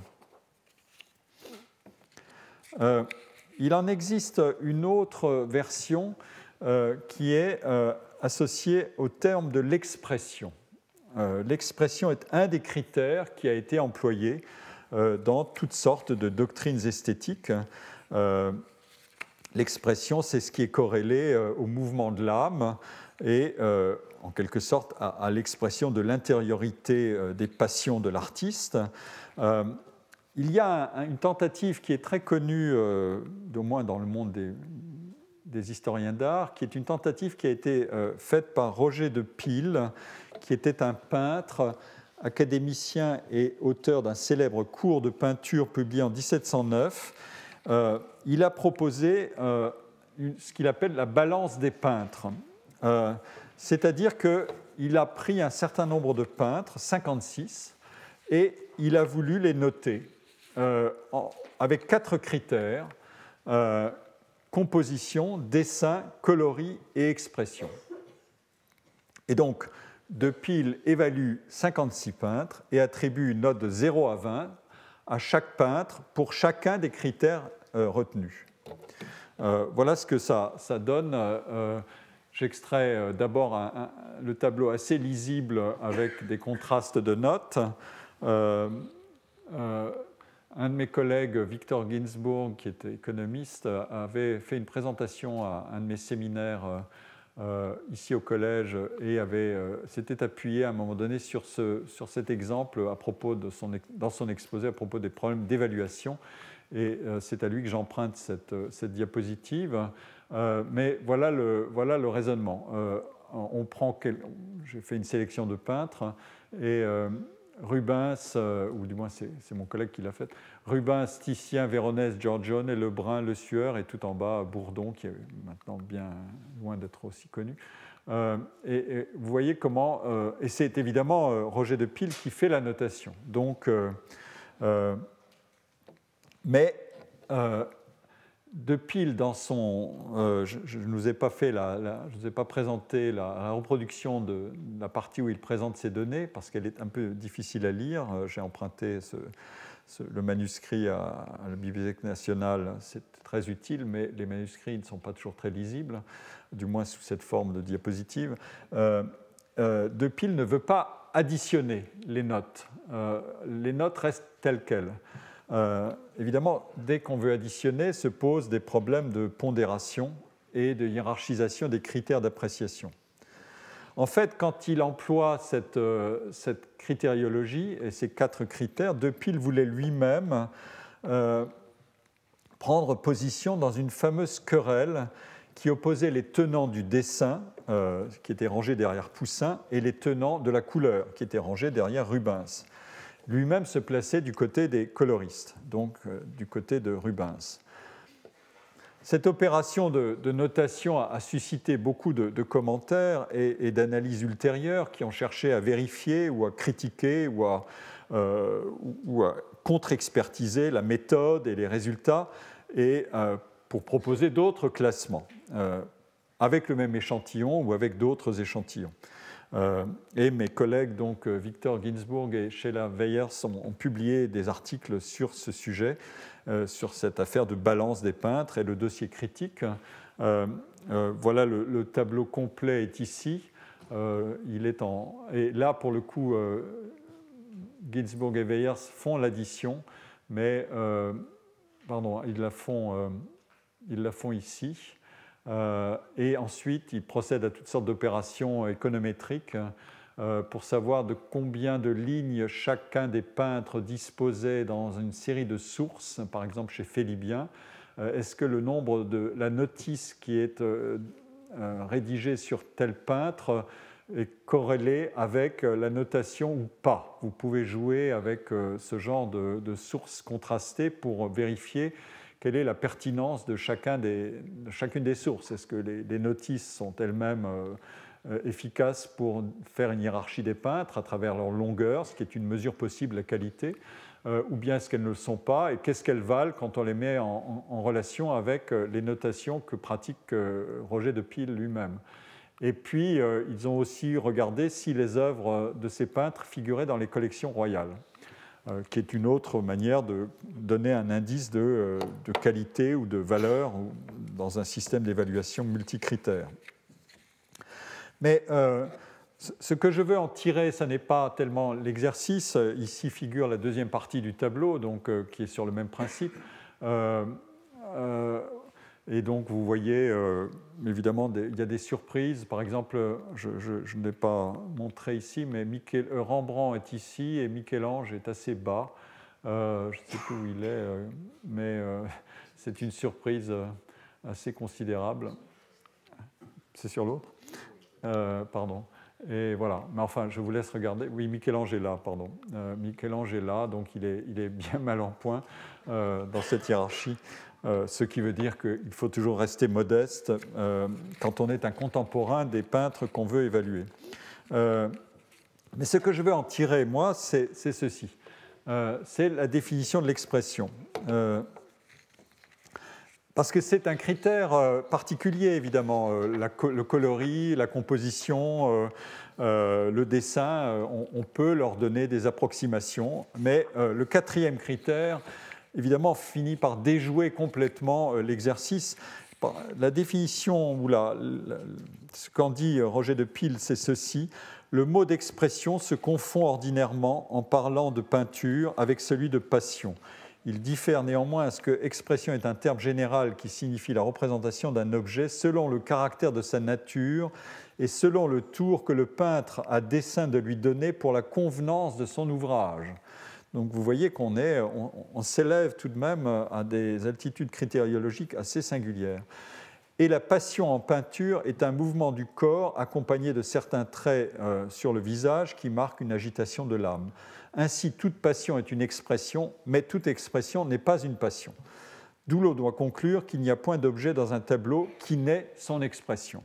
Euh, il en existe une autre version euh, qui est euh, associée au terme de l'expression. Euh, l'expression est un des critères qui a été employé euh, dans toutes sortes de doctrines esthétiques. Euh, l'expression, c'est ce qui est corrélé euh, au mouvement de l'âme et euh, en quelque sorte à, à l'expression de l'intériorité euh, des passions de l'artiste. Euh, Il y a une tentative qui est très connue, euh, au moins dans le monde des, des historiens d'art, qui est une tentative qui a été euh, faite par Roger de Pile, qui était un peintre académicien et auteur d'un célèbre cours de peinture publié en dix-sept cent neuf, euh, il a proposé euh, une, ce qu'il appelle la balance des peintres. Euh, c'est-à-dire qu'il a pris un certain nombre de peintres, cinquante-six, et il a voulu les noter euh, en, avec quatre critères, euh, composition, dessin, coloris et expression. Et donc, De Pile évalue cinquante-six peintres et attribue une note de zéro à vingt à chaque peintre pour chacun des critères euh, retenus. Euh, voilà ce que ça, ça donne. Euh, J'extrais d'abord un, un, le tableau assez lisible avec des contrastes de notes. Euh, euh, un de mes collègues, Victor Ginsburg, qui était économiste, avait fait une présentation à un de mes séminaires euh, ici au collège et avait, euh, s'était appuyé à un moment donné sur, ce, sur cet exemple à propos de son, dans son exposé à propos des problèmes d'évaluation. Et euh, c'est à lui que j'emprunte cette, cette diapositive. Euh, mais voilà le, voilà le raisonnement. Euh, on prend quel, j'ai fait une sélection de peintres et euh, Rubens, euh, ou du moins c'est, c'est mon collègue qui l'a fait, Rubens, Titien, Véronèse, Giorgione, Lebrun, Le Sueur et tout en bas Bourdon, qui est maintenant bien loin d'être aussi connu. Euh, et, et vous voyez comment, euh, et c'est évidemment euh, Roger de Pile qui fait la notation. Donc, euh, euh, mais euh, De Pile, dans son, euh, je ne vous ai pas fait la, la, je vous ai pas présenté la, la reproduction de la partie où il présente ces données parce qu'elle est un peu difficile à lire. J'ai emprunté ce, ce, le manuscrit à, à la Bibliothèque nationale, c'est très utile, mais les manuscrits ne sont pas toujours très lisibles, du moins sous cette forme de diapositive. Euh, euh, De Pile ne veut pas additionner les notes. Euh, les notes restent telles quelles. Euh, évidemment, dès qu'on veut additionner, se posent des problèmes de pondération et de hiérarchisation des critères d'appréciation. En fait, quand il emploie cette, euh, cette critériologie et ces quatre critères, De Pile voulait lui-même euh, prendre position dans une fameuse querelle qui opposait les tenants du dessin, euh, qui étaient rangés derrière Poussin, et les tenants de la couleur, qui étaient rangés derrière Rubens. Lui-même se plaçait du côté des coloristes, donc euh, du côté de Rubens. Cette opération de, de notation a, a suscité beaucoup de, de commentaires et, et d'analyses ultérieures qui ont cherché à vérifier ou à critiquer ou à, euh, ou à contre-expertiser la méthode et les résultats et euh, pour proposer d'autres classements euh, avec le même échantillon ou avec d'autres échantillons. Euh, et mes collègues, donc Victor Ginsburg et Sheila Weyers, ont, ont publié des articles sur ce sujet, euh, sur cette affaire de balance des peintres et le dossier critique. Euh, euh, voilà, le, le tableau complet est ici. Euh, il est en, et là, pour le coup, euh, Ginsburg et Weyers font l'addition, mais euh, pardon, ils la font, euh, ils la font ici. Euh, et ensuite, il procède à toutes sortes d'opérations économétriques euh, pour savoir de combien de lignes chacun des peintres disposait dans une série de sources, par exemple chez Félibien. Euh, est-ce que le nombre de la notice qui est euh, euh, rédigée sur tel peintre est corrélé avec la notation ou pas? Vous pouvez jouer avec euh, ce genre de, de sources contrastées pour vérifier quelle est la pertinence de, chacun des, de chacune des sources. Est-ce que les, les notices sont elles-mêmes euh, efficaces pour faire une hiérarchie des peintres à travers leur longueur, ce qui est une mesure possible de la qualité, euh, ou bien est-ce qu'elles ne le sont pas, et qu'est-ce qu'elles valent quand on les met en, en, en relation avec les notations que pratique euh, Roger de Pile lui-même. Et puis, euh, ils ont aussi regardé si les œuvres de ces peintres figuraient dans les collections royales, qui est une autre manière de donner un indice de, de qualité ou de valeur dans un système d'évaluation multicritère. Mais euh, ce que je veux en tirer, ce n'est pas tellement l'exercice. Ici figure la deuxième partie du tableau, donc, euh, qui est sur le même principe. Euh, euh, Et donc, vous voyez, euh, évidemment, des, il y a des surprises. Par exemple, je, je, je ne l'ai pas montré ici, mais Michel, euh, Rembrandt est ici et Michel-Ange est assez bas. Euh, je ne sais plus où il est, euh, mais euh, c'est une surprise euh, assez considérable. C'est sur l'autre ? euh, Pardon. Et voilà. Mais enfin, je vous laisse regarder. Oui, Michel-Ange est là, pardon. Euh, Michel-Ange est là, donc il est, il est bien mal en point euh, dans cette hiérarchie. Euh, ce qui veut dire qu'il faut toujours rester modeste euh, quand on est un contemporain des peintres qu'on veut évaluer. Euh, mais ce que je veux en tirer, moi, c'est, c'est ceci. Euh, c'est la définition de l'expression. Euh, parce que c'est un critère euh, particulier, évidemment. Euh, la, le coloris, la composition, euh, euh, le dessin, euh, on, on peut leur donner des approximations. Mais euh, le quatrième critère, évidemment, finit par déjouer complètement euh, l'exercice. La définition, ou la, la, ce qu'en dit Roger de Pile, c'est ceci. Le mot d'expression se confond ordinairement en parlant de peinture avec celui de passion. Il diffère néanmoins à ce que expression est un terme général qui signifie la représentation d'un objet selon le caractère de sa nature et selon le tour que le peintre a dessein de lui donner pour la convenance de son ouvrage. Donc vous voyez qu'on est, on, on s'élève tout de même à des altitudes critériologiques assez singulières. Et la passion en peinture est un mouvement du corps accompagné de certains traits euh, sur le visage qui marquent une agitation de l'âme. Ainsi, toute passion est une expression, mais toute expression n'est pas une passion. D'où l'on doit conclure qu'il n'y a point d'objet dans un tableau qui n'est son expression.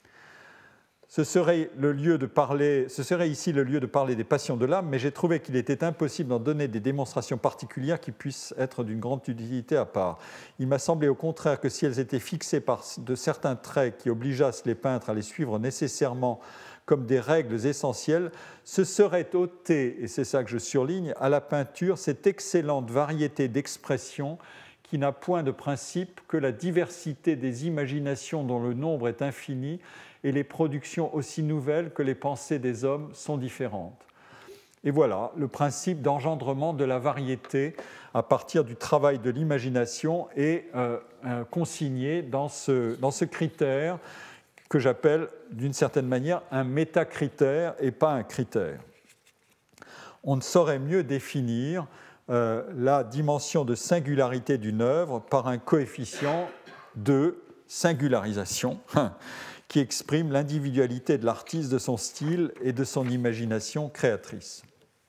Ce serait, le lieu de parler, ce serait ici le lieu de parler des passions de l'âme, mais j'ai trouvé qu'il était impossible d'en donner des démonstrations particulières qui puissent être d'une grande utilité à part. Il m'a semblé au contraire que si elles étaient fixées par de certains traits qui obligeassent les peintres à les suivre nécessairement comme des règles essentielles, ce serait ôter, et c'est ça que je surligne, à la peinture cette excellente variété d'expressions qui n'a point de principe que la diversité des imaginations dont le nombre est infini et les productions aussi nouvelles que les pensées des hommes sont différentes. Et voilà, le principe d'engendrement de la variété à partir du travail de l'imagination est euh, euh, consigné dans ce, dans ce critère que j'appelle d'une certaine manière un métacritère et pas un critère. On ne saurait mieux définir euh, la dimension de singularité d'une œuvre par un coefficient de singularisation qui exprime l'individualité de l'artiste, de son style et de son imagination créatrice.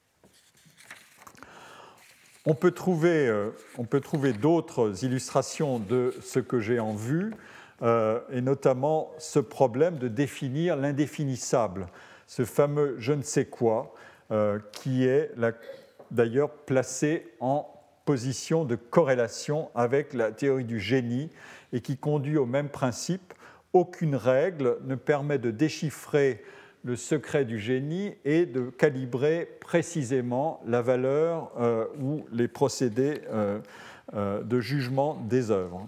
On peut trouver, euh, on peut trouver d'autres illustrations de ce que j'ai en vue, euh, et notamment ce problème de définir l'indéfinissable, ce fameux je ne sais quoi, euh, qui est la, d'ailleurs placé en position de corrélation avec la théorie du génie et qui conduit au même principe. Aucune règle ne permet de déchiffrer le secret du génie et de calibrer précisément la valeur euh, ou les procédés euh, euh, de jugement des œuvres.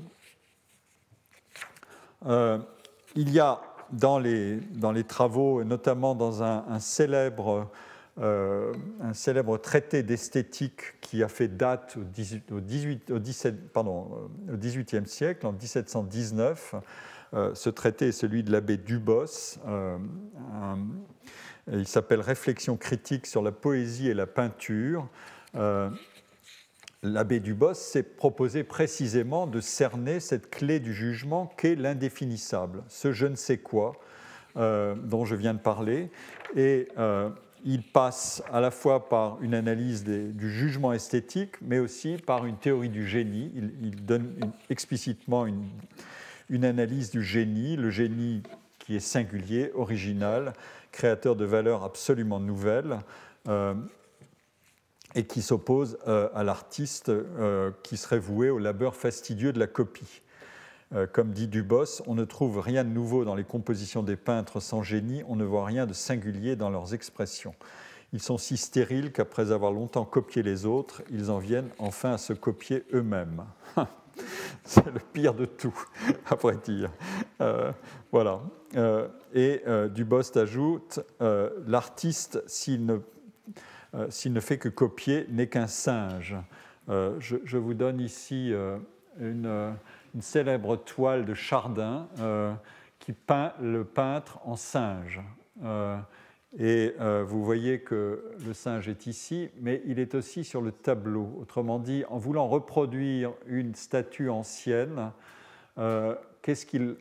Euh, il y a dans les, dans les travaux, notamment dans un, un, célèbre, euh, un célèbre traité d'esthétique qui a fait date au, dix-huit, au, dix-huit, au, dix-sept, pardon, au dix-huitième siècle, en dix-sept cent dix-neuf, Euh, ce traité est celui de l'abbé Dubos. Euh, un, il s'appelle « Réflexion critique sur la poésie et la peinture ». Euh, l'abbé Dubos s'est proposé précisément de cerner cette clé du jugement qu'est l'indéfinissable, ce je ne sais quoi euh, dont je viens de parler. Et euh, il passe à la fois par une analyse des, du jugement esthétique, mais aussi par une théorie du génie. Il, il donne une, explicitement une une analyse du génie, le génie qui est singulier, original, créateur de valeurs absolument nouvelles, euh, et qui s'oppose euh, à l'artiste euh, qui serait voué au labeur fastidieux de la copie. Euh, comme dit Dubos, on ne trouve rien de nouveau dans les compositions des peintres sans génie, on ne voit rien de singulier dans leurs expressions. Ils sont si stériles qu'après avoir longtemps copié les autres, ils en viennent enfin à se copier eux-mêmes. C'est le pire de tout, à vrai dire. Euh, voilà. Euh, et euh, Dubos ajoute euh, l'artiste, s'il ne, euh, s'il ne fait que copier, n'est qu'un singe. Euh, je, je vous donne ici euh, une, une célèbre toile de Chardin euh, qui peint le peintre en singe. Euh, Et euh, vous voyez que le singe est ici, mais il est aussi sur le tableau. Autrement dit, en voulant reproduire une statue ancienne, euh, qu'est-ce qu'il,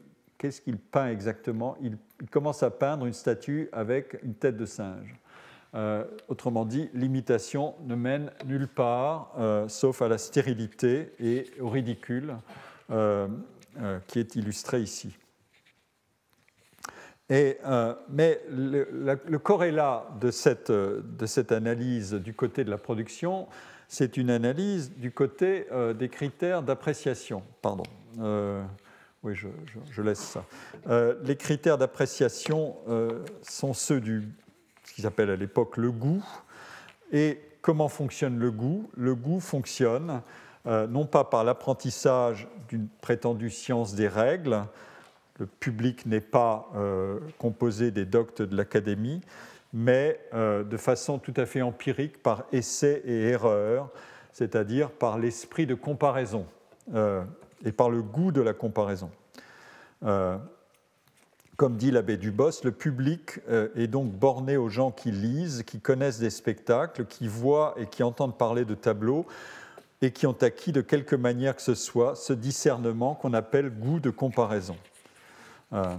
qu'est-ce qu'il peint exactement? il, il commence à peindre une statue avec une tête de singe. Euh, autrement dit, l'imitation ne mène nulle part, euh, sauf à la stérilité et au ridicule, euh, euh, qui est illustré ici. Et, euh, mais le, la, le corrélat de cette, de cette analyse du côté de la production, c'est une analyse du côté euh, des critères d'appréciation. Pardon. Euh, oui, je, je, je laisse ça. Euh, les critères d'appréciation euh, sont ceux du, ce qu'ils appellent à l'époque le goût. Et comment fonctionne le goût? Le goût fonctionne euh, non pas par l'apprentissage d'une prétendue science des règles. Le public n'est pas euh, composé des doctes de l'académie, mais euh, de façon tout à fait empirique, par essai et erreur, c'est-à-dire par l'esprit de comparaison euh, et par le goût de la comparaison. Euh, comme dit l'abbé Dubos, le public euh, est donc borné aux gens qui lisent, qui connaissent des spectacles, qui voient et qui entendent parler de tableaux et qui ont acquis de quelque manière que ce soit ce discernement qu'on appelle goût de comparaison. Euh,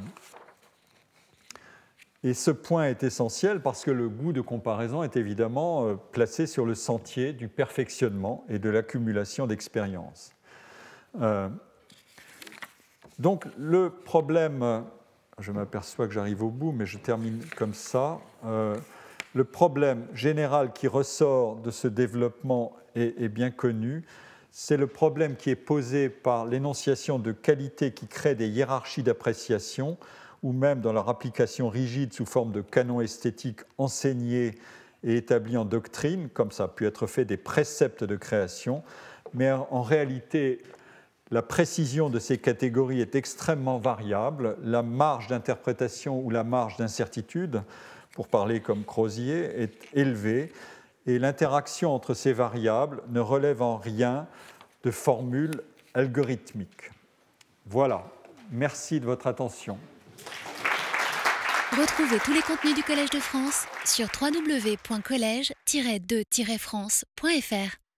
et ce point est essentiel parce que le goût de comparaison est évidemment euh, placé sur le sentier du perfectionnement et de l'accumulation d'expériences. Euh, donc le problème, je m'aperçois que j'arrive au bout, mais je termine comme ça. Euh, le problème général qui ressort de ce développement est, est bien connu. C'est le problème qui est posé par l'énonciation de qualités qui créent des hiérarchies d'appréciation, ou même dans leur application rigide sous forme de canons esthétiques enseignés et établis en doctrine, comme ça a pu être fait des préceptes de création. Mais en réalité, la précision de ces catégories est extrêmement variable. La marge d'interprétation ou la marge d'incertitude, pour parler comme Crozier, est élevée. Et l'interaction entre ces variables ne relève en rien de formules algorithmiques. Voilà. Merci de votre attention. Retrouvez tous les contenus du Collège de France sur w w w point collège tiret de tiret france point f r.